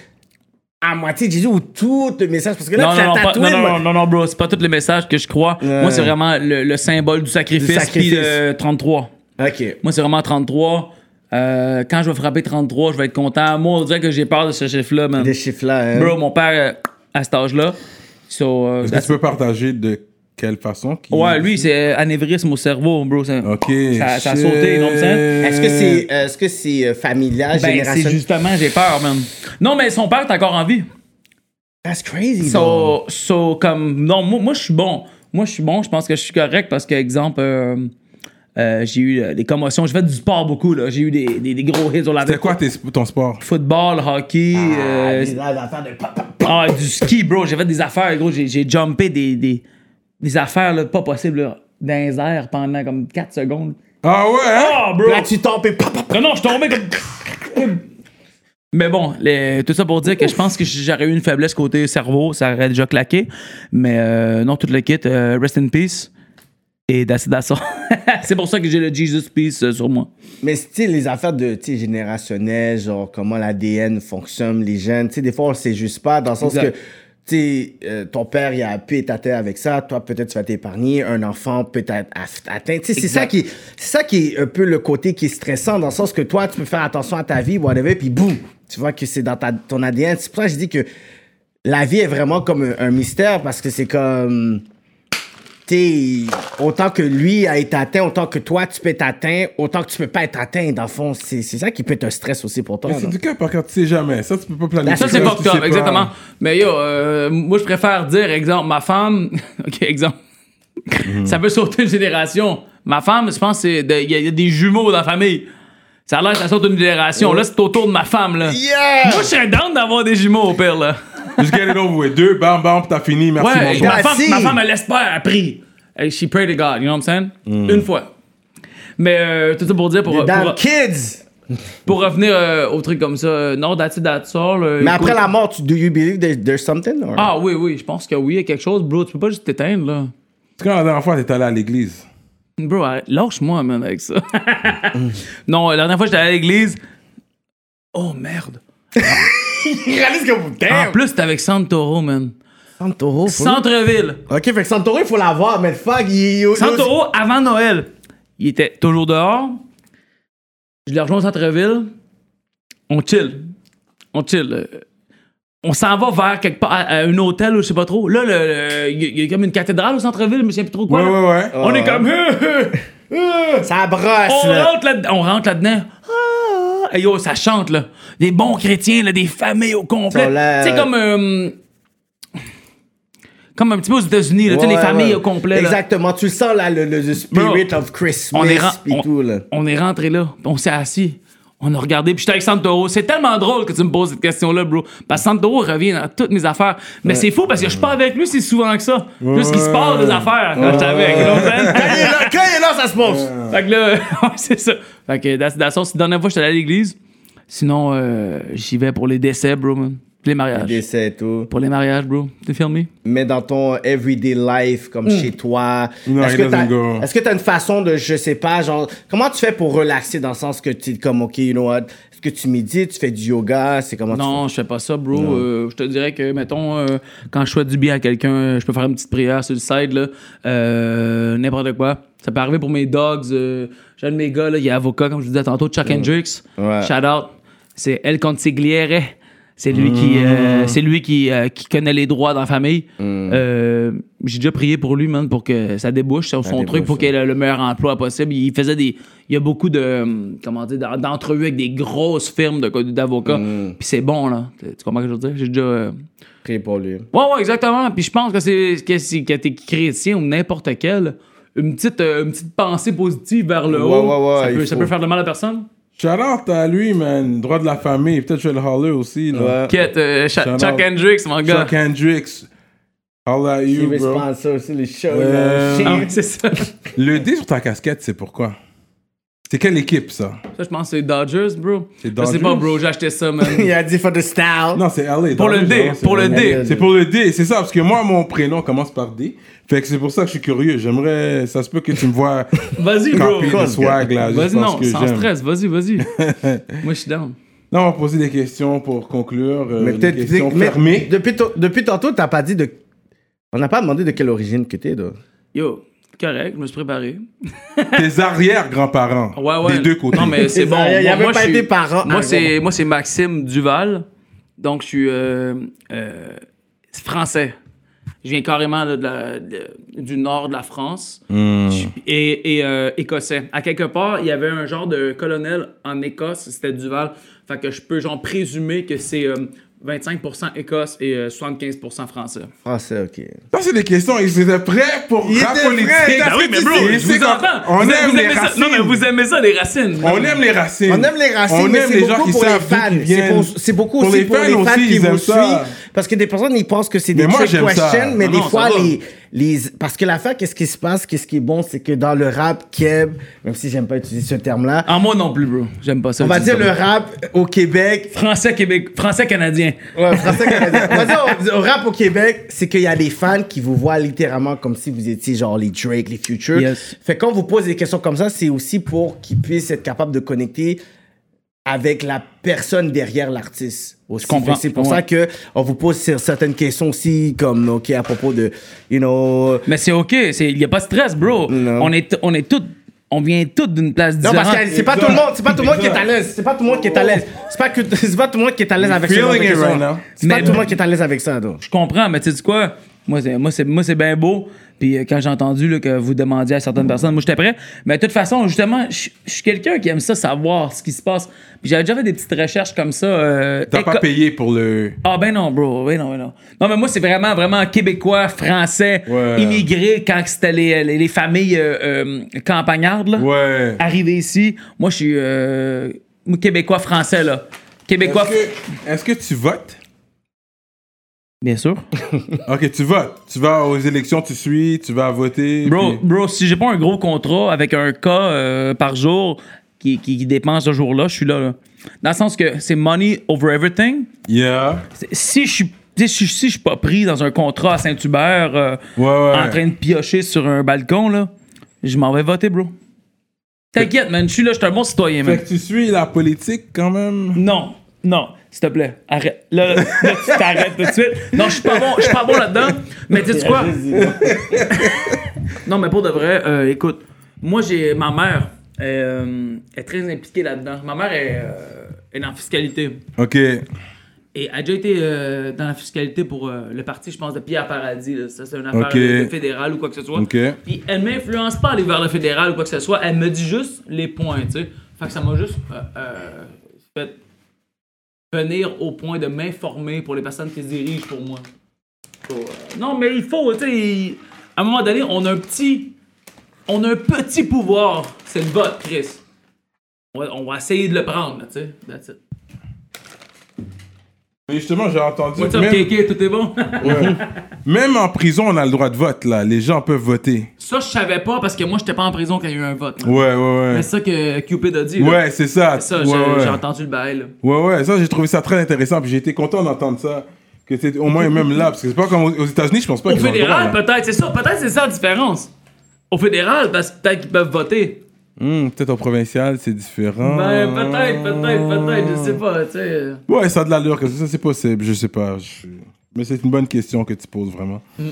S3: à moitié de Jésus ou tout le message? Parce que là,
S4: Non,
S3: tu
S4: non,
S3: l'as
S4: non, pas-
S3: tatoué,
S4: non, non,
S3: moi.
S4: non, non, non, bro, c'est pas tous les messages que je crois.
S3: Ouais.
S4: Moi, c'est vraiment le, le symbole du sacrifice,
S3: Du sacrifice.
S4: puis de trente-trois.
S3: OK.
S4: Moi, c'est vraiment trente-trois. Euh, quand je vais frapper trente-trois, je vais être content. Moi, on dirait que j'ai peur de ce chiffre-là, man.
S3: Des chiffres-là, hein.
S4: Bro, mon père, euh, à cet âge-là, so, euh,
S2: Est-ce que tu peux partager de quelle façon? qui-
S4: ouais, lui, c'est anévrisme au cerveau, bro. c'est-
S2: OK.
S4: Ça- ça a
S2: shit.
S4: sauté, you know what I'm saying?
S3: Est-ce que c'est euh, est-ce que c'est euh, familial,
S4: Ben, c'est
S3: générationnel?
S4: justement, j'ai peur, man. Non, mais son père est encore en vie.
S3: That's crazy, bro.
S4: So, so comme, non, moi, moi je suis bon. Moi, je suis bon. Je pense que je suis correct parce que, exemple, euh, euh, j'ai eu euh, des commotions. J'ai fait du sport beaucoup, là. J'ai eu des, des, des gros hits sur la
S2: C'était quoi tes- ton sport?
S4: Football, hockey,
S3: Ah,
S4: euh,
S3: des affaires de pop, pop, pop.
S4: ah, du ski, bro. J'ai fait des affaires, gros. J'ai, j'ai jumpé des, des, des affaires, là, pas possibles, là, dans les airs pendant comme quatre secondes.
S2: Ah ouais, hein?
S4: Ah, bro!
S3: Là, tu tombes et pop, pop, pop.
S4: Non, non, je suis tombé comme. Mais bon, les- tout ça pour dire que je pense que j'aurais eu une faiblesse côté cerveau, ça aurait déjà claqué. Mais euh, non, tout le kit, euh, rest in peace. Et that's, that's all. C'est pour ça que j'ai le Jesus Peace euh, sur moi.
S3: Mais tu sais, les affaires de tu sais, générationnelles, genre comment l'A D N fonctionne, les gènes, tu sais, des fois, on le sait juste pas, dans le sens
S4: Exact.
S3: que tu sais, euh, ton père, il a pu être atteint avec ça, toi, peut-être tu vas t'épargner, un enfant peut être aff- atteint. Tu sais, c'est ça, qui, c'est ça qui est un peu le côté qui est stressant, dans le sens que toi, tu peux faire attention à ta vie, whatever, puis boum, tu vois que c'est dans ta, ton A D N. C'est pour ça que je dis que la vie est vraiment comme un, un mystère, parce que c'est comme... T'sais, autant que lui a été atteint, autant que toi, tu peux être atteint, autant que tu peux pas être atteint, dans le fond. C'est, c'est ça qui peut être un stress aussi pour toi.
S2: Mais c'est
S3: non?
S2: du cas par cas, tu sais jamais. Ça, tu peux pas planifier.
S4: Ça, c'est
S2: tu
S4: fucked
S2: sais
S4: up,
S2: pas.
S4: exactement. Mais yo, euh, moi, je préfère dire, exemple, ma femme. OK, exemple. Ça peut sauter une génération. Ma femme, je pense, c'est de- il y, a- il y a des jumeaux dans la famille. Ça a l'air que ça saute une génération. Là, c'est autour de ma femme, là.
S3: Yeah!
S4: Moi, je serais down d'avoir des jumeaux, au pire, là.
S2: Just get it over with. Deux, bam, bam, t'as fini. Merci,
S4: Ouais,
S2: bonsoir.
S4: ma femme,
S3: Merci.
S4: ma femme, elle espère, elle prie. And she pray to God, you know what I'm saying? Une fois. Mais euh, tout ça pour dire, pour,
S3: Les damn
S4: pour,
S3: kids!
S4: pour revenir euh, au truc comme ça, euh, non, that's it, that's all. euh,
S3: Mais
S4: écoute-
S3: après la mort, tu, do you believe there's, there's something? Or?
S4: Ah oui, oui, je pense que oui, il y a quelque chose, bro. Tu peux pas juste t'éteindre, là.
S2: Quand la dernière fois, t'étais allé à l'église.
S4: Bro, arrête, lâche-moi, man, avec ça. Non, la dernière fois, j'étais allé à l'église. Oh, merde.
S3: Il réalise que vous
S4: En plus, c'était avec Santoro, man.
S3: Santoro, faut-
S4: Centre-ville.
S3: Ok, fait que Santoro, il faut l'avoir, mais fuck, il... il-
S4: Santoro, avant Noël. Il était toujours dehors. Je l'ai rejoint au centre-ville. On chill. On chill. Euh, on s'en va vers quelque part, à, à un hôtel ou je sais pas trop. Là, il y, y a comme une cathédrale au centre-ville, mais je sais plus trop quoi.
S2: Ouais,
S4: là.
S2: ouais, ouais.
S4: On
S3: Ouais.
S4: est comme...
S3: Ça brosse,
S4: On
S3: là.
S4: rentre, là, on rentre là-dedans. Ah, hey, yo, ça chante, là. Des bons chrétiens, là, des familles au complet.
S3: Sur la-
S4: Tu sais, comme... euh, comme un petit peu aux États-Unis, là, tu sais, les
S3: Ouais,
S4: familles
S3: ouais.
S4: au complet. là.
S3: Exactement. Tu sens, là, le, le, le spirit
S4: Bro,
S3: of Christmas
S4: on est, ren-
S3: pis
S4: on,
S3: tout, là.
S4: on est rentré là, on s'est assis, on a regardé, puis j'étais avec Santoro. C'est tellement drôle que tu me poses cette question-là, bro. Parce que Santoro revient dans toutes mes affaires. Mais c'est fou parce que je suis pas avec lui si souvent que ça. Plus qu'il se passe des affaires quand je suis avec. You know what I'm saying?
S3: Quand il est là, quand il est là, ça se passe.
S4: Fait que là, ouais, c'est ça. Fait que dans la sauce, la dernière fois, j'étais allé à l'église. Sinon, euh, j'y vais pour les décès, bro, man. Les mariages.
S3: Décès et tout.
S4: Pour les mariages, bro. T'es filmé?
S3: Mais dans ton everyday life, comme chez toi,
S2: No,
S3: est-ce
S2: he
S3: que
S2: doesn't
S3: t'as
S2: go.
S3: est-ce que t'as une façon de, je sais pas, genre, comment tu fais pour relaxer dans le sens que tu es comme, OK, you know what, est-ce que tu médites, tu fais du yoga, c'est comment
S4: Non,
S3: tu
S4: je fais pas ça, bro. Euh, je te dirais que, mettons, euh, quand je souhaite du bien à quelqu'un, je peux faire une petite prière sur le side, là. Euh, n'importe quoi. Ça peut arriver pour mes dogs. Euh, j'ai un de mes gars, là, il est avocat, comme je vous disais tantôt, Chuck Hendricks.
S3: Ouais.
S4: Shout out. C'est El Consigliere. C'est lui qui, euh, c'est lui qui, euh, qui connaît les droits dans la famille. Euh, j'ai déjà prié pour lui, man, pour que ça débouche sur son
S3: débouche,
S4: truc, pour
S3: ouais.
S4: qu'il ait le, le meilleur emploi possible. Il faisait des, il y a beaucoup de, euh, comment dire, d'en- d'entrevues avec des grosses firmes de- d'avocats. Puis c'est bon, là. Tu tu comprends ce que je veux dire? J'ai déjà. euh,
S3: pries pour lui?
S4: Ouais, ouais, exactement. Puis je pense que c'est que, c'est- que t'es chrétien ou n'importe quel, une petite, euh, une petite pensée positive vers le
S3: Ouais,
S4: haut,
S3: ouais, ouais,
S4: ça,
S3: il
S4: peut, ça
S3: faut.
S4: peut faire de mal à personne.
S2: Shout out à lui, man. Droit de la famille. Peut-être je vais le holler aussi, là.
S3: Ouais.
S4: Quête, euh, Chuck,
S2: Shout
S4: Chuck
S2: out.
S4: Hendricks, mon gars.
S2: Chuck Hendricks. Holla at
S3: Il
S2: you,
S3: veut
S2: bro.
S3: sponsor aussi les shows.
S2: Euh,
S3: là.
S4: Ah, c'est ça.
S2: Le D sur ta casquette, c'est pourquoi? C'est quelle équipe, ça?
S4: Ça, je pense que c'est Dodgers, bro.
S2: C'est
S4: Je sais
S2: Dodgers?
S4: pas, bro, j'ai acheté ça, man.
S3: Il a dit for the style.
S2: Non, c'est L A.
S4: Pour le
S2: Dodgers,
S4: D,
S2: non, c'est
S4: pour le
S2: L A.
S4: D.
S2: C'est pour le D, c'est ça, parce que moi, mon prénom commence par D. Fait que c'est pour ça que je suis curieux. J'aimerais. Ça se peut que tu me vois
S4: Vas-y, bro.
S2: camper le swag, là. juste
S4: Vas-y,
S2: parce
S4: non,
S2: que
S4: sans
S2: j'aime.
S4: stress, vas-y, vas-y. Moi, je suis down.
S2: Là, on va poser des questions pour conclure. euh,
S3: Mais
S2: des
S3: peut-être.
S2: questions
S3: mais
S2: fermées.
S3: Depuis, to- depuis tantôt, t'as pas dit de. On n'a pas demandé de quelle origine que t'es, là.
S4: Yo, correct, je me suis préparé.
S2: Tes arrière-grands-parents.
S4: Ouais, ouais.
S2: Des deux côtés.
S4: Non, mais c'est bon.
S3: Il y
S4: Moi,
S3: avait
S4: moi,
S3: pas
S4: je
S3: été
S4: suis-
S3: parent.
S4: Moi,
S3: Ah,
S4: c'est, moi, c'est Maxime Duval. Donc, je suis euh, euh, français. Je viens carrément là, de la- de- du nord de la France.
S2: Hmm.
S4: Je suis- Et, et euh, écossais. À quelque part, il y avait un genre de colonel en Écosse, c'était Duval. Fait que je peux genre présumer que c'est euh, vingt-cinq pour cent Écosse et euh, soixante-quinze pour cent français.
S3: Français, ok.
S2: Ça, c'est des questions. Ils étaient prêts pour
S3: Ils
S2: rap
S3: étaient
S2: politique.
S3: prêts,
S4: Ben oui, mais bro,
S2: Et
S4: je
S2: c'est
S4: vous
S2: comme-
S4: entends.
S2: On
S4: Vous-
S2: aime
S4: vous
S2: les
S4: aimez ça-
S2: racines.
S4: Non, mais vous aimez ça, les racines.
S2: On aime les racines.
S3: On aime les racines,
S2: On
S3: mais
S2: aime
S3: c'est
S2: les gens
S3: beaucoup
S2: qui
S3: pour les
S2: savent d'où
S3: fans.
S2: qu'ils
S3: C'est
S2: viennent.
S3: pour- C'est beaucoup
S2: Pour
S3: aussi
S2: les
S3: pour
S2: fans
S3: les fans
S2: aussi,
S3: qui
S2: ils
S3: vous
S2: aiment ça.
S3: suivent. Parce que des personnes, ils pensent que c'est des
S2: Mais moi,
S3: trick
S2: j'aime ça.
S3: questions, mais
S4: Non,
S3: des
S4: non, ça
S3: fois,
S4: va.
S3: les, les... Parce que la fin, qu'est-ce qui se passe? Qu'est-ce qui est bon? C'est que dans le rap, Keb, même si j'aime pas utiliser ce terme-là,
S4: Ah, moi non plus, bro. J'aime pas ça.
S3: on va
S4: utiliser
S3: dire
S4: ça.
S3: le rap au Québec.
S4: Français, Québec, français, canadien.
S3: Ouais, français canadien. On va dire au, au rap au Québec, c'est qu'il y a des fans qui vous voient littéralement comme si vous étiez genre les Drake, les Future.
S4: Yes.
S3: Fait que quand on vous pose des questions comme ça, c'est aussi pour qu'ils puissent être capables de connecter avec la personne derrière l'artiste. Aussi.
S4: Je comprends.
S3: Fait que c'est pour
S4: Ouais.
S3: ça que on vous pose cer- certaines questions aussi, comme ok à propos de, you know.
S4: Mais c'est OK. Il n'y a pas de stress, bro.
S3: Non.
S4: On est, on est tous... On vient tous d'une place
S3: Non,
S4: différente.
S3: parce que c'est pas
S2: Exact.
S3: tout le monde, c'est pas tout le monde qui est à
S2: Exact.
S3: l'aise. C'est pas tout le monde qui est à l'aise. C'est pas que, c'est pas tout le monde qui est à l'aise avec ce genre de
S2: feeling it
S3: questions.
S2: right now.
S3: C'est pas
S4: Mais-
S3: tout le monde qui est à l'aise avec ça, donc.
S4: Je comprends, mais tu sais quoi? Moi, c'est, moi, c'est, moi, c'est bien beau. Puis euh, quand j'ai entendu là, que vous demandiez à certaines personnes, moi, j'étais prêt. Mais de toute façon, justement, je je suis quelqu'un qui aime ça, savoir ce qui se passe. Puis j'avais déjà fait des petites recherches comme ça. euh,
S2: T'as pas
S4: éco-
S2: payé pour le.
S4: Ah ben non, bro. Ben non, ben non. Non, mais moi, c'est vraiment, vraiment québécois, français,
S2: Ouais.
S4: immigré quand c'était les, les, les familles euh, euh, campagnardes, là.
S2: Ouais.
S4: Arrivé ici, moi, je suis euh, québécois, français, là. Québécois...
S2: Est-ce que, est-ce que tu votes?
S4: Bien sûr.
S2: Ok, tu votes. Tu vas aux élections, tu suis, tu vas voter.
S4: Bro,
S2: puis-
S4: bro, si j'ai pas un gros contrat avec un cas euh, par jour qui, qui, qui dépense ce jour-là, je suis là, là. Dans le sens que c'est money over everything.
S2: Yeah.
S4: C'est- Si je suis tu sais, si, si je suis pas pris dans un contrat à Saint-Hubert euh,
S2: Ouais, ouais.
S4: en train de piocher sur un balcon, là, je m'en vais voter, bro. T'inquiète, man, je suis là, je suis un bon citoyen, man.
S2: Fait que tu suis la politique quand même.
S4: Non, non, s'il te plaît, arrête. Là, là, là, tu t'arrêtes tout de suite. Non, je suis pas bon, je suis pas bon là-dedans. Mais tu sais quoi? Non, mais pour de vrai, euh, écoute, moi, j'ai ma mère euh, est très impliquée là-dedans. Ma mère est, euh, est en fiscalité.
S2: Ok.
S4: Et elle a déjà été euh, dans la fiscalité pour euh, le parti, je pense, de Pierre Paradis. Là. Ça, c'est une affaire
S2: Ok.
S4: de, de fédéral ou quoi que ce soit.
S2: Ok.
S4: Puis elle m'influence pas à aller vers le fédéral ou quoi que ce soit. Elle me dit juste les points, tu sais. Fait que ça m'a juste euh, euh, fait venir au point de m'informer pour les personnes qui se dirigent pour moi. So, euh, non, mais il faut, tu sais, à un moment donné, on a un petit... On a un petit pouvoir. C'est le vote, Chris. On va, on va essayer de le prendre, tu sais. That's it.
S2: Mais justement, j'ai entendu.
S4: What's up,
S2: Même,
S4: K K, tout est bon?
S2: ouais. Même en prison, on a le droit de vote, là. Les gens peuvent voter.
S4: Ça, je savais pas parce que moi, j'étais pas en prison quand il y a eu un vote. là.
S2: Ouais, ouais, ouais.
S4: Mais c'est ça que Cupid a dit. là.
S2: Ouais, c'est ça.
S4: C'est ça,
S2: ouais,
S4: j'ai,
S2: ouais.
S4: j'ai entendu le bail. Là.
S2: Ouais, ouais, ça, j'ai trouvé ça très intéressant. Puis j'ai été content d'entendre ça. Que c'est au moins même là. Parce que c'est pas comme aux aux États-Unis, je pense pas
S4: Au
S2: qu'ils ont le droit,
S4: fédéral,
S2: là.
S4: peut-être, c'est ça. Peut-être c'est ça la différence. Au fédéral, parce que peut-être qu'ils peuvent voter.
S2: Hmm, peut-être au provincial, c'est différent.
S4: Ben, peut-être, peut-être, peut-être, je sais pas, tu sais.
S2: Ouais, ça a de l'allure que ça, c'est possible. Je sais pas. Je- Mais c'est une bonne question que tu poses, vraiment.
S4: Mm.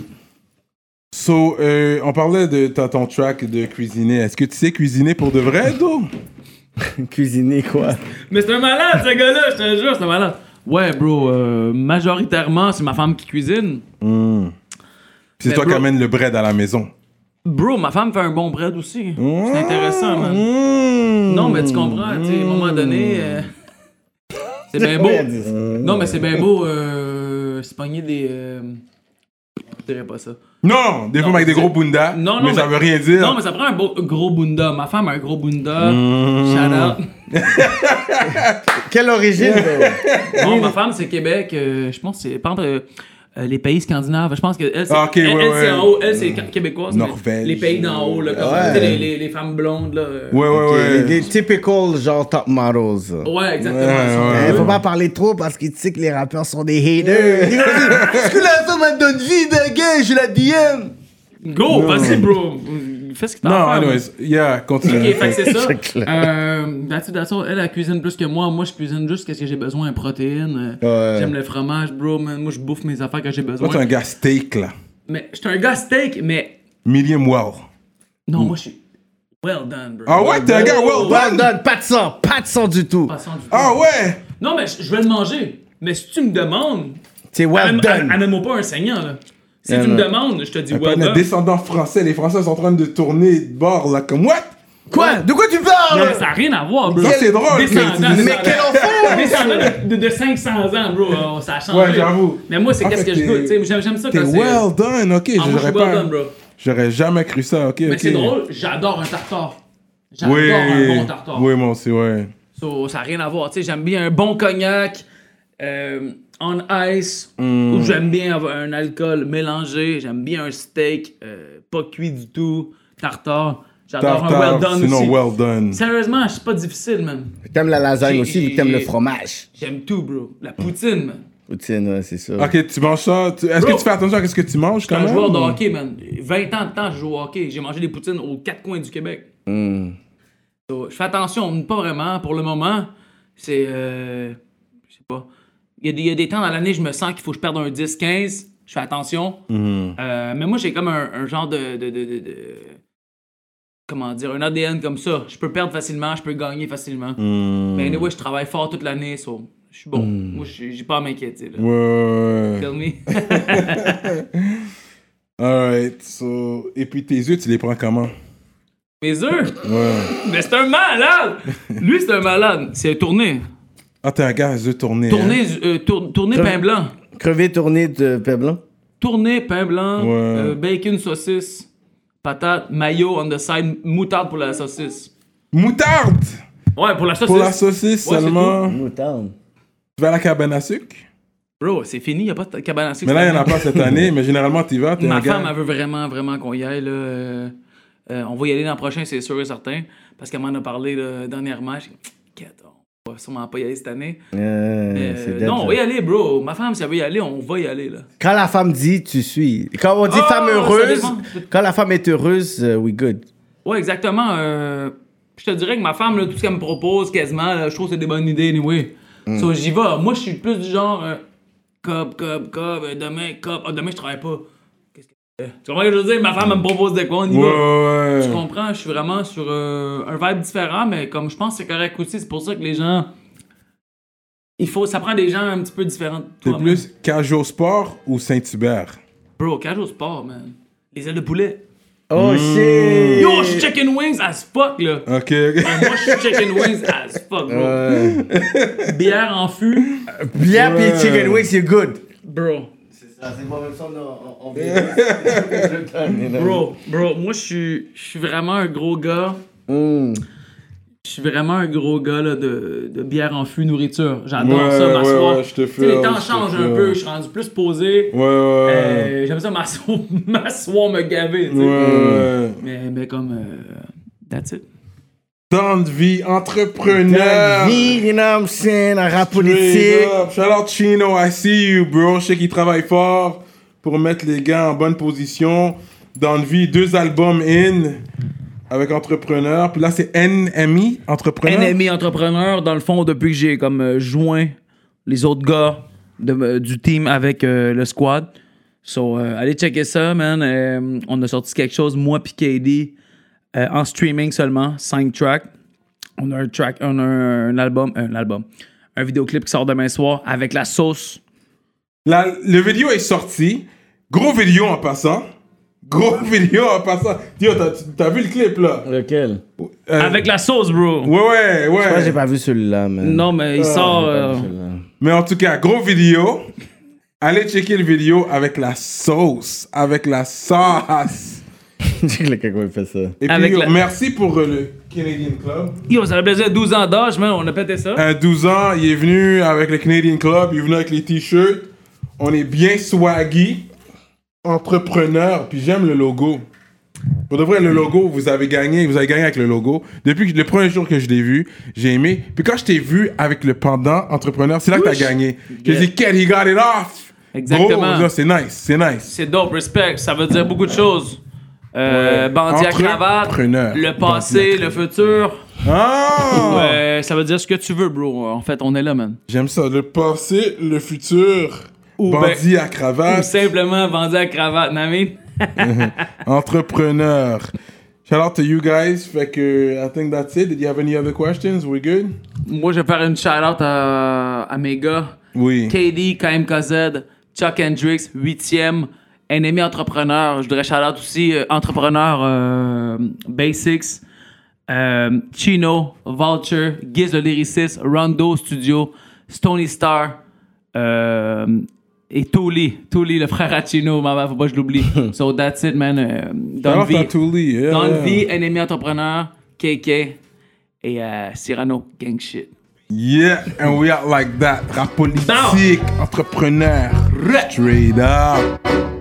S2: So, euh, on parlait de ta- ton track de cuisiner. Est-ce que tu sais cuisiner pour de vrai, Do?
S3: Cuisiner quoi?
S4: Mais c'est un malade, ce gars-là, je te jure, c'est un malade. Ouais, bro, euh, majoritairement, c'est ma femme qui cuisine.
S2: Hmm. C'est
S4: Mais
S2: toi qui
S4: bro-
S2: amènes le bread à la maison.
S4: Bro, ma femme fait un bon bread aussi. C'est intéressant, man.
S2: Hmm.
S4: Non, mais tu comprends, tu sais, à un moment donné, euh, c'est bien beau.
S3: Ouais, elle dit ça.
S4: Non, mais c'est bien beau, euh, se pogner des... euh, je dirais pas ça.
S2: Non, des
S4: Non,
S2: femmes avec des
S4: c'est-
S2: gros bundas.
S4: Non, non,
S2: mais, ça
S4: mais-
S2: veut rien dire.
S4: Non, mais ça prend un beau- gros bunda. Ma femme a un gros bunda.
S2: Mmh.
S4: Shout out.
S3: Quelle origine, bro?
S4: Non, ma femme, c'est Québec. euh, je pense que c'est, par exemple, euh, euh, les pays scandinaves. Je pense que elle, c'est,
S2: Ah, ok,
S4: elle,
S2: ouais,
S4: elle, c'est
S2: ouais.
S4: en haut. Elle, c'est québécoise. mais
S2: Norvège.
S4: Les pays d'en haut, là, comme
S3: Ouais.
S4: tu sais, les, les, les femmes blondes, là. euh,
S2: Ouais, ouais,
S3: Ok,
S2: ouais.
S3: Des typical genre top models.
S4: Ouais, exactement.
S2: Ouais,
S4: Ils sont
S2: ouais.
S3: Eh,
S4: deux.
S3: faut pas parler trop parce qu'il sait que les rappeurs sont des haters. Ils vont dire, est-ce que la femme elle donne vie de gay? Je la D M.
S4: Go, vas-y, bro. Fais ce que t'as
S2: Non,
S4: à faire.
S2: anyways, yeah, continue.
S4: Ok, fait que c'est ça.
S3: C'est clair.
S4: Euh, that's it, that's all. Elle, elle cuisine plus que moi. Moi, je cuisine juste qu'est-ce que j'ai besoin, protéines. euh,
S3: Ouais.
S4: J'aime le fromage, bro. Man. Moi, je bouffe mes affaires que j'ai besoin.
S2: Toi, t'es un gars steak, là.
S4: Mais je suis un gars steak, mais
S2: Medium well.
S4: non, moi, je suis well done, bro.
S2: Ah ouais, t'es un gars well
S3: Well
S2: done.
S3: done, pas de sang, pas de sang du tout.
S4: Pas sans du tout.
S2: Ah ouais.
S4: Non, mais je je vais le manger. Mais si tu me demandes,
S3: C'est well
S4: amène-
S3: done.
S4: amène-moi pas un saignant, là. Si
S3: Non,
S4: tu me
S3: non.
S4: demandes, je te dis
S2: Pas
S4: well
S2: un
S4: done.
S2: descendant français. Les Français sont en train de tourner de bord, là, comme what?
S3: Quoi? De quoi tu
S4: Non,
S3: parles?
S4: mais ça n'a rien à voir, bro.
S2: Ça, c'est drôle.
S4: Descendant,
S2: mais-
S4: descendant.
S3: Mais quel enfant?
S4: Descendant de, de, de cinq cents ans, bro. Oh, ça a changé.
S2: Ouais, j'avoue.
S4: Mais moi, c'est
S2: Ah,
S4: qu'est-ce
S2: fait
S4: que je
S2: que
S4: goûte.
S2: t'es-
S4: Tu sais, J'aime, j'aime ça
S2: T'es
S4: quand c'est...
S2: well done, ok.
S4: Ah, moi, je
S2: J'aurais
S4: suis
S2: pas.
S4: well done, bro.
S2: J'aurais jamais cru ça, ok.
S4: Mais
S2: ok.
S4: c'est drôle, j'adore un tartare. J'adore
S2: Oui.
S4: un bon tartare.
S2: Oui, moi aussi, ouais.
S4: So, ça n'a rien à voir. Tu sais, j'aime bien un bon cognac euh, on ice,
S2: Mm.
S4: ou j'aime bien avoir un alcool mélangé. J'aime bien un steak euh, pas cuit du tout, tartare. J'adore un well
S2: Tartare,
S4: done
S2: sinon
S4: aussi.
S2: well done.
S4: Sérieusement, c'est pas difficile, man.
S3: T'aimes la lasagne
S4: J'ai-
S3: aussi vu que t'aimes le fromage.
S4: J'aime tout, bro. La poutine, man.
S3: Poutine, ouais, c'est ça.
S2: Ok, tu manges ça. tu- Est-ce
S4: Bro.
S2: que tu fais attention à ce que tu manges
S4: Je suis
S2: quand
S4: un
S2: même?
S4: joueur de
S2: ou-
S4: hockey, man. vingt ans de temps, je joue au hockey. J'ai mangé des poutines aux quatre coins du Québec.
S3: Hmm.
S4: So, je fais attention, pas vraiment. Pour le moment, c'est... Euh, je sais pas. Il y, a des- il y a des temps dans l'année, je me sens qu'il faut que je perde un dix quinze. Je fais attention. Euh, mais moi, j'ai comme un, un genre de, de, de, de- de- Comment dire? Un A D N comme ça. Je peux perdre facilement, je peux gagner facilement. Mais anyway, je travaille fort toute l'année, so, je suis bon. Moi, j'ai j'ai pas à m'inquiéter. Là.
S2: Ouais.
S4: Tell me.
S2: Alright, so. Et puis tes œufs, tu les prends comment?
S4: Mes œufs!
S2: Ouais.
S4: Mais c'est un malade! Lui, c'est un malade. C'est tourné.
S2: Ah, t'es un gars à œufs tournés.
S4: Tourné,
S2: hein?
S4: euh, tour- tourné pain blanc.
S3: Crevé tourné de pain blanc.
S4: Tourné, pain blanc,
S2: Ouais.
S4: euh, bacon, saucisse, patate, mayo on the side, moutarde pour la saucisse.
S2: Moutarde!
S4: Ouais, pour la saucisse.
S2: Pour la saucisse
S4: Ouais, c'est
S2: seulement.
S3: Moutarde.
S2: Tu vas à la cabane à sucre?
S4: Bro, c'est fini, y a pas de cabane à sucre.
S2: Mais là, il
S4: cette
S2: n'y en a
S4: année.
S2: pas cette année, mais généralement, tu y vas. T'es
S4: Ma
S2: un gars.
S4: femme, elle veut vraiment, vraiment qu'on y aille. Là. Euh, euh, on va y aller l'an prochain, c'est sûr et certain. Parce qu'elle m'en a parlé là, dernièrement. J'ai dit, Quête, on va sûrement pas y aller cette année.
S3: Euh,
S4: Euh,
S3: c'est dead,
S4: non, on
S3: ça.
S4: va y aller, bro. Ma femme, si elle veut y aller, on va y aller. Là.
S3: Quand la femme dit, tu suis. Quand on dit
S4: Ah,
S3: femme
S4: ça
S3: heureuse,
S4: dépend.
S3: quand la femme est heureuse, euh, we good.
S4: Ouais, exactement. Euh, je te dirais que ma femme, là, tout ce qu'elle me propose, quasiment, là, je trouve que c'est des bonnes idées, anyway. So, j'y vais. Moi, je suis plus du genre, euh, cop, cop, cop, euh, demain, cop. Ah, demain, je travaille pas. Qu'est-ce que tu fais? Tu comprends ce que je veux dire? Ma femme, elle me propose de quoi, on y
S2: Ouais,
S4: va.
S2: ouais,
S4: Tu
S2: ouais.
S4: comprends? Je suis vraiment sur euh, un vibe différent, mais comme je pense que c'est correct aussi, c'est pour ça que les gens Il faut, ça prend des gens un petit peu différents. de
S2: T'es
S4: toi,
S2: plus Cajot Sport ou Saint-Hubert?
S4: man. Bro, Cajot Sport, man. Les ailes de poulet.
S3: Oh
S2: Mmh.
S3: shit!
S4: Yo, je suis chicken wings as fuck, là.
S2: Ok.
S4: Ouais, moi, je suis chicken wings as fuck, bro.
S3: Ouais.
S4: Bière en fût.
S3: Bien,
S2: Ouais.
S3: pis chicken wings, c'est good.
S4: Bro.
S3: C'est ça, c'est pas même ça, on, on, on
S4: Bro, bro, moi, je suis je suis vraiment un gros gars.
S3: Mm.
S4: Je suis vraiment un gros gars là, de, de bière en fût, nourriture. J'adore
S2: Ouais,
S4: ça,
S2: ouais,
S4: m'asseoir.
S2: ouais, je te
S4: Tu sais, les
S2: feel,
S4: temps
S2: je te
S4: changent un
S2: feel.
S4: peu. Je suis rendu plus posé.
S2: Ouais, ouais, ouais.
S4: Euh, J'aime ça m'asseoir, m'asseoir, me gaver. Tu sais.
S2: Ouais, ouais.
S4: Mais, mais comme. Euh, that's it.
S2: Dans de vie, entrepreneur.
S3: Vie, you know what I'm saying, un rap
S2: Straight
S3: politique.
S2: up. Shout out Chino, I see you, bro. Je sais qu'il travaille fort pour mettre les gars en bonne position. Dans de vie, deux albums in avec entrepreneur. Puis là, c'est N M I, entrepreneur.
S4: N M I entrepreneur, dans le fond, depuis que j'ai comme euh, joint les autres gars de, euh, du team avec euh, le squad. So, euh, allez checker ça, man. Euh, on a sorti quelque chose, moi puis K D, euh, en streaming seulement, cinq tracks. On a un track, on a un, un album, un album, un vidéoclip qui sort demain soir avec la sauce.
S2: La, le vidéo est sorti. Gros vidéo en passant. Gros vidéo en passant. Yo, t'as, t'as vu le clip, là?
S3: Lequel?
S2: Euh,
S4: Avec la sauce, bro.
S2: Ouais, ouais, ouais.
S3: Moi, j'ai pas vu celui-là, man.
S4: Non, mais il
S2: Ah,
S4: sort.
S3: J'ai pas
S4: euh,
S3: vu celui-là.
S2: Mais en tout cas, gros vidéo. Allez checker le vidéo avec la sauce. Avec la sauce.
S3: J'ai que quelqu'un qui fait ça.
S2: Et puis,
S4: Avec
S2: yo,
S4: la-
S2: merci pour euh, le Canadian Club.
S4: Yo, ça a plaisir, douze ans d'âge, man. On a pété ça.
S2: À douze ans, il est venu avec le Canadian Club. Il est venu avec les t-shirts. On est bien swaggy. Entrepreneur. Puis j'aime le logo. Pour de vrai, le logo, vous avez gagné. Vous avez gagné avec le logo. Depuis que, le premier jour que je l'ai vu, j'ai aimé. Puis quand je t'ai vu avec le pendant entrepreneur, c'est là que t'as
S4: Ouch.
S2: gagné. J'ai
S4: Yeah.
S2: dit, Ken, he got it off.
S4: Exactement.
S2: Gros, là, c'est nice. C'est nice.
S4: C'est dope, respect. Ça veut dire beaucoup de choses. Euh,
S2: Ouais.
S4: Bandit à cravate,
S2: Entrepreneur.
S4: le
S2: Bandit
S4: passé,
S2: à
S4: le futur.
S2: Ah!
S4: Ouais, ça veut dire ce que tu veux, bro. En fait, on est là, man.
S2: J'aime ça. Le passé, le futur.
S4: Ou
S2: Bandit à
S4: Ou
S2: cravate.
S4: simplement bandit à cravate, Nami.
S2: Entrepreneur. Shout out to you guys. Fait que, I think that's it. Did you have any other questions? We good?
S4: Moi, je vais faire une shout-out à, à mes gars.
S2: Oui.
S4: K D, K M K Z, Chuck Hendrix, huitième. Ennemi entrepreneur. Je voudrais shout-out aussi euh, entrepreneur euh, Basics. Euh, Chino, Vulture, Giz le lyriciste, Rondo Studio, Stony Star euh, et Touli. Touli, le frère à Chino, ma faut pas que je l'oublie. So that's it, man. Euh,
S2: Shout
S4: Don
S2: out to
S4: V,
S2: Thule, yeah.
S4: Don V, Ennemi entrepreneur, K K et euh, Cyrano, gang shit.
S2: Yeah, and we are like that. Rap politique, entrepreneur. Straight up.